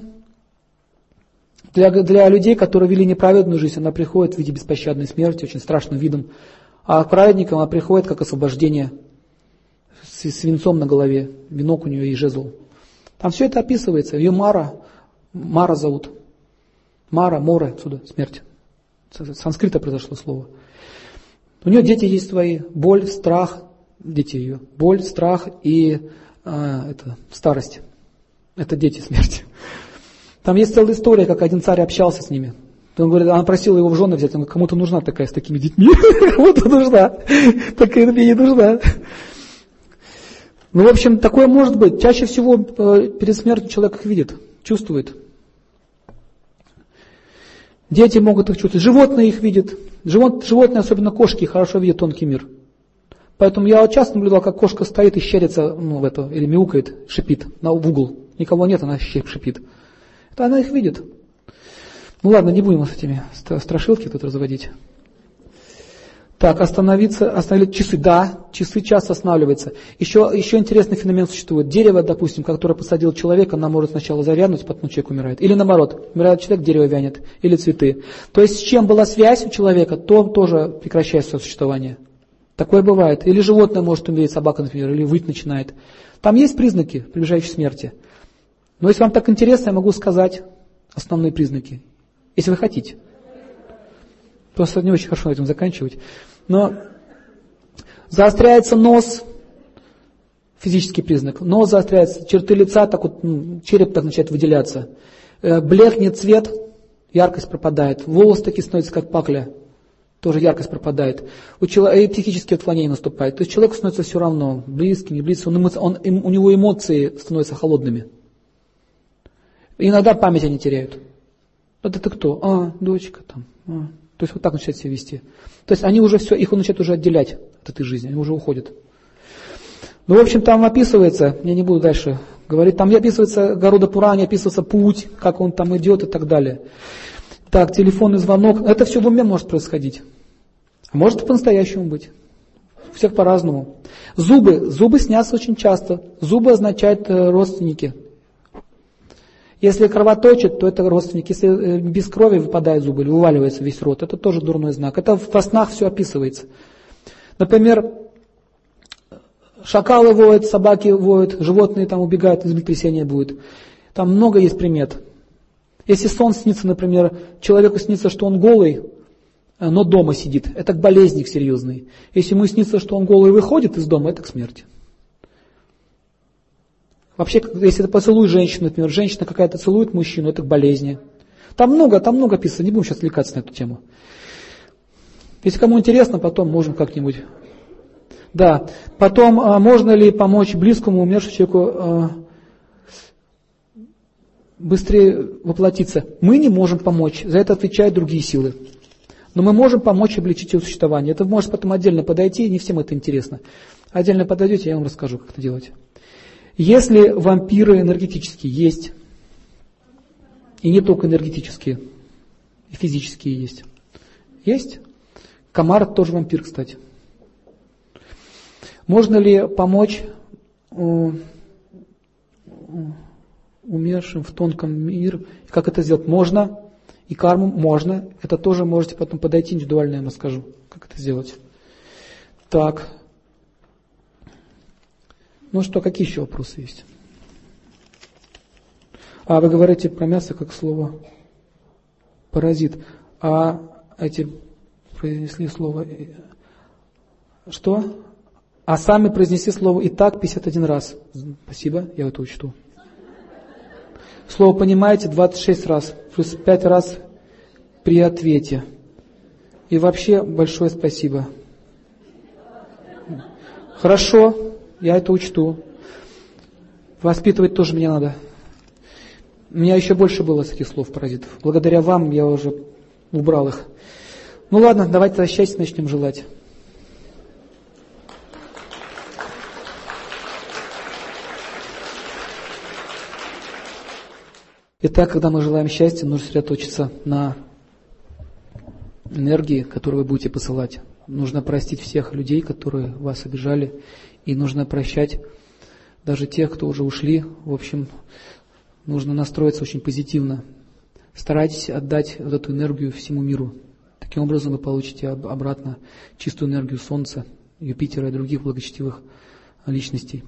Для людей, которые вели неправедную жизнь, она приходит в виде беспощадной смерти, очень страшным видом. А к праведникам она приходит как освобождение. С венцом на голове, венок у нее и жезл. Там все это описывается. Ее Мара зовут. Мара, море, отсюда смерть. С санскрита произошло слово. У нее дети есть свои, боль, страх, дети ее. Боль, страх и старость. Это дети смерти. Там есть целая история, как один царь общался с ними. Он говорит, она просила его в жены взять, он говорит, кому-то нужна такая с такими детьми, кому-то нужна, такая мне не нужна. Ну, в общем, такое может быть. Чаще всего перед смертью человек их видит, чувствует. Дети могут их чувствовать, животные их видят. Животные, особенно кошки, хорошо видят тонкий мир. Поэтому я часто наблюдал, как кошка стоит и щерится или мяукает, шипит в угол. Никого нет, она шипит. Это она их видит. Ну ладно, не будем с этими страшилки тут разводить. Так, остановить часы. Да, часы часто останавливаются. Еще интересный феномен существует. Дерево, допустим, которое посадил человек, оно может сначала завянуть, потом человек умирает. Или наоборот, умирает человек, дерево вянет. Или цветы. То есть с чем была связь у человека, то тоже прекращает свое существование. Такое бывает. Или животное может умереть, собака, например, или выть начинает. Там есть признаки приближающей смерти. Но если вам так интересно, я могу сказать, основные признаки. Если вы хотите. Просто не очень хорошо этим заканчивать. Но заостряется нос, физический признак. Нос заостряется, черты лица, так вот, череп так начинает выделяться. Блекнет цвет, яркость пропадает. Волосы такие становятся, как пакля. Тоже яркость пропадает. И психические отклонения наступают. То есть человеку становится все равно, близкий, не близкий, у него эмоции становятся холодными. И иногда память они теряют. Это ты кто? Дочка там. То есть вот так начинают себя вести. То есть они уже все, их начинают уже отделять от этой жизни, они уже уходят. Ну, в общем, там описывается, я не буду дальше говорить, там описывается Гаруда Пурани, описывается путь, как он там идет и так далее. Так, телефонный звонок, это все в уме может происходить. А может и по-настоящему быть. У всех по-разному. Зубы снятся очень часто. Зубы означают родственники. Если кровоточит, то это родственник. Если без крови выпадают зубы или вываливается весь рот, это тоже дурной знак. Это во снах все описывается. Например, шакалы воют, собаки воют, животные там убегают, землетрясение будет. Там много есть примет. Если сон снится, например, человеку снится, что он голый, но дома сидит, это болезник серьезный. Если ему снится, что он голый выходит из дома, это к смерти. Вообще, если это поцелуй женщины, например, женщина какая-то целует мужчину, это к болезни. Там много описано, не будем сейчас отвлекаться на эту тему. Если кому интересно, потом можем как-нибудь. Да, потом, можно ли помочь близкому умершему человеку быстрее воплотиться? Мы не можем помочь, за это отвечают другие силы. Но мы можем помочь облегчить его существование. Это может потом отдельно подойти, не всем это интересно. Отдельно подойдете, я вам расскажу, как это делать. Если вампиры энергетические есть, и не только энергетические, и физические есть. Есть? Комар тоже вампир, кстати. Можно ли помочь умершим в тонком мире? Как это сделать? Можно. И карму можно. Это тоже можете потом подойти индивидуально, я вам расскажу, как это сделать. Так. Ну что, какие еще вопросы есть? Вы говорите про мясо как слово паразит. А эти произнесли слово... Что? А сами произнесли слово «и так» 51 раз. Спасибо, я это учту. Слово «понимаете» 26 раз, плюс 5 раз при ответе. И вообще большое спасибо. Хорошо, я это учту. Воспитывать тоже мне надо. У меня еще больше было таких слов паразитов. Благодаря вам я уже убрал их. Ну ладно, давайте счастья начнем желать. Итак, когда мы желаем счастья, нужно сосредоточиться на энергии, которую вы будете посылать. Нужно простить всех людей, которые вас обижали, и нужно прощать даже тех, кто уже ушли. В общем, нужно настроиться очень позитивно. Старайтесь отдать вот эту энергию всему миру. Таким образом вы получите обратно чистую энергию Солнца, Юпитера и других благочестивых личностей.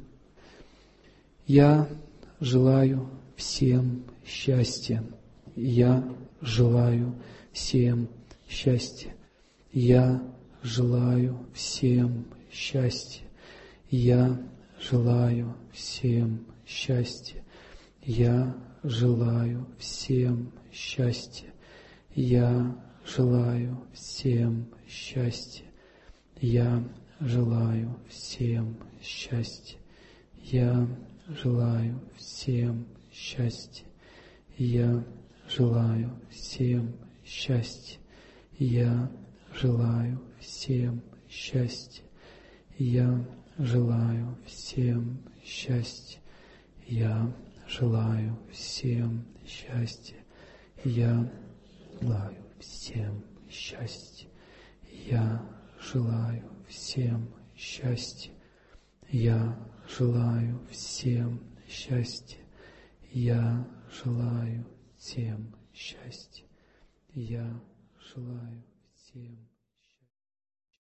Я желаю всем счастья. Я желаю всем счастья. Я желаю всем счастья. Я желаю всем счастья. Я желаю всем счастья. Я желаю всем счастья. Я желаю всем счастья. Я желаю всем счастья. Я желаю всем счастья. Я желаю всем счастья. Я желаю всем счастья. Я желаю всем счастья. Я желаю всем счастья. Я желаю всем счастья. Я желаю всем счастья. Я желаю всем счастья. Я желаю